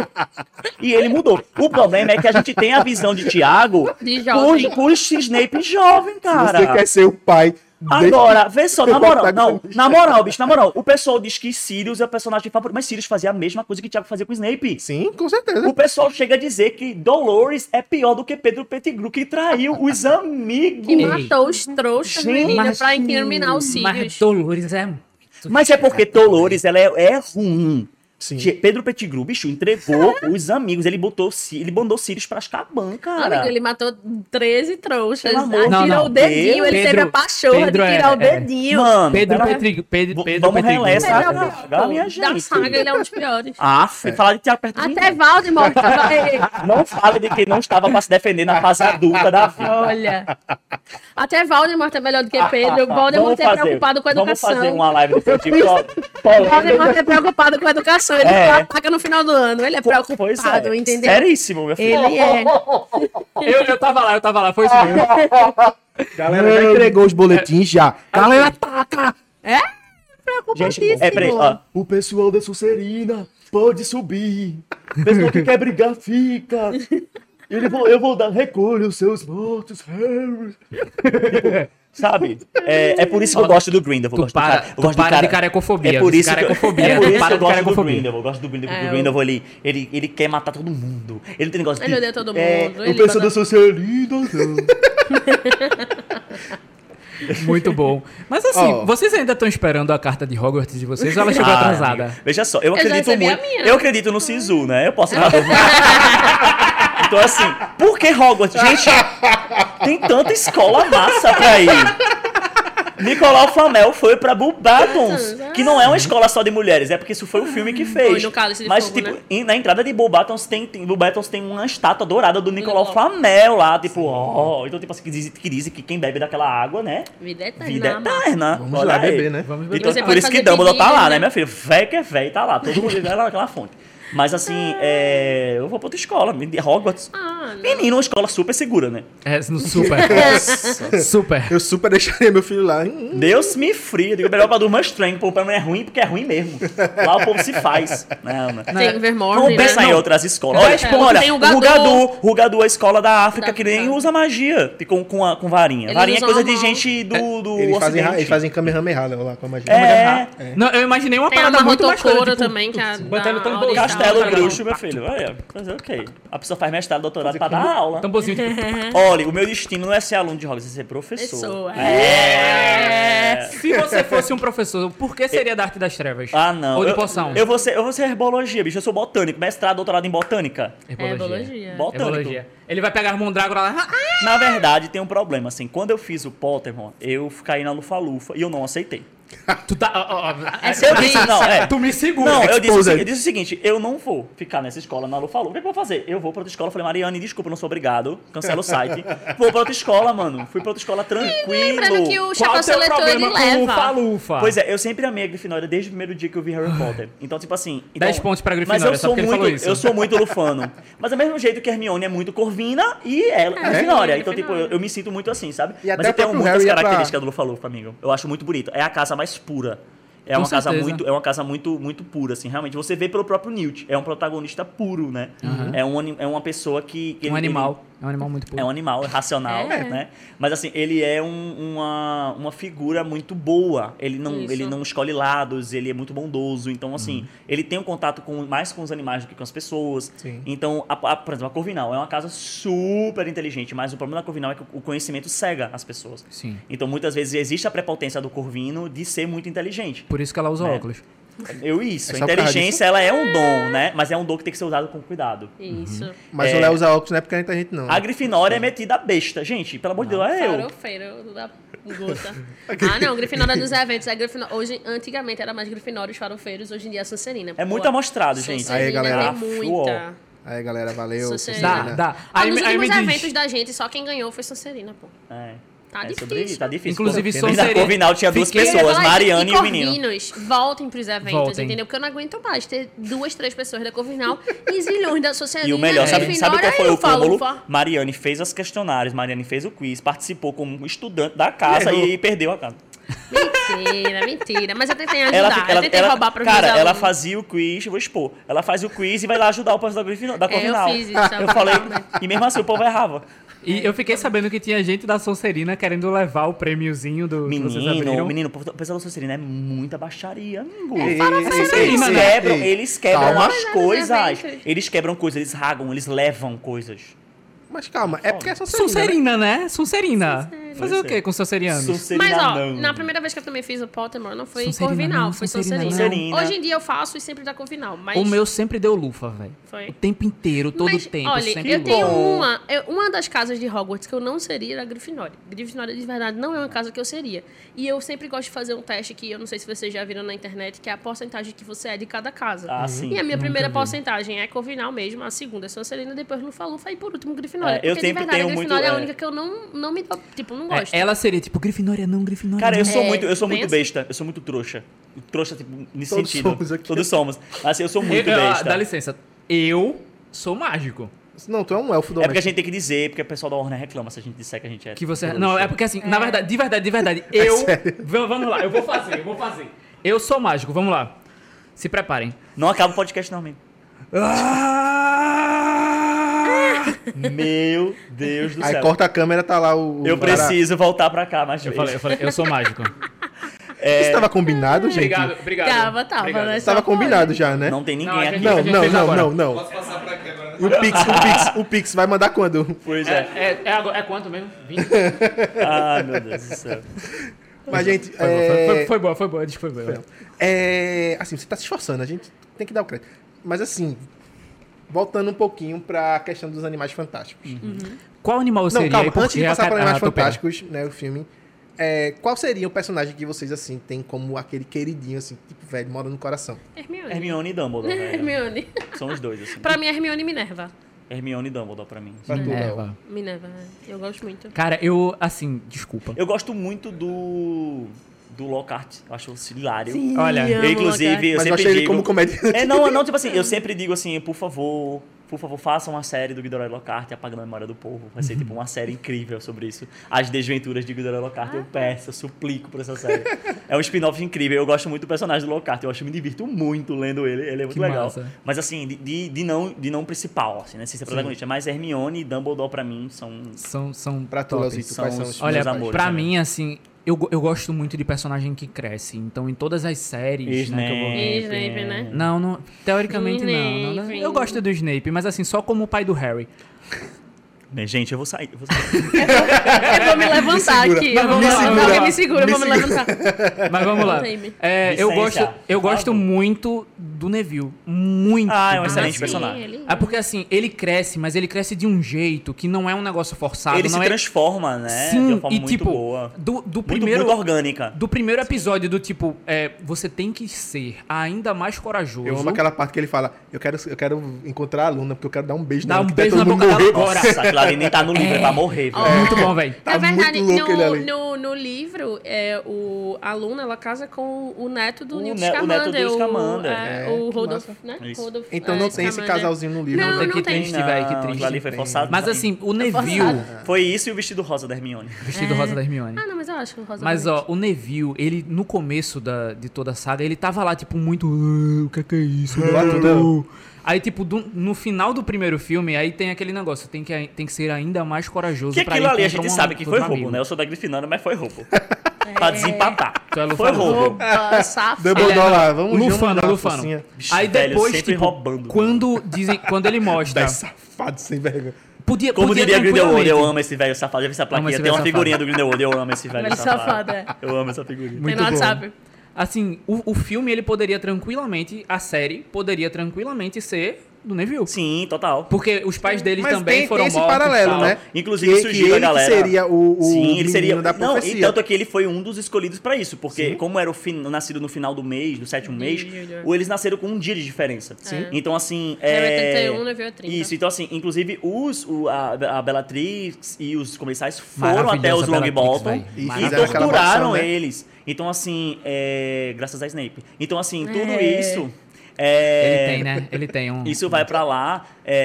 E ele mudou. O problema é que a gente tem a visão de Thiago De jovem. com Snape jovem, cara. Você quer ser o pai. Agora, vê só, na moral, Tá não, na moral, bicho, na moral, o pessoal diz que Sirius é o personagem favorito, mas Sirius fazia a mesma coisa que Thiago fazia com Snape. Sim, com certeza. O pessoal chega a dizer que Dolores é pior do que Pedro Pettigrew, que traiu os amigos. Que matou os trouxas, Gente, menina, pra incriminar os Mas Sirius. Dolores é... Mas é porque Dolores, ela é ruim. Sim. Pedro Pettigrew, bicho, entregou os amigos, ele mandou Sirius pra Azkaban, cara. Amigo, ele matou 13 trouxas. Pelo amor de Tirou Deus. o dedinho, ele teve a pachorra Pedro de tirar o é- dedinho. Mano, Pedro pera- Pettigrew... Pedro vamos reler essa Ele é o saga, pior. minha Da gente. saga, ele é um dos piores. Falar de Thiago perto de mim, Até Voldemort vai... não fale de que não estava pra se defender na fase adulta da vida. Olha. Até Voldemort é melhor do que Pedro. Voldemort é preocupado com a Vamos fazer educação. uma live do seu tipo. Voldemort é preocupado com a educação. Ele É. só ataca no final do ano. Ele é Pois preocupado, é. entendeu? Seríssimo, meu filho. Ele é. Eu tava lá, foi isso mesmo. Galera já entregou os boletins já. Galera, ataca! Gente, peraí, ó. O pessoal da Sonserina pode subir. O pessoal que quer brigar, fica. Eu vou dar, recolha os seus mortos, Harry. Sabe? É por isso que eu gosto do Grindelwald. Tu para de carecofobia. É por isso carecofobia. é por isso que para eu de gosto do carecofobia. Grindelwald. Eu gosto do Grindelwald. É, O Grindelwald, ele quer matar todo mundo. Ele não tem negócio de... Ele odeia todo mundo. O Ele pessoal manda- da Sonserina, não. Muito bom. Mas assim, Ó. vocês ainda estão esperando a carta de Hogwarts de vocês ou ela chegou atrasada? Amiga, veja só, eu já acredito recebi a muito. minha. Eu acredito no Sisu, né? Eu posso dar Então, assim, por que Hogwarts? Gente, tem tanta escola massa pra ir. Nicolau Flamel foi pra Bulbatons, que não é uma escola só de mulheres, é porque isso foi o filme que fez. Foi no Cálice de Mas, Fogo, tipo, né? na entrada de Bulbatons tem uma estátua dourada do Nicolau Flamel lá, tipo, então, tipo assim, que dizem que quem bebe daquela água, né? Vida eterna. Vida eterna. Vamos Olha lá aí. beber, né? Vamos beber. Então, Você por pode isso que fazer Dumbledore tá lá, pedido, né, né? minha filha? Véi que é véi, tá lá. Todo mundo vai lá naquela fonte. Mas assim, eu vou pra outra escola, Hogwarts. Ah, não. Menino, uma escola super segura, né? Super. Super. Eu super deixaria meu filho lá. Deus me fria. Digo, melhor pra Durma Strange. Pô, pra mim é ruim porque é ruim mesmo. Lá o povo se faz. Não, né? Tem Vermont, Vamos né? pensar em outras escolas. Olha, É, olha tem o Rugadu, a escola da África Da que nem África. usa magia com varinha. Eles Varinha é usam coisa a de mão. gente do Eles Ocidente. fazem Kamehameha lá com a magia. É, Não, eu imaginei uma Tem a parada muito mais Marrotocoro coisa, tipo, também, que é botando da tamborzinho. original. Castelo Tá Bruxo, bom. meu filho. Olha, fazer ok. A pessoa faz mestrado, doutorado pra dar aula. Tamborzinho, tipo, Olha, o meu destino não é ser aluno de Hogwarts, é ser professor. Pessoa. se você fosse um professor, por que seria da arte das trevas? Ah, não. Ou de poção? Eu vou ser herbologia, bicho. Eu sou botânico, mestrado, doutorado em botânica. Herbologia. Botânico. Herbologia. Ele vai pegar Mondrágora lá. Na verdade, tem um problema, assim. Quando eu fiz o Pottermore, eu caí na Lufa-Lufa e eu não aceitei. Tu tá. É Eu sobre disse, isso. não, Tu me segura. Não, eu Exposed. disse o seguinte, eu não vou ficar nessa escola na Lufa-Lufa. O que é que eu vou fazer? Eu vou pra outra escola. Eu falei, Mariane, desculpa, eu não sou obrigado. Cancela o site. Vou pra outra escola, mano. Fui pra outra escola tranquilo. Lembrando que o Qual chapéu o teu seletor ele problema com o leva. Lufa-Lufa? Pois é, eu sempre amei a Grifinória desde o primeiro dia que eu vi Harry Potter. Então, tipo assim... 10 pontos pra Grifinória, Mas eu só sou porque ele muito, falou isso. eu sou muito lufano. Mas ao mesmo jeito que Hermione é muito corvina e ela é Grifinória. Então, tipo, eu me sinto muito assim, sabe? E até Mas eu o tenho próprio muitas Harry é pra- características do Lufa-Lufa, amigo. Eu acho muito bonito. É a casa mais pura. É Com uma casa certeza. muito, muito pura, assim, realmente. Você vê pelo próprio Newt. É um protagonista puro, né? É uma pessoa que Um animal. É um animal muito é puro. um animal, é racional, É. né? Mas assim, ele é uma figura muito boa. Isso. Ele não escolhe lados, ele é muito bondoso. Então, assim, ele tem um contato mais com os animais do que com as pessoas. Sim. Então, por exemplo, a Corvinal é uma casa super inteligente, mas o problema da Corvinal é que o conhecimento cega as pessoas. Sim. Então, muitas vezes existe a prepotência do Corvino de ser muito inteligente. Por isso que ela usa É. óculos. Isso. É A só por causa inteligência, ela é um dom, né? Mas é um dom que tem que ser usado com cuidado. Isso. Mas o Léo usa óculos não é porque a gente não. A Grifinória é metida a besta. Gente, pelo amor de Deus, é eu. Farofeiro da gota. Ah, não, Grifinória dos eventos. É Grifinória. Hoje, antigamente era mais Grifinória, os farofeiros. Hoje em dia é Sonserina. É muito Pô, amostrado, gente. Sonserina Aí, galera. tem muita. Aí, galera, valeu. Sonserina. Dá. Ah, Aí, nos aí me últimos diz. eventos da gente, só quem ganhou foi Sonserina, pô. É. Tá É difícil. tá difícil. Inclusive, E na Sonserina- Corvinal tinha duas Fiquei- pessoas, Falar Mariane de e o menino. Corvinos, voltem pros eventos, Voltem. entendeu? Porque eu não aguento mais ter 2, 3 pessoas da Corvinal e zilhões da Sonserina. E o melhor, sabe Grifinória qual foi e o cúmulo? Lufa-Lufa. Mariane fez os questionários, Mariane fez o quiz, participou como estudante da casa Errou. e perdeu a casa. Mentira. Mas eu tentei ajudar. eu tentei roubar para os cara, meus ela alunos. fazia o quiz, vou expor. Ela fazia o quiz e vai lá ajudar o professor da Corvinal. eu fiz isso, Eu falei, e mesmo assim o povo errava. E eu fiquei sabendo que tinha gente da Sonserina querendo levar o prêmiozinho do que vocês abriram. Menino, o pessoal da Sonserina é muita baixaria, amigo. Sonserina, né? Eles quebram Calma. as coisas. eventos. Eles quebram coisas, eles rasgam, eles levam coisas. Mas calma, é porque é Sonserina, né? Sonserina, né? Sonserina. Fazer o Pois é. quê com Sonserianos? Sonserina Mas, ó, não. na primeira vez que eu também fiz o Pottermore, não foi Sonserina Corvinal, não, foi Sonserina Sonserina. não. Sonserina. Hoje em dia eu faço e sempre dá Corvinal, mas... O meu sempre deu lufa, velho. Foi. O tempo inteiro, todo Mas, o tempo. olha, sempre eu tenho lufa. uma das casas de Hogwarts que eu não seria era a Grifinória. Grifinória, de verdade, não é uma casa que eu seria. E eu sempre gosto de fazer um teste que eu não sei se vocês já viram na internet, que é a porcentagem que você é de cada casa. Ah, sim. E a minha primeira vi. porcentagem é Corvinal mesmo, a segunda é Sonserina, depois Lufa-Lufa e por último Grifinória. É, eu Porque de sempre verdade, tenho a Grifinória é a muito, única que eu não me... Tipo, não É, gosto. ela seria tipo Grifinória não, Grifinória Cara, não. eu sou É, muito bem assim. besta, eu sou muito trouxa. Trouxa, tipo, nesse Todos sentido. somos aqui. Todos somos. Assim, eu sou muito besta. Dá licença. Eu sou mágico. Não, tu é um elfo É porque a doméstico. gente tem que dizer, porque o pessoal da Warner reclama se a gente disser que a gente é. Que você. trouxa. Não, é porque assim, na verdade, de verdade, eu. Vamos lá, eu vou fazer. Eu sou mágico, vamos lá. Se preparem. Não acaba o podcast, não, amigo. Meu Deus do Aí céu. corta a câmera, tá lá o Eu cara. preciso voltar pra cá mais Eu vezes. falei, eu sou mágico. Isso tava combinado, gente? Obrigado. Tava, Obrigado. né? Isso tava combinado já, né? Não tem ninguém Não, a aqui. gente- Não, a gente não, fez não, agora. não. Posso passar pra aqui agora? E o Pix vai mandar quando? Pois é. É quanto mesmo? 20? Ai, meu Deus do céu. Mas, gente, Foi boa, diz que foi boa. assim, você tá se esforçando, a gente tem que dar o crédito. Mas assim, voltando um pouquinho pra questão dos Animais Fantásticos. Qual animal Não, seria? calma, e por antes de quê? passar para Animais tô pera. Fantásticos, né, o filme, qual seria o personagem que vocês, assim, tem como aquele queridinho, assim, tipo, velho, mora no coração? Hermione e Dumbledore, velho. Hermione. São os dois, assim. Pra mim, Hermione e Minerva. Hermione e Dumbledore, pra mim. Pra tu, Léo. Minerva. Minerva, eu gosto muito. Cara, eu, assim, desculpa. Eu gosto muito do Lockhart. Eu acho hilário. Olha, amo Eu, inclusive, Lockhart. eu Mas eu sempre achei ele digo... como comediante. Não, tipo assim, eu sempre digo assim, por favor, façam uma série do Gilderoy Lockhart apagando a memória do povo. Vai ser tipo uma série incrível sobre isso. As desventuras de Gilderoy Lockhart. Eu peço, eu suplico por essa série. É um spin-off incrível. Eu gosto muito do personagem do Lockhart. Eu acho que me divirto muito lendo ele. Ele é muito Que legal. massa. Mas assim, de não principal, assim, né? Sem ser protagonista. Mas Hermione e Dumbledore, pra mim, São Pra tu, top. Leozito, quais são os São Olha, meus amores, pra né? mim, assim, eu gosto muito de personagem que cresce. Então, em todas as séries, né, que eu vou ver. Snape, né? Não, teoricamente não. Snape. Eu gosto do Snape, mas assim, só como o pai do Harry. Bem, gente, eu vou sair. Eu vou me levantar segura. aqui. Mas vamos lá, vamos Alguém lá. me segura, eu vou me levantar. Mas vamos lá. Contei-me. Eu Licença, por gosto favor. muito do Neville. Muito. Ah, é um do excelente Neville. personagem. Ele... É porque assim, ele cresce, mas ele cresce de um jeito que não é um negócio forçado. Ele não se é... transforma, né? de Sim, uma forma e muito tipo, boa. do primeiro... Muito orgânica. Do primeiro episódio, do tipo, você tem que ser ainda mais corajoso. Eu amo aquela parte que ele fala, eu quero encontrar a Luna, porque eu quero dar um beijo Dá nela, um que até beijo todo na mundo boca dela morrer. agora. Nossa, aquilo ali nem tá no livro, é pra morrer, velho. É muito bom, velho. Tá Na verdade, muito louco ele ali. no livro, a Luna, ela casa com o neto do O Newt ne- o neto do Scamander. Scamander. O que Rodolfo, massa. né? Isso. Rodolfo, Então não tem esse Scamander. casalzinho no livro. Não, né? Que não tem. triste, velho, que Aquilo triste. ali foi forçado. Mas assim, o Neville, Foi isso e o vestido rosa da Hermione. vestido rosa da Hermione. Ah, não, mas eu acho que o Rosa Mas, bonito. ó, o Neville, ele, no começo de toda a saga, ele tava lá, tipo, muito... o que é isso? Não. Aí, tipo, no final do primeiro filme, aí tem aquele negócio, tem que ser ainda mais corajoso Que pra aquilo ir ali a contra gente um sabe que foi outro roubo, amigo. né? Eu sou da Grifinória, mas foi roubo. Pra desempatar. Tu é Foi Lufano. roubo. Opa, safado. Dumbledore lá, vamos Lufano, dar uma Lufano. forcinha. Bicho Aí velho, depois, sempre tipo, roubando. quando ele mostra... 10 safados sem vergonha. Podia Como diria Grindelwald, eu tranquilamente- amo esse velho safado. Já vi essa Amo plaquinha, esse tem uma velho figurinha safado. do Grindelwald, eu amo esse velho Velho safado. safado, é. Eu amo essa figurinha. Tem Muito no bom. WhatsApp. Assim, o filme, ele poderia tranquilamente... A série poderia tranquilamente ser do Neville. Sim, total. Porque os pais dele Mas também tem foram esse mortos. paralelo, tal. né? Inclusive, que surgiu a ele galera. que seria o Sim, ele seria. menino da Não, e profecia. tanto é que ele foi um dos escolhidos pra isso. Porque, como era nascido no final do mês, do sétimo mês, ou eles nasceram com um dia de diferença. Sim. Então, assim. Era 81, Neville é 30. Isso, então, assim, inclusive, a Bellatrix e os comensais foram Maravilhosa até os Bellatrix, Longbottom véi. E e fizeram aquela torturaram maldição, né? eles. Então, assim, graças a Snape. Então, assim, tudo É. isso. Ele tem, né? Ele tem um... Isso vai pra lá.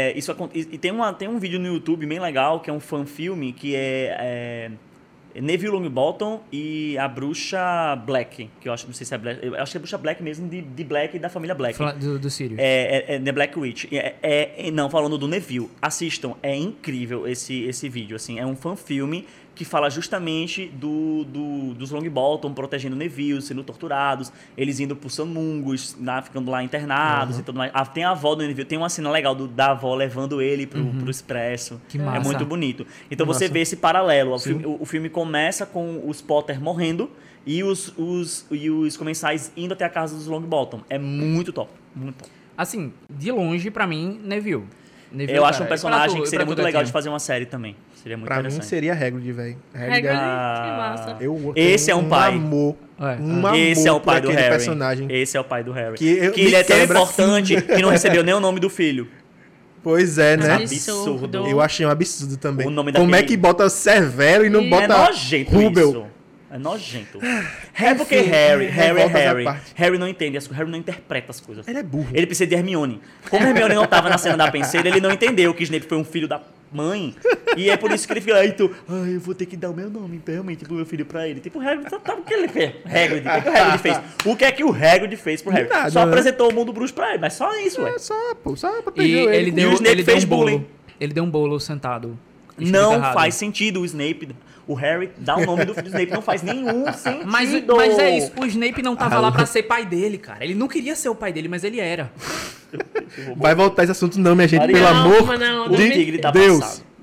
E tem um vídeo no YouTube bem legal, que é um fan-filme, que é Neville Longbottom e a Bruxa Black. Que eu acho, não sei se é Black. Eu acho que é a Bruxa Black mesmo, de Black e da família Black. Do Sirius. The Black Witch. Não, falando do Neville. Assistam, é incrível esse vídeo. Assim, é um fan-filme que fala justamente dos Longbottom protegendo Neville, sendo torturados, eles indo pro Samungus, ficando lá internados e tudo mais. Tem a avó do Neville, tem uma cena legal da avó levando ele pro Expresso. Que massa. É muito bonito. Então Massa. você vê esse paralelo. O filme começa com os Potter morrendo e os comensais indo até a casa dos Longbottom. É muito top. Muito top. Assim, de longe, pra mim, Neville. Neville, Eu acho cara. um personagem E pra que tu, seria muito legal de Gatinho? fazer uma série também. Seria muito Pra mim interessante. seria Hagrid, velho. Hagrid, que massa. Esse é um pai. Amor, É. um amor Esse é o pai por do aquele Harry. personagem. Esse é o pai do Harry. Que eu- ele é tão quebra importante que não recebeu nem o nome do filho. Pois é, né? Absurdo. Eu achei um absurdo também. O nome Como é daquele- que bota Severo e não É bota É nojento Rubel? isso. É nojento. É porque Harry é revoltas à Harry. parte. Harry não entende, Harry não interpreta as coisas. Ele é burro. Ele precisa de Hermione. Como Hermione não tava na cena da penseira, ele não entendeu que Snape foi um filho da mãe. E é por isso que ele fica, eu vou ter que dar o meu nome, realmente, pro meu filho pra ele. Tipo, o Hagrid, o que ele fez? Hagrid, o que o Hagrid fez? O que é que o Hagrid fez pro Harry? Nada, Só né? apresentou o mundo bruxo pra ele, mas só isso, ué. É só E protegeu ele deu, E o Snape ele deu fez um bolo. bullying. Ele deu um bolo sentado. Escrito Não errado. faz sentido o Snape, o Harry dá o nome do filho do Snape, não faz nenhum sentido. Mas é isso, o Snape não tava lá pra ser pai dele, cara. Ele não queria ser o pai dele, mas ele era. Vai voltar esse assunto não, minha gente, Maria. pelo Não, amor mas não, O de Tigre tá Deus. passado.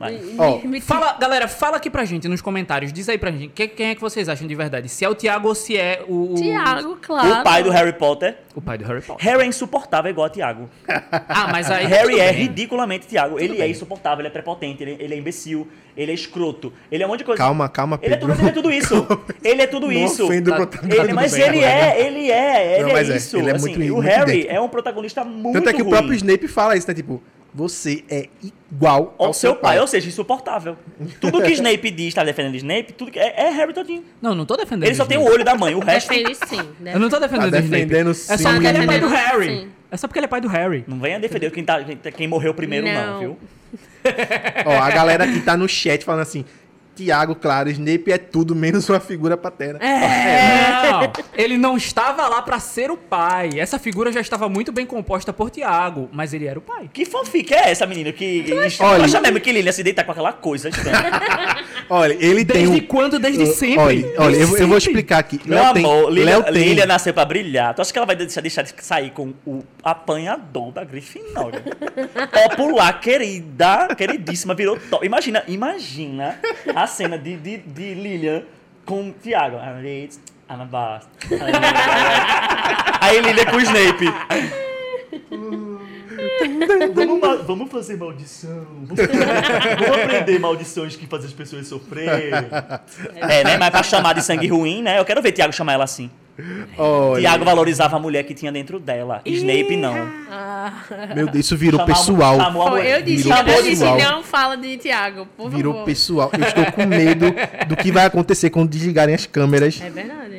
Vai. Ó, Fala, galera, fala aqui pra gente nos comentários. Diz aí pra gente quem é que vocês acham de verdade. Se é o Tiago ou se é o... Tiago, claro. O pai do Harry Potter. O pai do Harry Potter. Harry é insuportável igual a Tiago. Ah, mas aí... Harry tudo é bem. ridiculamente Tiago. Ele é insuportável, ele é prepotente, ele é imbecil, ele é escroto, ele é um monte de coisa. calma, Ele é Pedro. tudo isso. Ele é tudo Não isso. ofenda o Tá- protagonista. Mas bem, ele agora, é Não, mas é, isso. ele é assim, muito- e o muito Harry idêntico. é um protagonista muito Tanto é que o ruim próprio Snape fala isso, né? Tipo, você é igual ao seu pai, ou seja, insuportável. Tudo que Snape diz, tá defendendo Snape, tudo que é Harry todinho. Não tô defendendo Ele só tem o Snape. olho da mãe, o resto Defende sim. Eu não tô defendendo Tá o Snape. defendendo É só sim. porque ele é pai do Defendendo Harry. sim. É só porque ele é pai do Harry. não venha defender quem morreu primeiro não, viu? Ó, a galera que tá no chat falando assim, Tiago, claro, Snape é tudo menos uma figura paterna. Não, ele não estava lá pra ser o pai. Essa figura já estava muito bem composta por Tiago, mas ele era o pai. Que fanfic é essa, menino? Olha- Acha mesmo que Lilian se deita com aquela coisa estranha? Olha, ele tem Desde um... quando? Desde sempre. Olha, eu Desde vou sempre. explicar aqui. Meu Léo tem- amor, Léo tem... Lilian nasceu pra brilhar. Tu acha que ela vai deixar de sair com o apanhador da Grifinória? Popular, queridíssima, virou top. Imagina a cena de Lilian com Tiago. I'm a boss. Aí Lilian com o Snape. Vamos fazer maldição. Vamos aprender maldições que fazem as pessoas sofrerem. É, né? Mas pra chamar de sangue ruim, né? Eu quero ver Tiago chamar ela assim. Olha, Tiago valorizava a mulher que tinha dentro dela. Snape não. meu Deus, isso virou Chamava- pessoal. chamou a Pô, mulher- eu disse, Virou eu disse pessoal. não fala de Tiago, por Virou favor. pessoal. Eu estou com medo do que vai acontecer quando desligarem as câmeras. É verdade.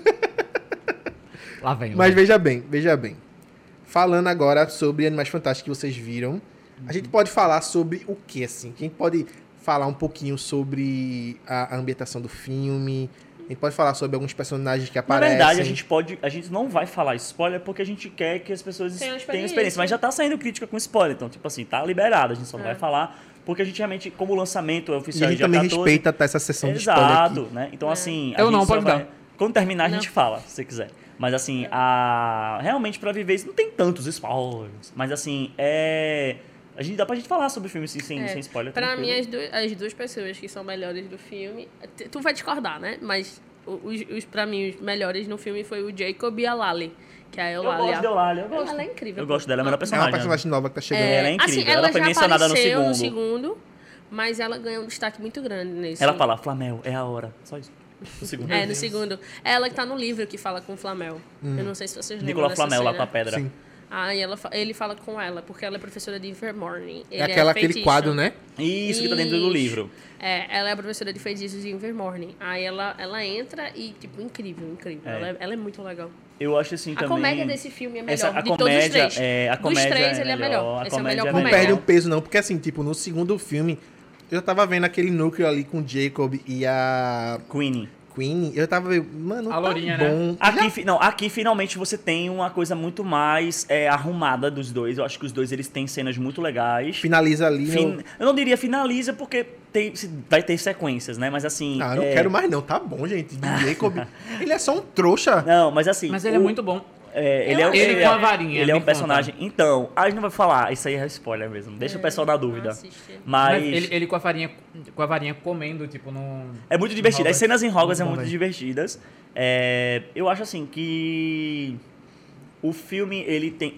Lá vem. Mas veja bem. Falando agora sobre Animais Fantásticos que vocês viram, a gente pode falar sobre o que, assim? A gente pode falar um pouquinho sobre a ambientação do filme, a gente pode falar sobre alguns personagens que Na aparecem. verdade, a gente não vai falar spoiler porque a gente quer que as pessoas Tenham tenham experiência. Mas já tá saindo crítica com spoiler. Então, tipo assim, tá liberado. A gente só não vai falar porque a gente realmente, como o lançamento é E oficial a gente dia também 14, respeita até essa sessão de spoiler exato, aqui. né? Então, assim... a Eu gente não, só pode vai- dar. Quando terminar, a Não. gente fala, se você quiser. Mas, assim, realmente, pra viver isso, não tem tantos spoilers. Mas, assim, dá pra gente falar sobre o filme sem spoiler. Pra tranquilo. mim, as duas pessoas que são melhores do filme... Tu vai discordar, né? Mas, pra mim, os melhores no filme foi o Jacob e a Lali. Que é a Eu Eulalia. gosto de Eulalia, eu gosto. Ela é incrível. Eu gosto dela, é a melhor É uma personagem. personagem nova que tá chegando. Ela é incrível, Assim, ela foi já mencionada no apareceu segundo. segundo, mas ela ganha um destaque muito grande nesse. Ela fala, Flamel, é a hora. Só isso. No segundo. É, no segundo. Ela que tá no livro que fala com o Flamel. Eu não sei se vocês lembram Nicolas dessa Flamel lá cena. com a pedra. Sim. Aí ele fala com ela, porque ela é professora de Invermorning. É aquele feitiço. quadro, né? Isso que tá dentro do Isso. livro. É, ela é professora de feitiços de Invermorning. Aí ela entra e, tipo, incrível. Ela é muito legal. Eu acho assim A também... comédia desse filme é melhor, a de todos os comédia, três. a Dos comédia três, ele é melhor. A Esse é o comédia melhor Não comédia. perde o peso, não, porque assim, tipo, no segundo filme, eu já tava vendo aquele núcleo ali com o Jacob e a Queenie. Queen, eu tava vendo, mano, A tá lourinha, né? bom. Aqui finalmente você tem uma coisa muito mais arrumada dos dois. Eu acho que os dois eles têm cenas muito legais. Finaliza ali. Eu não diria finaliza porque vai ter sequências, né? Mas assim. Ah, eu não quero mais não, tá bom, gente. O Jacob, ele é só um trouxa. Não, mas assim. Mas ele é muito bom. Ele com a varinha, Ele é me um personagem. Então, a gente não vai falar. Isso aí é spoiler mesmo. Deixa o pessoal na dúvida. Assiste. Mas Mas. ele com a varinha comendo, tipo, no... É muito divertido. As Hogwarts. cenas em Hogwarts são Muito bom, muito velho. divertidas. Eu acho assim que o filme ele tem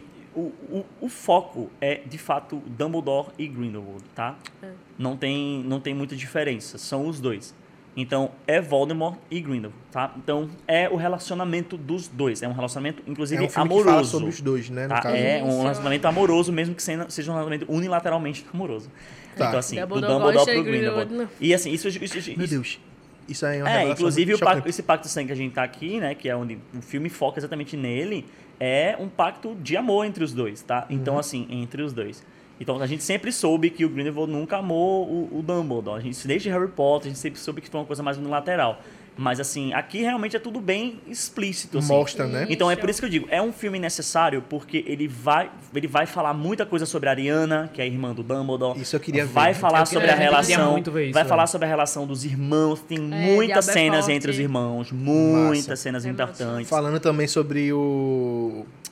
o foco é de fato Dumbledore e Grindelwald, tá? Não tem muita diferença. São os dois. Então é Voldemort e Grindelwald, tá? Então é o relacionamento dos dois. É um relacionamento inclusive É um filme amoroso. que fala sobre os dois, né, no Tá? caso. É um Isso. relacionamento amoroso, mesmo que seja um relacionamento unilateralmente amoroso. Tá. Então, assim, do Dumbledore Dumbledore gosta pro e Grindelwald Grindelwald. não. E assim, isso Meu Deus. Isso aí é uma revelação inclusive muito chocante. esse pacto de sangue que a gente tá aqui, né, que é onde o filme foca exatamente nele, é um pacto de amor entre os dois, tá? Então, assim, entre os dois. Então, a gente sempre soube que o Grindelwald nunca amou o Dumbledore. A gente, desde Harry Potter, a gente sempre soube que foi uma coisa mais unilateral. Mas, assim, aqui realmente é tudo bem explícito, assim. Mostra, né? Então é por isso que eu digo, é um filme necessário porque ele vai falar muita coisa sobre a Ariana, que é a irmã do Dumbledore. Isso eu queria ver. Vai falar Eu sobre a queria relação, muito ver isso, vai velho. falar sobre a relação dos irmãos, tem muitas Diabo é cenas forte. entre os irmãos, muitas Massa. cenas É importantes. Falando também sobre o...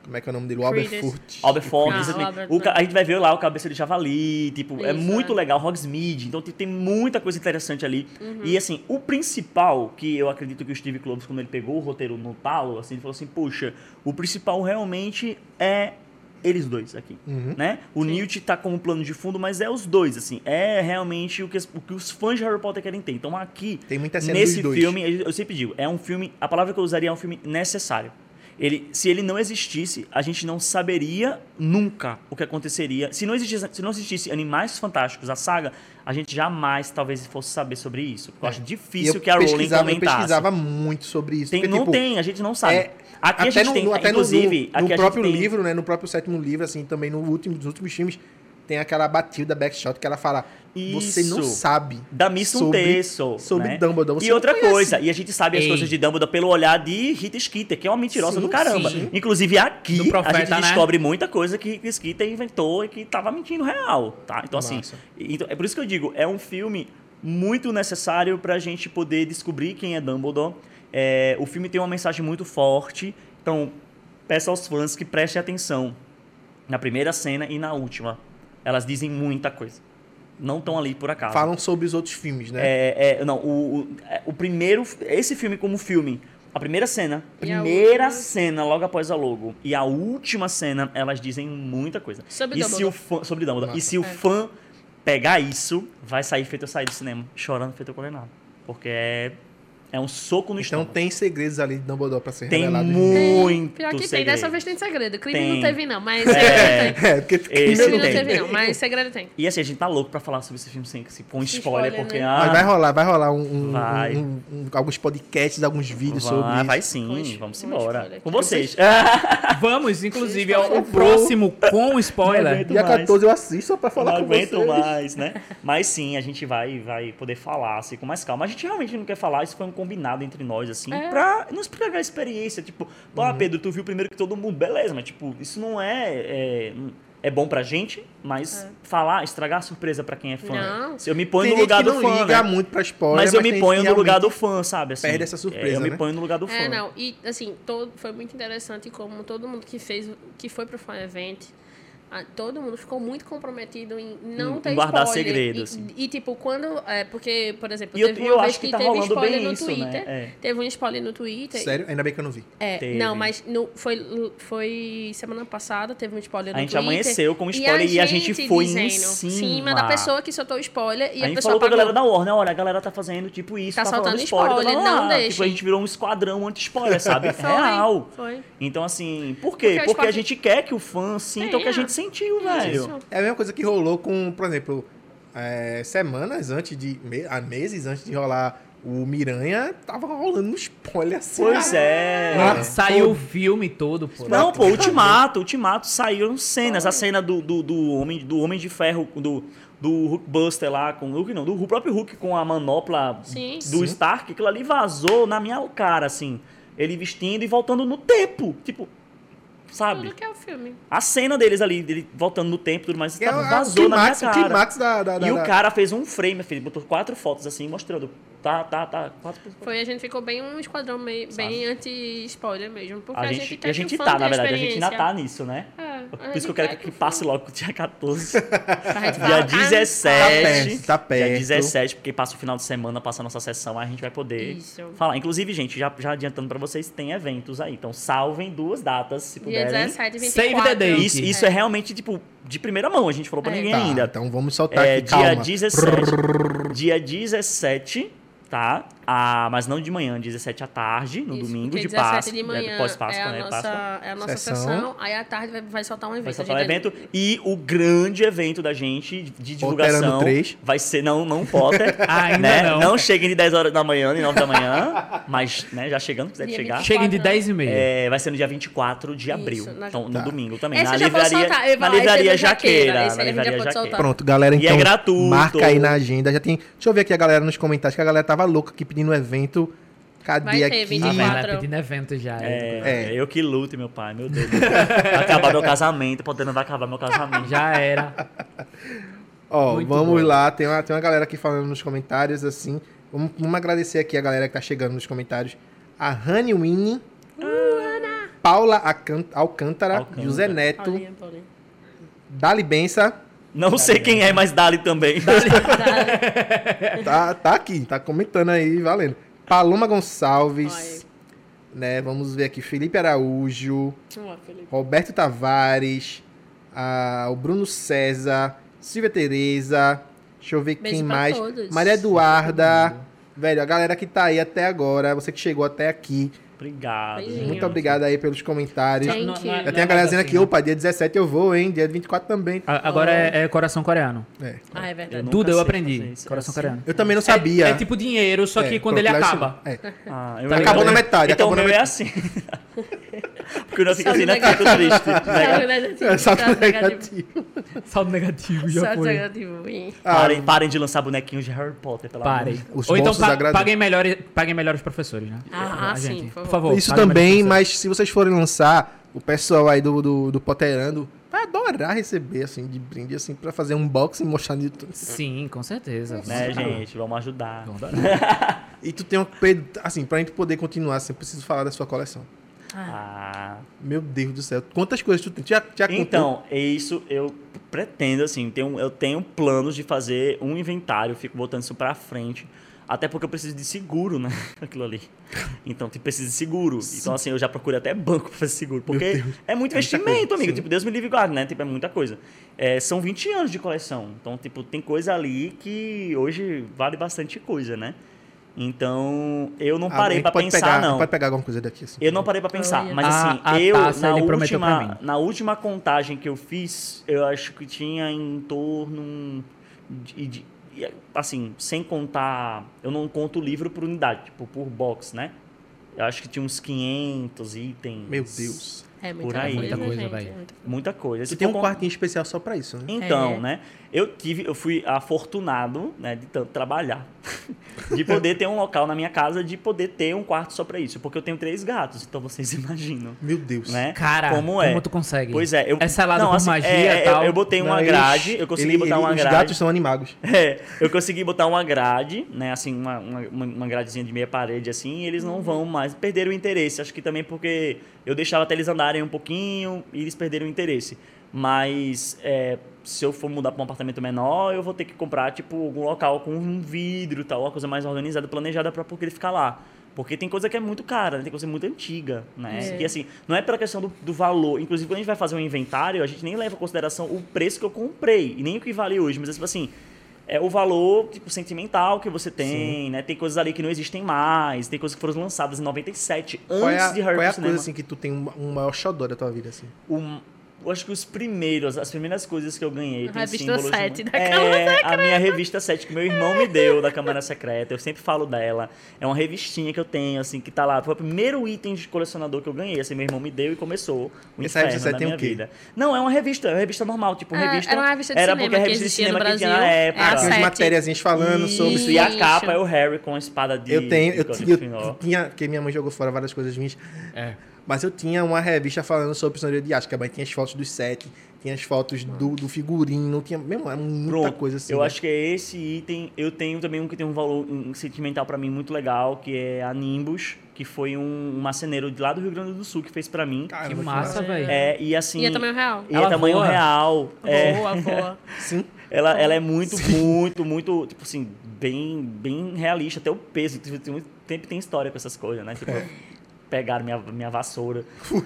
Como é que é o nome dele? O Albert Credence. Furt. Albert Ford, Ah, exatamente. Albert, A gente vai ver lá o Cabeça de Javali, tipo, é Isso, muito é. legal, Hogsmeade, então tem muita coisa interessante ali. E assim, o principal, que eu acredito que o Steve Kloves, quando ele pegou o roteiro no talo, assim, ele falou assim, puxa, o principal realmente é eles dois aqui, né? O Newt tá como plano de fundo, mas é os dois, assim, é realmente o que os fãs de Harry Potter querem ter. Então aqui, Tem muita cena nesse dos dois. filme, eu sempre digo, é um filme, a palavra que eu usaria é um filme necessário. Se ele não existisse, a gente não saberia nunca o que aconteceria. Se não existisse Animais Fantásticos, a saga, a gente jamais talvez fosse saber sobre isso. Eu acho difícil que a Rowling Eu comentasse. pesquisava muito sobre isso. Tem, porque, não tipo, tem, a gente não sabe. Aqui a até gente tem, até inclusive... no aqui a próprio gente tem- livro, né? No próprio sétimo livro, assim, também nos últimos filmes, tem aquela Batilda Backshot que ela fala, você não Isso. sabe Da Miss Tesso, sobre né? Dumbledore. Você E outra não conhece. coisa, e a gente sabe as Ei. coisas de Dumbledore pelo olhar de Rita Skeeter, que é uma mentirosa Sim, do caramba. sim. Inclusive aqui, Do Profeta, a gente né? descobre muita coisa que Rita Skeeter inventou e que tava mentindo real, tá? Então assim, Massa. então, é por isso que eu digo, é um filme muito necessário pra gente poder descobrir quem é Dumbledore. O filme tem uma mensagem muito forte, então peço aos fãs que prestem atenção na primeira cena e na última. Elas dizem muita coisa. Não estão ali por acaso. Falam sobre os outros filmes, né? Não, o primeiro... Esse filme como filme, a primeira cena, E a última? logo após a logo, e a última cena, elas dizem muita coisa. Sobre e Dumbledore. se o fã, sobre Dumbledore. Massa. E se o fã pegar isso, vai sair feito eu sair do cinema, chorando feito eu condenado. Porque é um soco no Então estômago. tem segredos ali de Dumbledore pra ser Tem revelado. muito Pior que tem, segredo. dessa vez tem segredo. Crime Tem. não teve, não, mas segredo tem. É, porque Esse Crime não tem. teve, não, mas segredo tem. E assim, a gente tá louco pra falar sobre esse filme com Sem spoiler, spoiler, porque... né? Mas vai rolar Vai. alguns podcasts, alguns vídeos sobre isso. Vai sim, Com vamos com embora. spoiler. Com vocês. Vamos, inclusive, Spoiler. ao próximo com spoiler. aguento Dia mais. 14 eu assisto só pra falar Não com aguento vocês. mais, né? Mas sim, a gente vai poder falar assim, com mais calma. A gente realmente não quer falar, isso foi um combinado entre nós, assim, pra não estragar a experiência. Tipo, Pedro, tu viu primeiro que todo mundo, beleza, mas tipo, isso não é bom pra gente, mas falar, estragar a surpresa pra quem é fã. Não. Se eu me ponho Tem no gente lugar que do não fã, liga né? muito pra spoiler, Mas eu me tem ponho gente no que lugar do realmente fã, sabe? Assim, perde essa surpresa, eu me né? ponho no lugar do fã. Não, e assim, foi muito interessante como todo mundo que foi pro Fan Event, todo mundo ficou muito comprometido em não ter guardar spoiler. segredo, E, assim. e, tipo, quando... porque, por exemplo, E eu- teve eu uma vez acho que que tá teve rolando spoiler bem no isso, né? Twitter. É. Teve um spoiler no Twitter. Sério? Ainda bem que eu não vi. Teve. Não, mas foi semana passada, teve um spoiler A no gente Twitter. amanheceu com spoiler e a gente foi em cima. da pessoa que soltou o spoiler e A a gente pessoa falou pra apagou. galera da Warner, olha, a galera tá fazendo tipo isso, Tá falando soltando spoiler, spoiler, blá, blá, não blá. deixem. Tipo, a gente virou um esquadrão anti-spoiler, sabe? Foi, Real. foi. Então, assim, por quê? Porque Porque a os gente quer que o fã sinta o que a Tenha. gente sentiu, velho. Isso. É a mesma coisa que rolou com, por exemplo, semanas antes meses antes de rolar o Miranha, tava rolando um spoiler assim. Pois é. Saiu o filme todo, pô. Não, pô, Ultimato saíram cenas. A cena do Homem de Ferro, do Hulkbuster lá, com o Hulk não, do próprio Hulk com a manopla Sim. do Stark, aquilo ali vazou na minha cara, assim. Ele vestindo e voltando no tempo. Tipo, sabe? Tudo que é o filme. A cena deles ali, dele voltando no tempo e tudo mais, Que é o vazou na minha clímax, cara. o clímax da... E o cara fez um frame, filho, botou 4 fotos assim, mostrando. Tá. 4 Foi, a gente ficou bem um esquadrão bem anti-spoiler mesmo. Porque A gente quer que o fã tá, tenha na verdade, a gente ainda experiência. tá nisso, né? Por isso que eu quero que passe logo pro dia 14. Pra gente Dia falar, 17. Tá perto. Dia 17, porque passa o final de semana, passa a nossa sessão, aí a gente vai poder Isso. falar. Inclusive, gente, já adiantando pra vocês, tem eventos aí. Então, salvem 2 datas, se Dia puderem. 17 e 24. Save the date. Isso é realmente, tipo, de primeira mão. A gente falou pra ninguém Tá, ainda. então vamos soltar É, aqui, calma. dia 17, tá? Mas não de manhã, 17 à tarde, no Isso, domingo porque de 17 Páscoa. de manhã Pós-Páscoa, é né? Páscoa. a nossa Sessão. sessão. Aí à tarde vai soltar um evento. Vai soltar um A gente- evento. E o grande evento da gente de divulgação Potterando 3. vai ser, não Potter. Ainda né? não. Não cheguem de 10 horas da manhã, nem 9 da manhã. Mas, né, já chegando, quiser Dia chegar. 24. Cheguem de 10h30. Vai ser no dia 24 de abril. Isso, Então, no Tá. domingo também. Esse Na já pode livraria, soltar. Eu ia na falar, esse é livraria da Jaqueira. Jaqueira. Esse Na aí a gente já livraria pode Jaqueira. soltar. Pronto, galera, E é então gratuito. marca aí na agenda. Já tem... Deixa eu ver aqui a galera nos comentários, que a galera tava louca aqui pedindo evento. Cadê Vai ter, aqui? 24. Ah, vai pedindo evento já. Eu que lute, meu pai, meu Deus. Vai acabar meu casamento, Potter vai acabar meu casamento. Já era. Ó, Muito vamos bom. lá. Tem uma galera aqui falando nos comentários, assim. Vamos agradecer aqui a galera que tá chegando nos comentários. A Honey Winnie. Paula Alcântara, José Neto, Paulinha. Dali Bença. Não sei quem é, mas Dali também. Tá aqui, tá comentando aí, valendo. Paloma Gonçalves, né? Vamos ver aqui, Felipe Araújo, Roberto Tavares, o Bruno César, Silvia Tereza, deixa eu ver Beijo quem pra mais. todos. Maria Eduarda, velho, a galera que tá aí até agora, você que chegou até aqui, Obrigado. Beijinho. muito obrigado aí pelos comentários. Thank you. Já tem a galera dizendo aqui, opa, dia 17 eu vou, hein? Dia 24 também. Agora é coração coreano. É. Ah, é verdade. nunca Tudo eu sei aprendi. fazer isso. Coração É assim. coreano. Eu também não sabia. É tipo dinheiro, só que É, quando ele lá acaba. É. Eu Acabou na metade, Então acabou o na meu é metade. assim. Porque eu não fico assim, Saldo né? Fico triste. É, saldo negativo. Saldo negativo, já Saldo foi. negativo. Ih. Parem de lançar bonequinhos de Harry Potter, pelo amor de Parem. Deus. Os Ou então bolsos agradecem. paguem melhor os professores, né? Ah, A sim, gente. por Por favor. Isso paguem melhor também, os professores. mas se vocês forem lançar, o pessoal aí do Potterando vai adorar receber, assim, de brinde, assim, pra fazer um unboxing e mostrar no YouTube. Sim, com certeza. Né, gente? Vamos ajudar. Vamos dar. E tu tem assim, pra gente poder continuar, você precisa falar da sua coleção. Ah. Meu Deus do céu, quantas coisas tu tem? Já contou? Então, é isso. Eu pretendo, assim, eu tenho planos de fazer um inventário, eu fico botando isso pra frente. Até porque eu preciso de seguro, né? Aquilo ali. Então, tipo, preciso de seguro. Então, assim, eu já procurei até banco pra fazer seguro. Porque é muito investimento, amigo. sim. Tipo, Deus me livre e guarde, né? Tipo, é muita coisa. São 20 anos de coleção. Então, tipo, tem coisa ali que hoje vale bastante coisa, né? Então, eu não parei pra pensar, não. Pode pegar alguma coisa daqui, assim. Eu não parei pra pensar, Olha. mas assim, A taça ele prometeu pra mim. na última contagem que eu fiz, eu acho que tinha em torno assim, sem contar, eu não conto o livro por unidade, tipo, por box, né? Eu acho que tinha uns 500 itens. Meu Deus. É Por aí. Muita coisa, gente, velho. é muita coisa. Muita coisa. Você Se tem for um quartinho especial só pra isso, né? Então, É. né? Eu fui afortunado, né, de tanto trabalhar, de poder ter um local na minha casa, de poder ter um quarto só pra isso, porque eu tenho 3 gatos, então vocês imaginam, Meu Deus. né? Cara, como é? tu consegue? Pois é, É selado por magia e tal. Eu botei uma Não, grade, eu consegui botar uma Os grade. gatos são animagos. Eu consegui botar uma grade, né? Assim, uma gradezinha de meia parede, assim, e eles não vão mais. Perderam o interesse. Acho que também porque eu deixava até eles andarem um pouquinho e eles perderam o interesse. Mas se eu for mudar para um apartamento menor, eu vou ter que comprar, tipo, algum local com um vidro e tal, uma coisa mais organizada, planejada para porque ele ficar lá. Porque tem coisa que é muito cara, né? Tem coisa muito antiga, né? E assim, não é pela questão do valor. Inclusive, quando a gente vai fazer um inventário, a gente nem leva em consideração o preço que eu comprei, e nem o que vale hoje. Mas, tipo assim, é o valor, tipo, sentimental que você tem, né? Tem coisas ali que não existem mais, tem coisas que foram lançadas em 97, antes de Harry Qual é a Potter. coisa, assim, que tu tem um maior xodó da tua vida, assim? Eu acho que as primeiras coisas que eu ganhei. A tem revista símbolos 7 muito- da Câmara a minha revista 7 que meu irmão me deu da Câmara Secreta. Eu sempre falo dela. É uma revistinha que eu tenho, assim, que tá lá. Foi o primeiro item de colecionador que eu ganhei. Assim, meu irmão me deu e começou o Essa inferno revista da tem minha o quê? vida. Não, é uma revista normal, tipo, revista. Era uma revista de era cinema porque a que revista de existia no cinema que tinha Brasil. na É a época. Tem umas 7. matériazinhas falando sobre... Isso, e a Isso. capa é o Harry com a espada de Eu tenho, de eu Gryffindor. tinha, porque minha mãe jogou fora várias coisas minhas, É. mas eu tinha uma revista falando sobre Senhoria de Azkaban, tinha as fotos dos 7, tinha as fotos do figurino, tinha, mesmo, era muita Pronto, coisa assim. eu né? acho que é esse item. Eu tenho também um que tem um valor sentimental pra mim muito legal, que é a Nimbus, que foi um marceneiro de lá do Rio Grande do Sul que fez pra mim. Caramba, Que massa, velho. E assim. E é tamanho real. E Ela é tamanho voa? real. Voa. Sim. Ela é muito, muito, tipo assim, bem realista. Até o peso. Sempre tem história com essas coisas, né? Tipo, pegaram minha vassoura.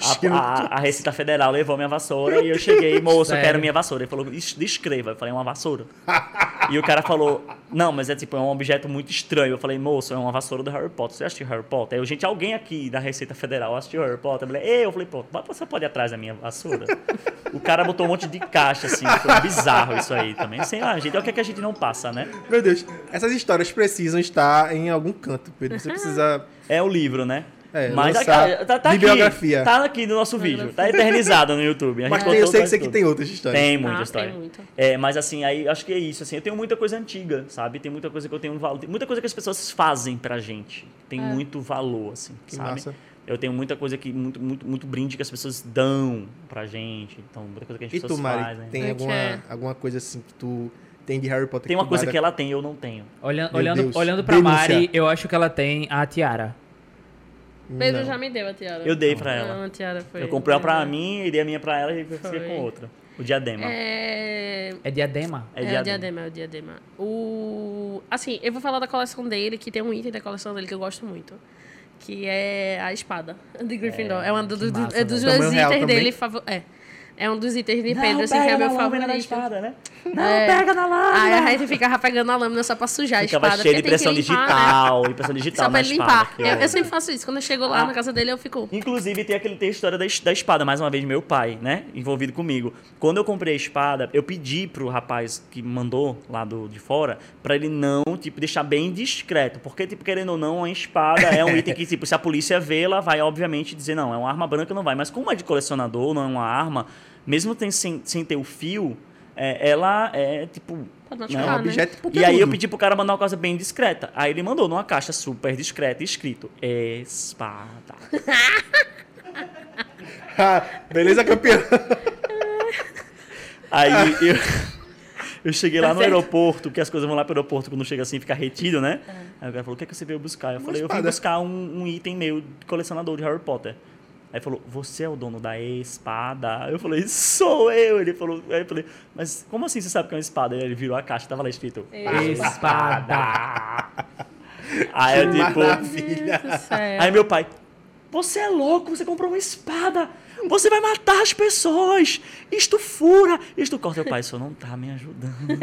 A Receita Federal levou minha vassoura e eu cheguei, moço, eu Sério? quero minha vassoura. Ele falou, descreva. Eu falei, é uma vassoura. E o cara falou, não, mas é tipo, é um objeto muito estranho. Eu falei, moço, é uma vassoura do Harry Potter. Você assistiu Harry Potter? Aí eu, gente, alguém aqui da Receita Federal assistiu Harry Potter? Eu falei, pô, você pode ir atrás da minha vassoura? O cara botou um monte de caixa, assim, foi bizarro isso aí também. Sei lá, gente, é o que a gente não passa, né? Meu Deus, essas histórias precisam estar em algum canto, Pedro. Você precisa... É o livro, né? lançar tá bibliografia. aqui. Tá aqui no nosso vídeo. Tá eternizado no YouTube. A Mas gente eu botou sei que quase você aqui tudo. tem outras histórias. Tem muita Ah, história. tem muita. Mas assim, aí acho que é isso. Assim, eu tenho muita coisa antiga, sabe? Tem muita coisa que eu tenho um valor. Tem muita coisa que as pessoas fazem pra gente. Tem muito valor, assim, Que sabe? massa. Eu tenho muita coisa que. Muito brinde que as pessoas dão pra gente. Então, muita coisa que as E pessoas tu, Mari, fazem. tem Ok. alguma coisa assim que tu tem de Harry Potter? Tem uma tu coisa guarda? que ela tem e eu não tenho. Olhando, Meu Deus. olhando pra Denúncia. Mari, eu acho que ela tem a tiara. Pedro Não. já me deu a tiara. Eu dei pra ela. Não, a tiara foi... Eu comprei uma pra foi- mim e dei a minha pra ela e fiquei Foi. com outra. O diadema. É diadema? É É o diadema, é o diadema. Assim, eu vou falar da coleção dele, que tem um item da coleção dele que eu gosto muito. Que é a espada de Gryffindor. É, massa, é dos velho. meus Tamanho real itens também? dele favoritos. É um dos itens de Não, Pedro, assim, que pega é meu na lâmina da favorito. espada, né? Não, É. pega na lâmina. Aí a gente ficava pegando a lâmina só pra sujar Ficava a espada. cheio de porque tem que impressão limpar, né? digital. Impressão digital Só pra na ele espada. limpar. que Eu sempre faço isso. Quando eu chego lá na casa dele, eu fico... Inclusive, tem a história da espada, mais uma vez, meu pai, né? Envolvido comigo. Quando eu comprei a espada, eu pedi pro rapaz que mandou lá de fora, pra ele não, tipo, deixar bem discreto. Porque, tipo, querendo ou não, a espada é um item que, tipo, se a polícia vê, ela vai, obviamente, dizer, não, é uma arma branca, não vai. Mas como é de colecionador, não é uma arma, mesmo sem ter o fio, ela é, tipo... Pode É um machucar, né? objeto de E aí eu conteúdo. pedi pro cara mandar uma coisa bem discreta. Aí ele mandou numa caixa super discreta, escrito espada. Ah, beleza, campeão? Aí eu cheguei lá no aeroporto, porque as coisas vão lá pro aeroporto quando chega assim, fica retido, né? Aí o cara falou, o que é que você veio buscar? Eu falei, eu vim espada. buscar um item meu de colecionador de Harry Potter. Aí ele falou, você é o dono da espada? Eu falei, sou eu. Ele falou, aí eu falei, mas como assim você sabe que é uma espada? Aí ele virou a caixa, tava lá escrito, Espada. Aí eu tipo... Maravilha. Meu Deus do céu. Aí meu pai, você é louco, você comprou uma espada, você vai matar as pessoas, isto fura, isto corta. Meu pai, isso não tá me ajudando.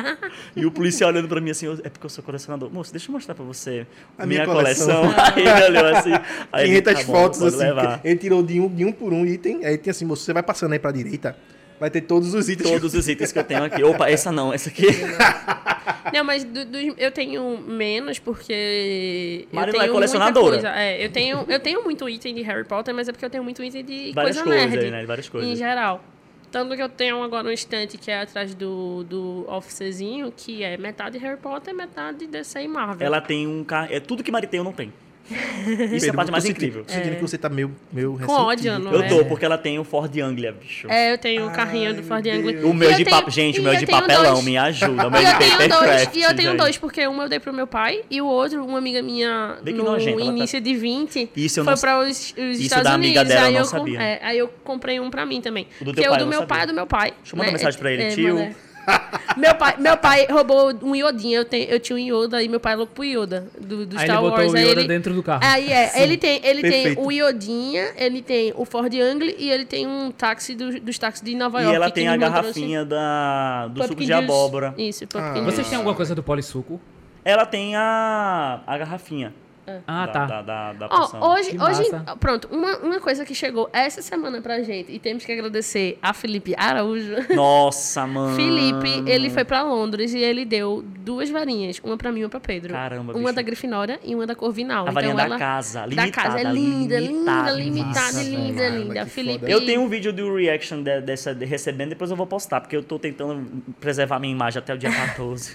E o policial olhando pra mim assim, é porque eu sou colecionador. Moço, deixa eu mostrar pra você A minha minha coleção. coleção. Aí ele olhou assim, aí ele, 500 tá bom, fotos pode assim. levar. Ele tirou de um por um item. Aí tem assim, você vai passando aí pra direita, vai ter todos os itens. Todos os itens que eu tenho aqui. Opa, essa não, essa aqui. Não, mas eu tenho menos porque. Mari eu não é tenho colecionadora. muita coisa. Eu tenho muito item de Harry Potter, mas é porque eu tenho muito item de Várias coisa coisas nerd. aí, né? Várias coisas. Em geral. Tanto que eu tenho agora um estante que é atrás do officezinho, que é metade Harry Potter, metade DC e Marvel. Ela tem um carro. Tudo que Mari tem, eu não tenho. Isso é a parte mais incrível. Tô sentindo que você tá meio Com ódio, ressentido. não Eu é? tô, porque ela tem o Ford Anglia, bicho. É, eu tenho um carrinho do Ford meu Anglia. Deus. O meu E de eu tenho- papel. Gente, o e meu eu de tenho papelão, dois. me ajuda. O meu E de eu tenho papercraft. dois, e eu tenho gente. dois, porque um eu dei pro meu pai e o outro, uma amiga minha, Bem que no nojento, ela tá- início de 20, Isso eu foi não- para os Estados da amiga Unidos. dela eu aí não eu sabia. aí eu comprei um pra mim também. O do Porque teu o pai do eu não meu sabia. pai é do meu pai. Deixa eu mandar mensagem pra ele, tio. manda. Meu pai roubou um Iodinha. Eu tinha um Yoda e meu pai é louco pro Yoda do Aí Star ele botou Wars. o Aí Yoda ele, dentro do carro. Aí ele tem perfeito. o Iodinha, ele tem o Ford Anglia e ele tem um táxi dos táxis de Nova E York. ela que tem a minha irmã garrafinha do trouxe. suco de Pumpkin Juice. abóbora. Isso, Pumpkin Ah. Juice. Vocês têm alguma coisa do polissuco? Ela tem a garrafinha. Ah, tá. Da Ó, poção. hoje, Que hoje, massa. pronto, uma coisa que chegou essa semana pra gente, e temos que agradecer a Felipe Araújo. Nossa, mano. Felipe, ele foi pra Londres e ele deu 2 varinhas, uma pra mim e uma pra Pedro. Caramba, Uma bicho. da Grifinória e uma da Corvinal. A varinha então da ela, casa, da limitada. casa, é linda, limitada. limitada, Massa, linda, velho. linda. Que Felipe. foda. Eu tenho um vídeo do reaction de recebendo, depois eu vou postar, porque eu tô tentando preservar minha imagem até o dia 14.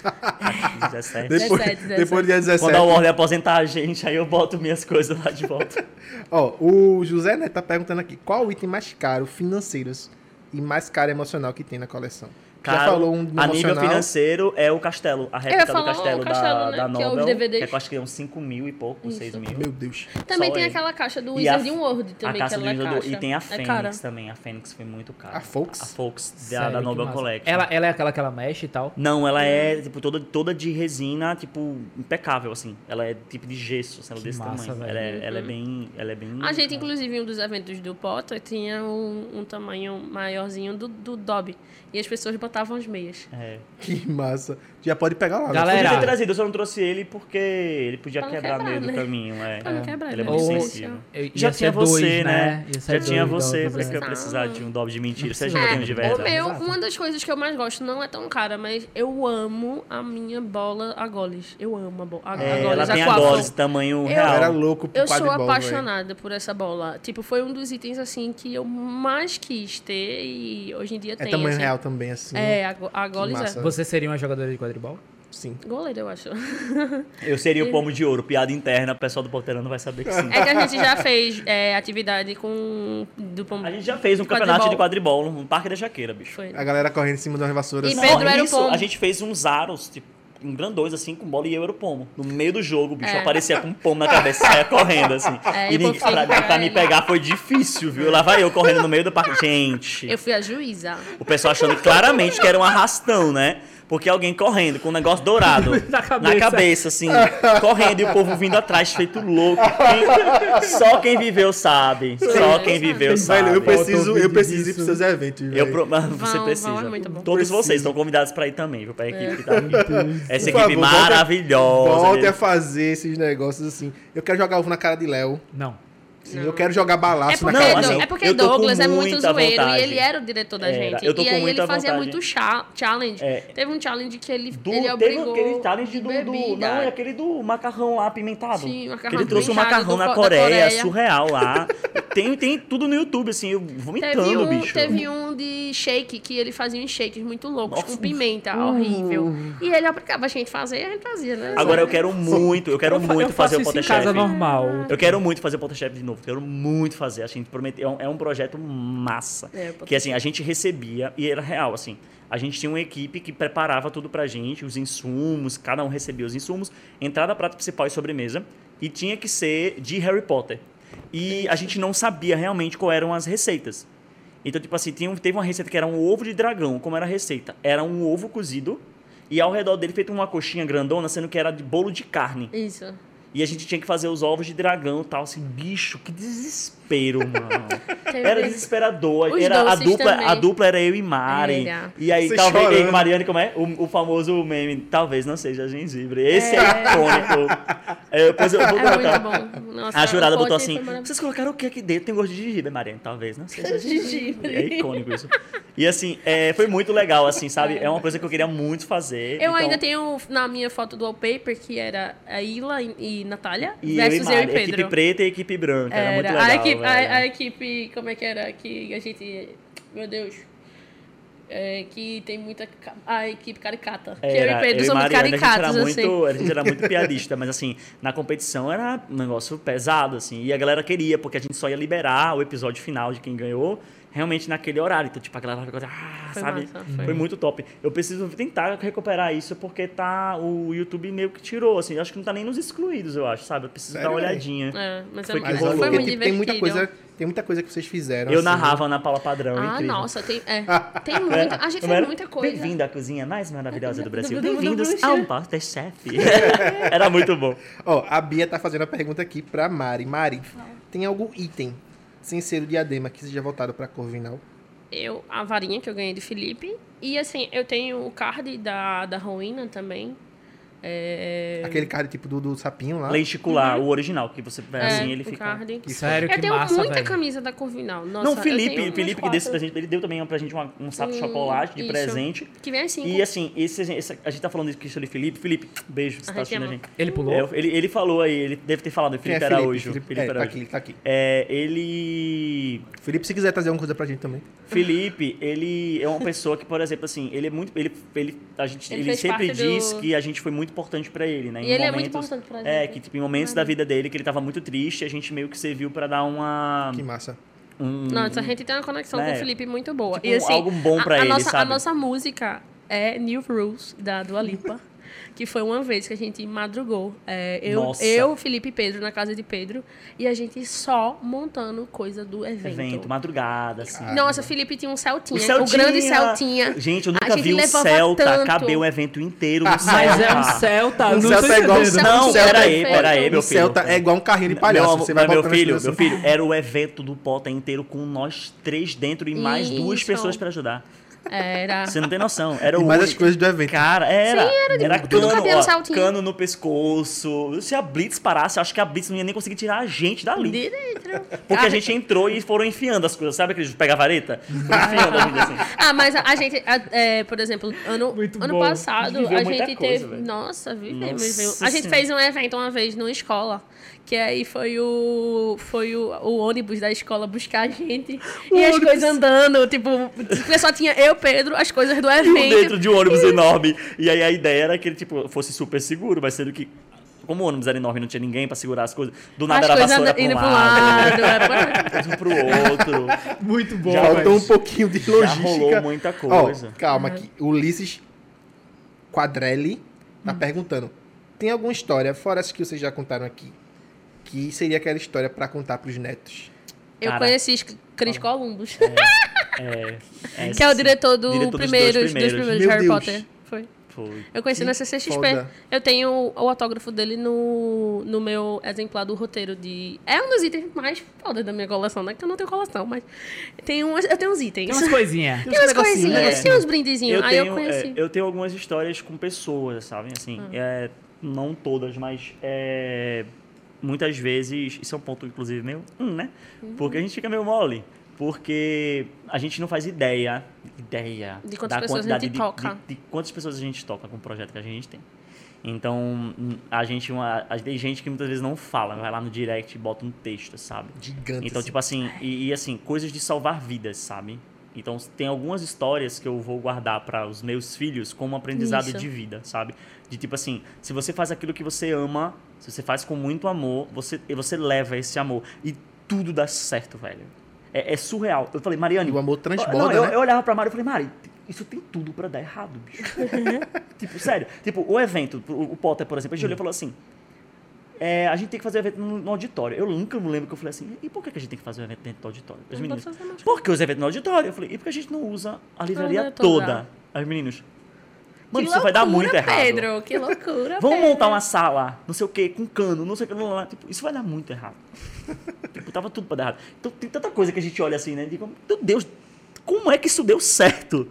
17. Depois, 17. depois do dia 17. Quando a Warner aposentar a gente, aí eu boto minhas coisas lá de volta. Ó, o José Neto tá perguntando aqui, qual o item mais caro financeiros e mais caro emocional que tem na coleção? Já Cara, falou um a nível emocional. financeiro é o castelo, a réplica do falar castelo, o castelo, né, da que é os Nobel, DVDs. que eu acho que é uns 5 mil e pouco, 6 mil. Meu Deus. Também Só tem ele. aquela caixa do E a- Wizard World também, a caixa que do ela é Wizard caixa. E tem a É cara. Fênix também, a Fênix foi muito cara. A Fox? A Fox, Sério, da que Nobel massa. Collection. Ela é aquela que ela mexe e tal. Não, ela é tipo toda de resina, tipo, impecável, assim. Ela é tipo de gesso, assim, ela é Que desse massa, tamanho. velho. Ela é bem. A gente, inclusive, em um dos eventos do Potter, tinha um tamanho maiorzinho do Dobby. E as pessoas botavam as meias. É. Que massa. Já pode pegar lá. né? Galera, Podia ter trazido, eu só não trouxe ele porque ele podia Pra não quebrar no meio quebrar, do né? caminho. É. Pra não quebrar, Ele é ele muito é sensível. Ia Já ser tinha você, dois, né? Ia ser Já tinha dois você, Dobbies, porque eu né? ia precisar de um Dobby de mentira. Você Não já tem um precisa. de O verdade. meu, Exato. uma das coisas que eu mais gosto não é tão cara, mas eu amo a minha bola a goles. Eu amo a É, goles, ela tem a Quaffle. goles tamanho Eu Eu era real. louco pro Eu sou quadribol, apaixonada por essa bola. Tipo, foi um dos itens, assim, que eu mais quis ter e hoje em dia velho. tem, É tamanho assim. real também, assim. É, a goles massa. é. Você seria uma jogadora de quadribol? Sim. Goleiro, eu acho. Eu seria o pomo de ouro, piada interna, o pessoal do Porteirão vai saber que sim. É que a gente já fez atividade com... Do pombo. A gente já fez um campeonato de quadribol no Parque da Jaqueira, bicho. Foi. A galera correndo em cima das vassouras. E Pedro era o isso, pombo. a gente fez uns aros, tipo, um grandões, assim, com bola, e eu era o pomo. No meio do jogo, o bicho aparecia com um pomo na cabeça, saia correndo, assim. E ninguém, pra me pegar foi difícil, viu? Lá vai eu correndo no meio do parque. Gente... Eu fui a juíza. O pessoal achando claramente que era um arrastão, né? Porque alguém correndo com um negócio dourado na cabeça, assim, correndo e o povo vindo atrás, feito louco. Só quem viveu sabe. Só quem viveu sabe. Velho, eu preciso ir pros seus eventos, velho. Você precisa. É muito bom. Todos vocês estão convidados para ir também, viu? Pra equipe que tá aqui. Essa Por equipe favor, maravilhosa. Volte a fazer esses negócios assim. Eu quero jogar ovo na cara de Léo. Não. Sim, eu quero jogar balaço na Não, cara assim, dele. É porque eu tô com Douglas é muito muita zoeiro vontade. e ele era o diretor da gente. Eu tô E com aí ele muita fazia vontade. muito challenge. Teve um challenge que ele Teve obrigou aquele challenge de do bebida. não, é aquele do macarrão lá apimentado. Sim, macarrão Que ele trouxe um apimentado macarrão da na Coreia, Coreia. surreal lá. tem tudo no YouTube, assim, eu vomitando, bicho. Teve um de shake, que ele fazia uns shakes muito loucos, com pimenta, horrível. E ele obrigava a gente a fazer e a gente fazia, né? Agora eu quero muito fazer o isso em Potechef. casa normal. Eu quero muito fazer o Potechef de novo. Quero muito fazer. A gente prometeu. É um projeto massa. Que assim, a gente recebia, e era real, assim. A gente tinha uma equipe que preparava tudo pra gente, os insumos, cada um recebia os insumos, entrada, prato principal e sobremesa. E tinha que ser de Harry Potter. E a gente não sabia realmente quais eram as receitas. Então, tipo assim, teve uma receita que era um ovo de dragão. Como era a receita? Era um ovo cozido e ao redor dele feito uma coxinha grandona, sendo que era de bolo de carne. Isso. E a gente tinha que fazer os ovos de dragão e tal, assim, bicho, que desespero, mano. Era desesperador. Os Era doces também. a dupla era eu e Mari. Era. E aí, Você talvez, chorando. Mariane, como é? O famoso meme, talvez não seja gengibre. Esse é icônico. Depois eu vou É colocar. muito bom. Nossa, A jurada o botou pote assim, foi maravilhoso. vocês colocaram o que aqui dentro? Tem gosto de gengibre, Mariane. Talvez não seja Gengibre. É icônico isso. E assim, foi muito legal, assim, sabe? É uma coisa que eu queria muito fazer. Eu então- ainda tenho na minha foto do wallpaper, que era a Ila e Natália, E versus eu e Pedro. equipe preta e equipe branca. Era muito Era. legal, a velho. equipe, como é que era? Que a gente. Meu Deus. Que tem muita. A equipe caricata. Que eu e Pedro somos caricatos, assim. A gente era muito piadista, mas assim, na competição era um negócio pesado, assim. E a galera queria, porque a gente só ia liberar o episódio final de quem ganhou realmente naquele horário. Então, tipo, a galera ficou Foi sabe? massa, Foi muito top. Eu preciso tentar recuperar isso, porque o YouTube meio que tirou, assim. Eu acho que não tá nem nos excluídos, eu acho, sabe? Eu preciso Sério, dar uma velho? olhadinha. Mas Foi que Mas rolou. foi porque, muito tipo, divertido. tem muita coisa que vocês fizeram. Eu assim. narrava na Paula Padrão, incrível. Nossa, tem muita. A gente Como fez era? muita coisa. Bem-vindo à cozinha mais maravilhosa do Brasil. Do Bem-vindos Bruxa. ao Potechef. Era muito bom. Ó, a Bia tá fazendo a pergunta aqui pra Mari. Mari, tem algum item sem ser o diadema que seja voltado pra Corvinal? A varinha que eu ganhei de Felipe. E assim, eu tenho o card da Rowena também. Aquele cara tipo do sapinho lá. Lenticular, o original, que você vai assim, ele o fica... card. Sério, Eu que tenho massa, muita velho. camisa da Corvinal. Nossa, Não, eu tenho umas Felipe que deu 4. esse presente, ele deu também pra gente um saco de chocolate de Isso. presente. Que vem assim. E assim, a gente tá falando isso de Felipe. Felipe, beijo, você A tá gente assistindo a ama. gente. Ele pulou? Ele falou aí, ele deve ter falado, Quem é Felipe Araújo. Felipe tá Araújo. aqui, ele tá aqui. Ele... Felipe, se quiser trazer alguma coisa pra gente também. Felipe, ele é uma pessoa que, por exemplo, assim, ele é muito... Ele fez sempre parte diz do- que a gente foi muito importante pra ele, né? E Em ele é muito momentos- importante pra É, gente. que tipo, em momentos da vida dele que ele tava muito triste, a gente meio que serviu pra dar uma... Que massa. Nossa, a gente tem uma conexão né? com o Felipe muito boa. Tipo, E assim, algo bom pra ele, nossa, sabe? A nossa música é New Rules, da Dua Lipa. Que foi uma vez que a gente madrugou. Nossa. Eu, Felipe e Pedro, na casa de Pedro. E a gente só montando coisa do evento. Madrugada, assim. Nossa, Felipe tinha um Celtinha. O Celtinha. O grande Celtinha. Gente, eu A nunca gente vi um levava Celta tanto. caber o evento inteiro no Mas é um Celta. Celta. Um não Celta tô é igual um entendendo. Celta. Não, Celta peraí, perfeito. meu O filho. Celta é igual um carrinho de palhaço. Você vai meu botando as filho, coisas meu assim. filho, era o evento do Pota inteiro com nós 3 dentro e mais 2 Isso. pessoas pra ajudar. Era. Você não tem noção. Era E o mais as único- coisas do evento. Cara, era. Era tudo cano, cabia no ó, saltinho. cano no pescoço. Se a Blitz parasse, eu acho que a Blitz não ia nem conseguir tirar a gente dali. Direito. Porque a gente entrou e foram enfiando as coisas. Sabe aquele de pegar a vareta? Foram enfiando a gente assim. Mas a gente, por exemplo, ano bom. passado, Viveu a muita gente coisa, teve. velho. Nossa, vivemos. Nossa A gente Senhora. fez um evento uma vez numa escola. Que aí foi o ônibus da escola buscar a gente. E as coisas andando. Tipo, porque só tinha eu, Pedro, as coisas do evento. Dentro de um ônibus enorme. E aí a ideia era que ele tipo, fosse super seguro, mas sendo que. Como o ônibus era enorme e não tinha ninguém pra segurar as coisas, do nada As era coisas vassoura pra indo um pro lado, lado. outro pro outro. Muito bom. Já Faltou um mas- pouquinho de logística. rolou muita coisa. Ó, calma aqui. Ulisses Quadrelli tá perguntando, tem alguma história, fora as que vocês já contaram aqui, que seria aquela história pra contar pros netos? Eu Cara, conheci Chris Columbus, É, que é o diretor dos diretor dos primeiros, dois dos primeiros Meu Harry Deus. Potter. Foi. Foi. Eu conheci Que na CCXP. foda. Eu tenho o autógrafo dele no meu exemplar do roteiro de... É um dos itens mais fodas da minha coleção, né? Que eu não tenho coleção, mas eu tenho uns itens. Tem umas coisinhas. Tem umas negocinhos, coisinhas, né? tem uns brindezinhos. Aí eu conheci. eu tenho algumas histórias com pessoas, sabe? Assim, não todas, mas muitas vezes, isso é um ponto, inclusive, meio, né? Porque a gente fica meio mole. Porque a gente não faz ideia De quantas da pessoas a quantidade gente toca. de quantas pessoas a gente toca com o projeto que a gente tem. Então, tem gente que muitas vezes não fala, vai lá no direct e bota um texto, sabe? Gigante. Então, tipo assim, e assim, coisas de salvar vidas, sabe? Então, tem algumas histórias que eu vou guardar para os meus filhos como aprendizado Isso. de vida, sabe? De tipo assim, se você faz aquilo que você ama, se você faz com muito amor, você leva esse amor. E tudo dá certo, velho. É surreal. Eu falei, Mariane... E o amor transborda, Não, né? eu olhava pra Mari e falei, Mari, isso tem tudo pra dar errado, bicho. Tipo, sério. Tipo, o evento, o Potter, por exemplo, a gente olhou e falou assim, a gente tem que fazer o evento no auditório. Eu nunca me lembro que eu falei assim, e por que a gente tem que fazer o evento dentro do auditório? As Não meninas, pode fazer mais. porque os eventos no auditório. Eu falei, e por que a gente não usa a livraria toda. toda? As meninas, mano, Que isso vai dar loucura, muito errado. Pedro, que loucura, Vamos Pedro. montar uma sala, não sei o que, com cano, não sei o que, lá. Tipo, isso vai dar muito errado. Tipo, tava tudo pra dar errado. Então tem tanta coisa que a gente olha assim, né? Digo, meu Deus, como é que isso deu certo?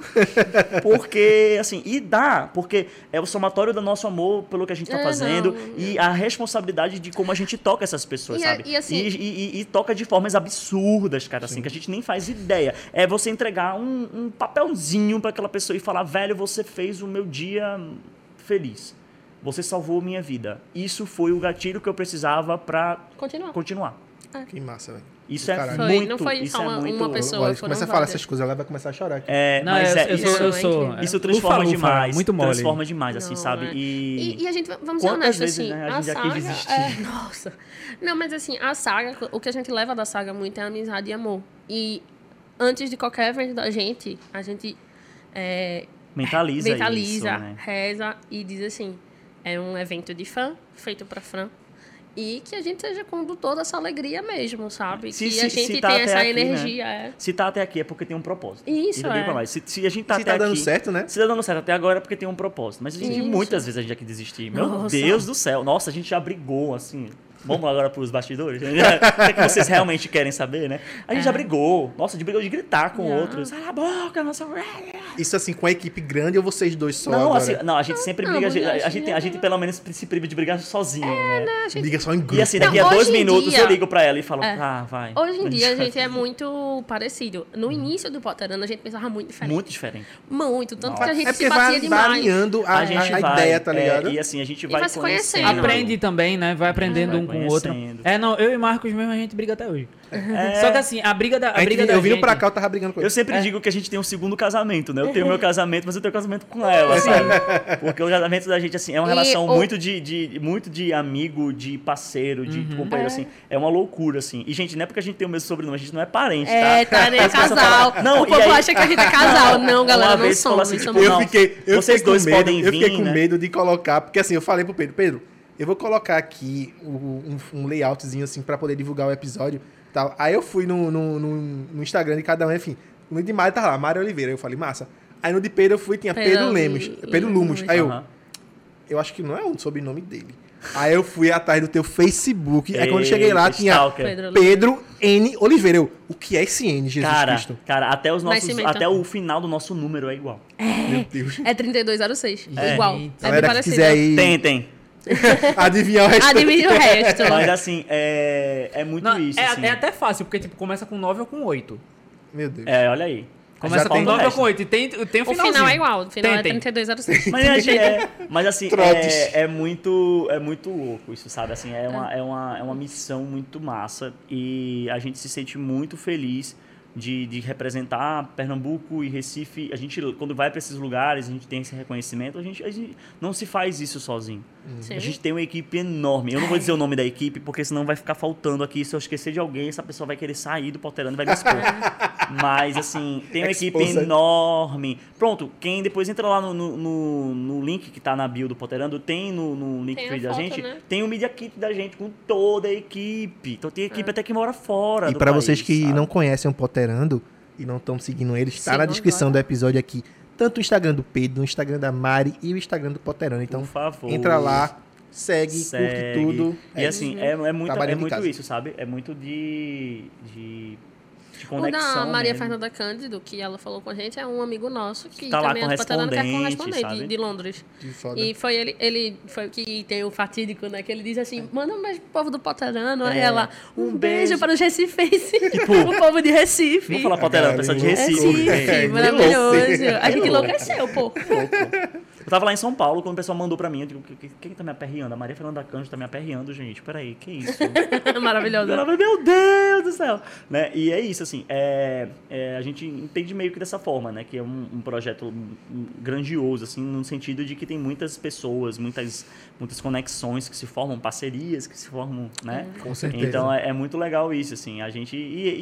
Porque, assim, e dá, porque é o somatório do nosso amor pelo que a gente tá fazendo não. e a responsabilidade de como a gente toca essas pessoas, E sabe? e assim- E toca de formas absurdas, cara, assim, que a gente nem faz ideia. É você entregar um papelzinho pra aquela pessoa e falar, velho, você fez o meu dia feliz. Você salvou minha vida. Isso foi o gatilho que eu precisava pra continuar. Que massa, velho. Isso Do é caralho. Foi, muito, não foi isso só é uma muito... pessoa. Olha, foram começa a falar várias. essas coisas, ela vai começar a chorar aqui. Não, Mas eu sou. isso Lufa, transforma Lufa, demais. muito mole. Transforma demais, assim, Não, sabe? é. E E a gente, vamos ser quantas honestos, vezes, assim, né, a gente já saga... quis desistir. Nossa. Não, mas assim, a saga, o que a gente leva da saga muito é amizade e amor. E antes de qualquer evento da gente, a gente mentaliza isso, né? reza e diz assim, é um evento de fã, feito pra fã. E que a gente seja condutor dessa alegria mesmo, sabe? Se- que a se gente tá tem até essa aqui, energia, Se tá até aqui é porque tem um propósito. Isso, eu digo é. pra mais. Se a gente tá Se até tá dando aqui, certo, né? Se tá dando certo até agora é porque tem um propósito. Mas a gente, Isso. muitas vezes a gente já quer desistir. Meu Nossa. Deus do céu. Nossa, a gente já brigou, assim. Vamos agora pros bastidores? O que vocês realmente querem saber, né? A gente já brigou. Nossa, de gritar com Já. outros. Cala a boca, nossa... Isso assim, com a equipe grande ou vocês dois só Não, agora? assim, não, a gente sempre Não, briga. mas A gente pelo menos se priva de brigar sozinho, né? Liga só em grupo. E assim, Não, daqui a 2 hoje em minutos dia- eu ligo pra ela e falo, É. vai. Hoje em dia a gente é muito parecido. No início do Potterano a gente pensava muito diferente. Muito diferente. Muito, tanto que a gente É se porque batia vai demais. alinhando a ideia, tá ligado? E assim, a gente vai vai se conhecendo. Aprende também, né? Vai aprendendo Vai um com o outro. conhecendo. Não, eu e Marcos mesmo a gente briga até hoje. É. Só que assim, a briga da eu vindo gente... pra cá, eu tava brigando com ele. Eu sempre digo que a gente tem um segundo casamento, né? Eu tenho meu casamento, mas eu tenho casamento com ela, sabe? Porque o casamento da gente, assim, é uma E relação o- muito de amigo, de parceiro, de companheiro, assim. É uma loucura, assim. E, gente, não é porque a gente tem o mesmo sobrenome, a gente não é parente, tá? Nem é casal. Não, o e povo aí- acha que a gente é casal. Não, galera, Uma não vez falou somos. assim, somos tipo, não. não. Eu Vocês fiquei dois com medo, podem eu fiquei vir, com né? medo de colocar, porque assim, eu falei pro Pedro, eu vou colocar aqui um layoutzinho assim pra poder divulgar o episódio e tal. Aí eu fui no Instagram de cada um, enfim, no de Mário tava lá, Mário Oliveira, eu falei, massa. Aí no de Pedro eu fui, tinha Pedro Lemos, Pedro Lumos. Aí Aham. eu acho que não é o sobrenome dele. Aí eu fui atrás do teu Facebook, aí quando eu cheguei lá Eita, tinha stalker. Pedro N. Oliveira. O que é esse N, Jesus Cristo? Cara, Nascimento. até o final do nosso número é igual. Meu Deus. É 3206. É. Igual. É bem Galera que parecido. quiser aí Tem. adivinhar o resto. Admire o resto. Mas assim, é muito Não, isso, assim. é até fácil, porque tipo, começa com 9 ou com 8. Meu Deus. Olha aí. Começa Já com tem o 9 ou resto. com 8. E tem o O finalzinho. final é igual. O final Tem. é 3206. Mas assim, Trotes. é muito louco isso, sabe? Assim, é uma missão muito massa e a gente se sente muito feliz de representar Pernambuco e Recife. A gente, quando vai para esses lugares, a gente tem esse reconhecimento, a gente não se faz isso sozinho. Sim. A gente tem uma equipe enorme. Eu não vou dizer o nome da equipe, porque senão vai ficar faltando aqui. Se eu esquecer de alguém, essa pessoa vai querer sair do Potterano e vai me expor. Mas, assim, tem uma equipe Exposed. enorme. Pronto, quem depois entra lá no link que tá na bio do Potterando, tem no link Tem a feed da foto, gente, né? tem o Media Kit da gente com toda a equipe. Então tem equipe até que mora fora E do pra país, vocês que sabe? não conhecem o Potterando e não estão seguindo eles, tá na Sigam descrição agora. do episódio aqui. Tanto o Instagram do Pedro, o Instagram da Mari e o Instagram do Potterando. Então, Por favor. entra lá, segue, curte tudo. E assim, é muito, Trabalhando em casa. isso, sabe? É muito de O conexão da Maria mesmo. Fernanda Cândido, que ela falou com a gente, é um amigo nosso que Tá lá, também é do Potterando, que é correspondente, correspondente sabe? de Londres. Que foda. E foi ele foi o que tem o fatídico, né? Que ele diz assim: manda um beijo pro povo do Potterando. Aí É. ela, um beijo beijo. para os recifenses. o povo de Recife. Vamos falar Potterando, pessoal de Recife. Recife, É, maravilhoso. A gente louco. enlouqueceu, pô. Eu tava lá em São Paulo, quando o pessoal mandou pra mim, eu digo, quem tá me aperreando? A Maria Fernanda Cândido tá me aperreando, gente. Peraí, que isso? Maravilhoso. Ela vai, meu Deus do céu! Né? E é isso, assim, a gente entende meio que dessa forma, né? Que é um projeto grandioso, assim, no sentido de que tem muitas pessoas, muitas conexões que se formam, parcerias que se formam, né? Com certeza. Então é muito legal isso, assim, a gente...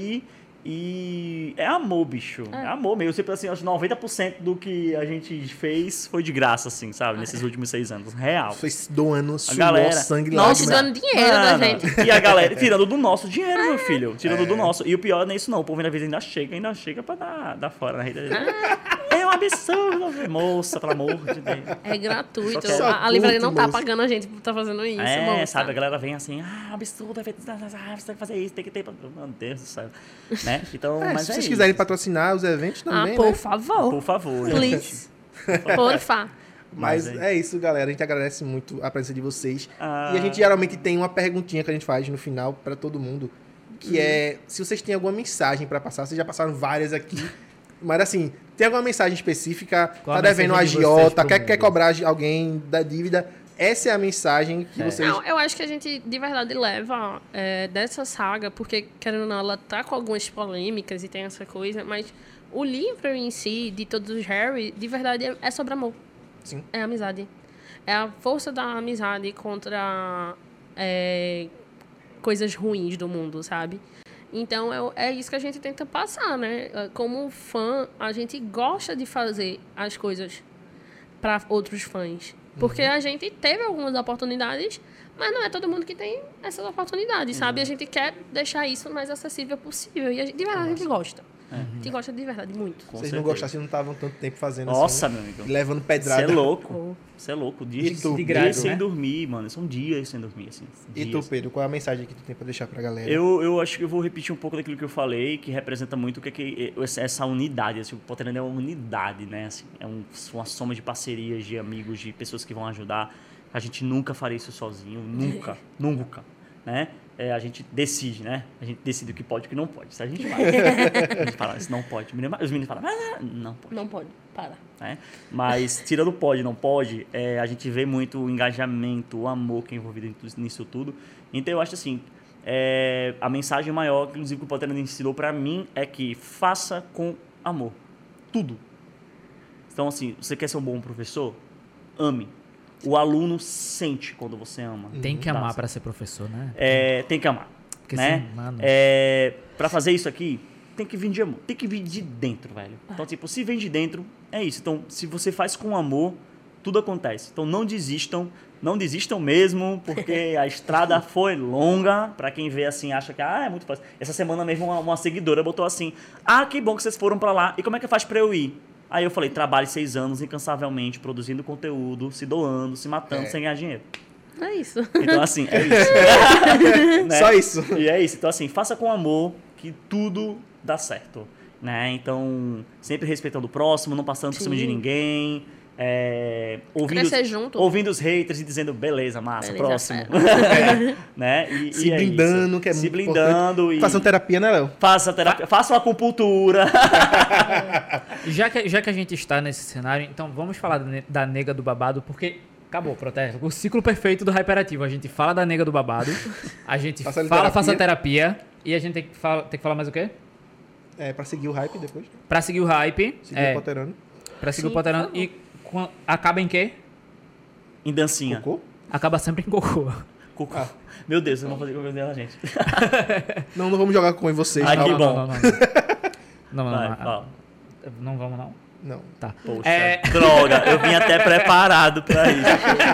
E é amor, bicho. É amor mesmo. Eu sempre, assim, acho que 90% do que a gente fez foi de graça, assim, sabe? Nesses últimos 6 anos. Real. Foi doando suor, galera- sangue, Nossa, lágrimas. dando dinheiro da Mano, gente. E a galera tirando do nosso dinheiro, meu filho. Tirando do nosso. E o pior não é isso, não. O povo ainda chega pra dar fora na rede. É um absurdo, moça, pelo amor de Deus. É gratuito. Só A livraria não tá moça. pagando a gente por estar fazendo isso. É, moça. sabe? A galera vem assim, absurdo, você tem que fazer isso, tem que ter. Meu Deus do céu. Né? Então, mas se é vocês isso. quiserem patrocinar os eventos também, por né? favor. Por favor, Please. Porfa. Mas Mas é isso, galera. A gente agradece muito a presença de vocês. Ah. E a gente geralmente tem uma perguntinha que a gente faz no final pra todo mundo, que é se vocês têm alguma mensagem pra passar. Vocês já passaram várias aqui. Mas assim, tem alguma mensagem específica? Qual a Tá devendo um mensagem de vocês agiota, pro quer mundo? cobrar alguém da dívida? Essa é a mensagem que vocês... Não, eu acho que a gente, de verdade, leva dessa saga, porque, querendo ou não, ela tá com algumas polêmicas e tem essa coisa, mas o livro em si, de todos os Harry, de verdade, é sobre amor. Sim. É amizade. É a força da amizade contra coisas ruins do mundo, sabe? Então, é isso que a gente tenta passar, né? Como fã, a gente gosta de fazer as coisas para outros fãs. Porque a gente teve algumas oportunidades, mas não é todo mundo que tem essas oportunidades, sabe? A gente quer deixar isso o mais acessível possível. E de verdade, a gente gosta. A gente gosta de verdade muito. Com Se vocês não certeza. gostassem, não estavam tanto tempo fazendo Nossa, assim. meu amigo. Levando Você pedrada. é louco. Você é louco. Dias, E tu? De dias grade, sem né? dormir, mano. São dias sem dormir, assim. E tu, Dias. Pedro, qual é a mensagem que tu tem pra deixar pra galera? Eu acho que eu vou repetir um pouco daquilo que eu falei, que representa muito o que é essa unidade. Assim, o Potterando é uma unidade, né? Assim, é uma soma de parcerias, de amigos, de pessoas que vão ajudar. A gente nunca faria isso sozinho. Nunca. Nunca. Né? A gente decide, né? A gente decide o que pode e o que não pode. Isso a gente faz. A gente fala, isso não pode. Os meninos falam, não pode. Não pode. Para. Né? Mas tirando pode, não pode, a gente vê muito o engajamento, o amor que é envolvido nisso tudo. Então eu acho assim, a mensagem maior, inclusive que o Potterando ensinou pra mim, é que faça com amor. Tudo. Então assim, você quer ser um bom professor? Ame. O aluno sente quando você ama. Tem que Tá? amar pra ser professor, né? Tem que amar. Porque né? sim, mano. Pra fazer isso aqui, tem que vir de amor. Tem que vir de dentro, velho. Então, tipo, se vem de dentro, é isso. Então, se você faz com amor, tudo acontece. Então, não desistam. Não desistam mesmo, porque a estrada foi longa. Pra quem vê assim, acha que é muito fácil. Essa semana mesmo, uma seguidora botou assim: que bom que vocês foram pra lá. E como é que faz pra eu ir? Aí eu falei: trabalhe 6 anos incansavelmente, produzindo conteúdo, se doando, se matando, sem ganhar dinheiro. É isso. Então, assim, é isso. Né? Só isso. E é isso. Então, assim, faça com amor que tudo dá certo. Né? Então, sempre respeitando o próximo, não passando por cima de ninguém. Crescer junto. Ouvindo os haters e dizendo, beleza, massa, Beleza, próximo. né? Se é blindando, isso. que é Se muito blindando importante. e Façam terapia, né, Léo? faça terapia, faça uma acupuntura. Já que a gente está nesse cenário, então vamos falar da nega do babado, porque acabou, protesto. O ciclo perfeito do Hyperativo. A gente fala da nega do babado, a gente Faça faça terapia, e a gente tem que falar mais o quê? Pra seguir o hype depois. Pra seguir o hype. Seguir o Potterando. Pra seguir Sim, o Potterando. por E acaba em quê? em dancinha. Cocô? Acaba sempre em cocô. Cocô. Meu Deus, vocês vão fazer cocô dela, gente. Não vamos jogar com vocês. Ai, não. que bom. Não, Vai, não, fala. não vamos não. Não. Tá. Poxa, É. droga, eu vim até preparado pra isso.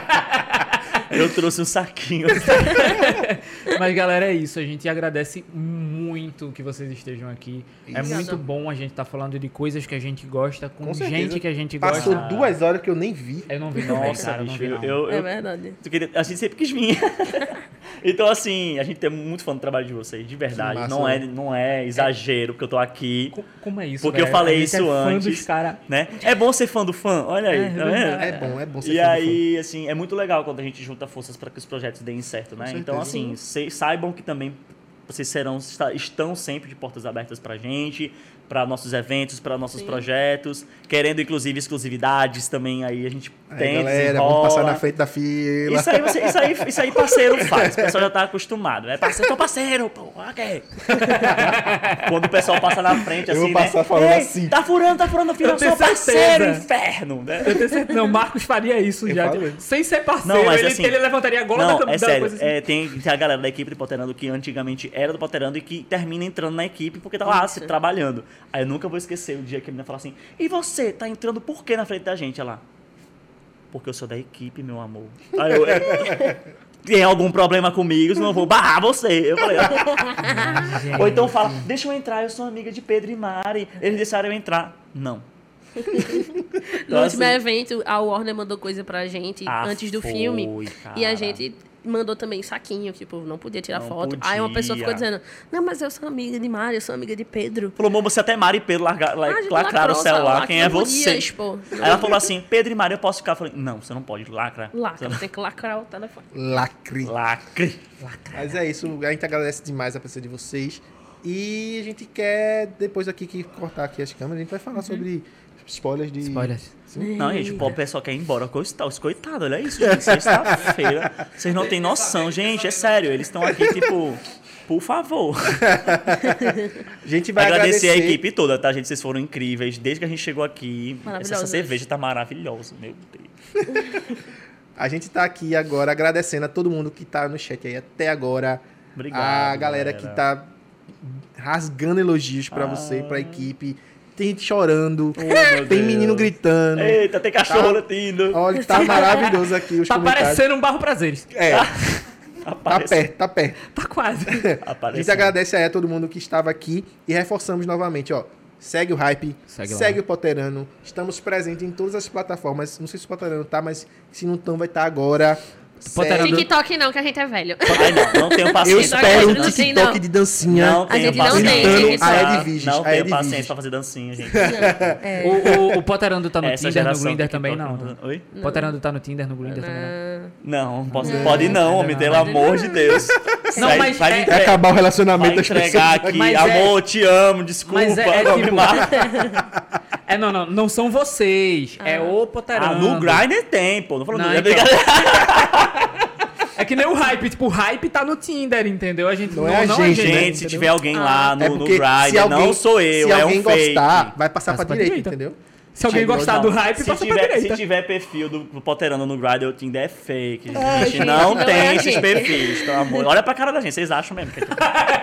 Eu trouxe um saquinho. Mas, galera, é isso. A gente agradece muito que vocês estejam aqui. É Isso. muito bom a gente estar falando de coisas que a gente gosta, com certeza. gente que a gente Passou gosta. 2 horas que eu nem vi. Eu não vi também, Nossa, cara. Eu não bicho, vi, não. É verdade. a gente sempre quis vir. Então, assim, a gente é muito fã do trabalho de vocês, de verdade. Que massa, não é exagero, porque eu tô aqui, Como é isso, porque eu velho? falei A gente isso é fã antes. dos cara... né? É bom ser fã do fã, olha aí, É, tá vendo? É bom ser E fã do aí, assim, é muito legal quando a gente junta forças para que os projetos deem certo, né? certeza. Então, assim, saibam que também vocês estão sempre de portas abertas pra gente, para nossos eventos, para nossos projetos, querendo inclusive exclusividades também, aí a gente Aí, tem, galera, vamos passar na frente da fila. Isso aí parceiro faz, o pessoal já tá acostumado. É parceiro, tô parceiro, pô, ok. Quando o pessoal passa na frente, Eu assim, vou passar né? falando Ei, assim. Tá furando a fila, eu tenho sou parceiro, certeza. inferno, né? Eu tenho certeza. Não, Marcos faria isso Eu já. falo mesmo. Sem ser parceiro, Não, mas ele, assim- ele levantaria a gola Não, da é sério. coisa assim. Tem a galera da equipe do Poterando que antigamente era do Poterando e que termina entrando na equipe porque tá lá Isso. trabalhando. Aí eu nunca vou esquecer o dia que ele me falou assim: e você, tá entrando por que na frente da gente? Olha lá. Porque eu sou da equipe, meu amor. Aí eu. Tem algum problema comigo, senão eu vou barrar você. Eu falei, ou então fala, deixa eu entrar, eu sou amiga de Pedro e Mari. Eles deixaram eu entrar. Não. No último assim, evento, a Warner mandou coisa pra gente antes do foi, filme. cara. E a gente mandou também saquinho, que o povo não podia tirar Não foto. podia. Aí uma pessoa ficou dizendo, não, mas eu sou amiga de Mari, eu sou amiga de Pedro. Falou, amor, você até Mari e Pedro A gente lacraram o lacrou, celular, lá quem que é não podia você? expor. Aí ela falou assim, Pedro e Mari, eu posso ficar? Eu falei, não, você não pode, lacra. Lacra, tem que lacrar o telefone. Lacre. Lacre. Mas é isso, a gente agradece demais a presença de vocês. E a gente quer, depois aqui que cortar aqui as câmeras, a gente vai falar sobre spoilers de... Spoilers. Não, gente, o pessoal quer ir embora. Coitado, olha isso, gente. Sexta-feira. Vocês não têm noção, gente. É sério. Eles estão aqui, tipo, por favor. A gente vai Agradecer a equipe toda, tá, gente? Vocês foram incríveis. Desde que a gente chegou aqui, Maravilhosos. essa cerveja tá maravilhosa, meu Deus. A gente tá aqui agora agradecendo a todo mundo que tá no chat aí até agora. Obrigado. A galera que tá rasgando elogios pra você, pra equipe. Tem gente chorando, Oh, meu tem Deus. menino gritando. Eita, tem cachorro latindo. Olha, tá maravilhoso aqui os Tá comentários. parecendo um barro prazeres. É, tá Aparece- perto, tá perto. Tá quase. A gente aparecendo. agradece aí a todo mundo que estava aqui e reforçamos novamente, ó. Segue o Hype, Segue lá. o Poterano. Estamos presentes em todas as plataformas. Não sei se o Poterano tá, mas se não estão, vai estar agora. Poterano- Segue. TikTok não, que a gente é velho. Ai, não tenho Eu paciência. espero um não tem, TikTok não. de dancinha. Não A tenho gente não paciência. tem, Imitando tem que a só- Edviges. Não a tenho Edviges. paciência pra fazer dancinha, gente. O Potterando tá no Essa Tinder, no geração Grindr do também TikTok não. Oi? Potterando tá no Tinder, no Grindr também não. Não, pode não, homem, pelo amor de Deus. Não, mas vai é- me É entre- acabar o relacionamento vai das pessoas. entregar aqui, Mas é- amor, te amo, desculpa. Mas é não me tipo- mata. Não são vocês. É o Potterando. no Grindr tem, pô. Não falando Não, é então. brincadeira. É que nem o Hype. Tipo, o Hype tá no Tinder, entendeu? A gente Não é a gente, né, Gente, se entendeu? tiver alguém lá no, É no porque se Grindr, alguém, não sou eu, se é alguém um fake. gostar, vai passar Passa pra pra direita, direita. entendeu? Se alguém Não, gostar do Hype, Se passa pra tiver, direita. se tiver perfil do Potterando no Grindr, o Tinder é fake. Gente. Ai, A gente gente, não não tem é a esses gente. perfis, pelo amor. Olha pra cara da gente, vocês acham mesmo que é tudo.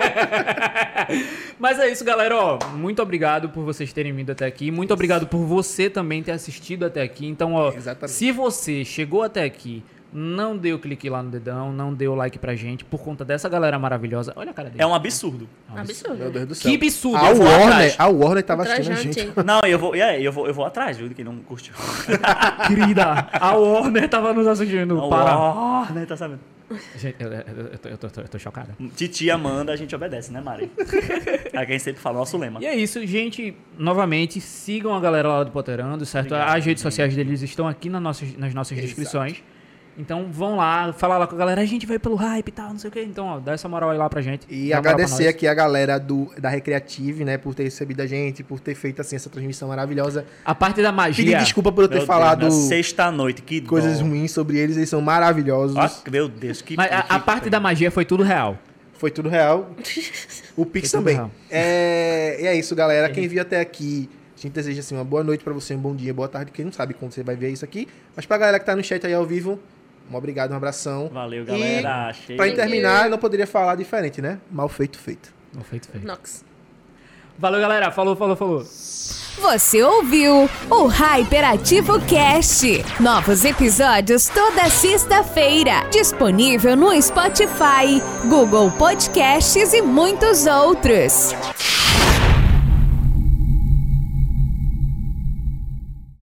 Mas é isso, galera. Ó, muito obrigado por vocês terem vindo até aqui. Muito obrigado por você também ter assistido até aqui. Então, ó, Exatamente. se você chegou até aqui, não deu clique lá no dedão, não deu like pra gente por conta dessa galera maravilhosa. Olha a cara dele. É um absurdo. Meu Absurdo. Deus do céu. Que absurdo. A Eu vou atrás. Warner tava assistindo a Ultrajante. gente. Não, eu vou atrás, viu, de quem não curtiu. Querida, a Warner tava nos assistindo. Para. Né, tá sabendo? Gente, eu tô chocada. Titia manda, a gente obedece, né, Mari? É que a gente sempre fala, nosso lema. E é isso, gente. Novamente, sigam a galera lá do Potterando, certo? Obrigado, As redes sociais deles estão aqui nas nossas descrições. Então vão lá, falar lá com a galera. A gente vai pelo hype e tal, não sei o quê. Então, ó, dá essa moral aí lá pra gente. E Dá moral pra agradecer nós. aqui a galera da Recreative, né, por ter recebido a gente, por ter feito assim essa transmissão maravilhosa. A parte da magia. Pedir desculpa por eu ter Meu falado Deus, na sexta-noite, que coisas dó. ruins sobre eles, eles são maravilhosos. Ah, meu Deus, que... Mas a parte da magia foi tudo real. Foi tudo real. O Pix Foi tudo também. real. E é isso, galera. Quem viu até aqui, a gente deseja assim, uma boa noite pra você, um bom dia, boa tarde. Quem não sabe quando você vai ver isso aqui. Mas pra galera que tá no chat aí ao vivo, um obrigado, um abração. Valeu, galera. Achei. Pra Thank terminar, you. eu não poderia falar diferente, né? Mal feito, feito. Não, feito. Nox. Valeu, galera. Falou. Você ouviu o Hyperativo Cast. Novos episódios toda sexta-feira. Disponível no Spotify, Google Podcasts e muitos outros.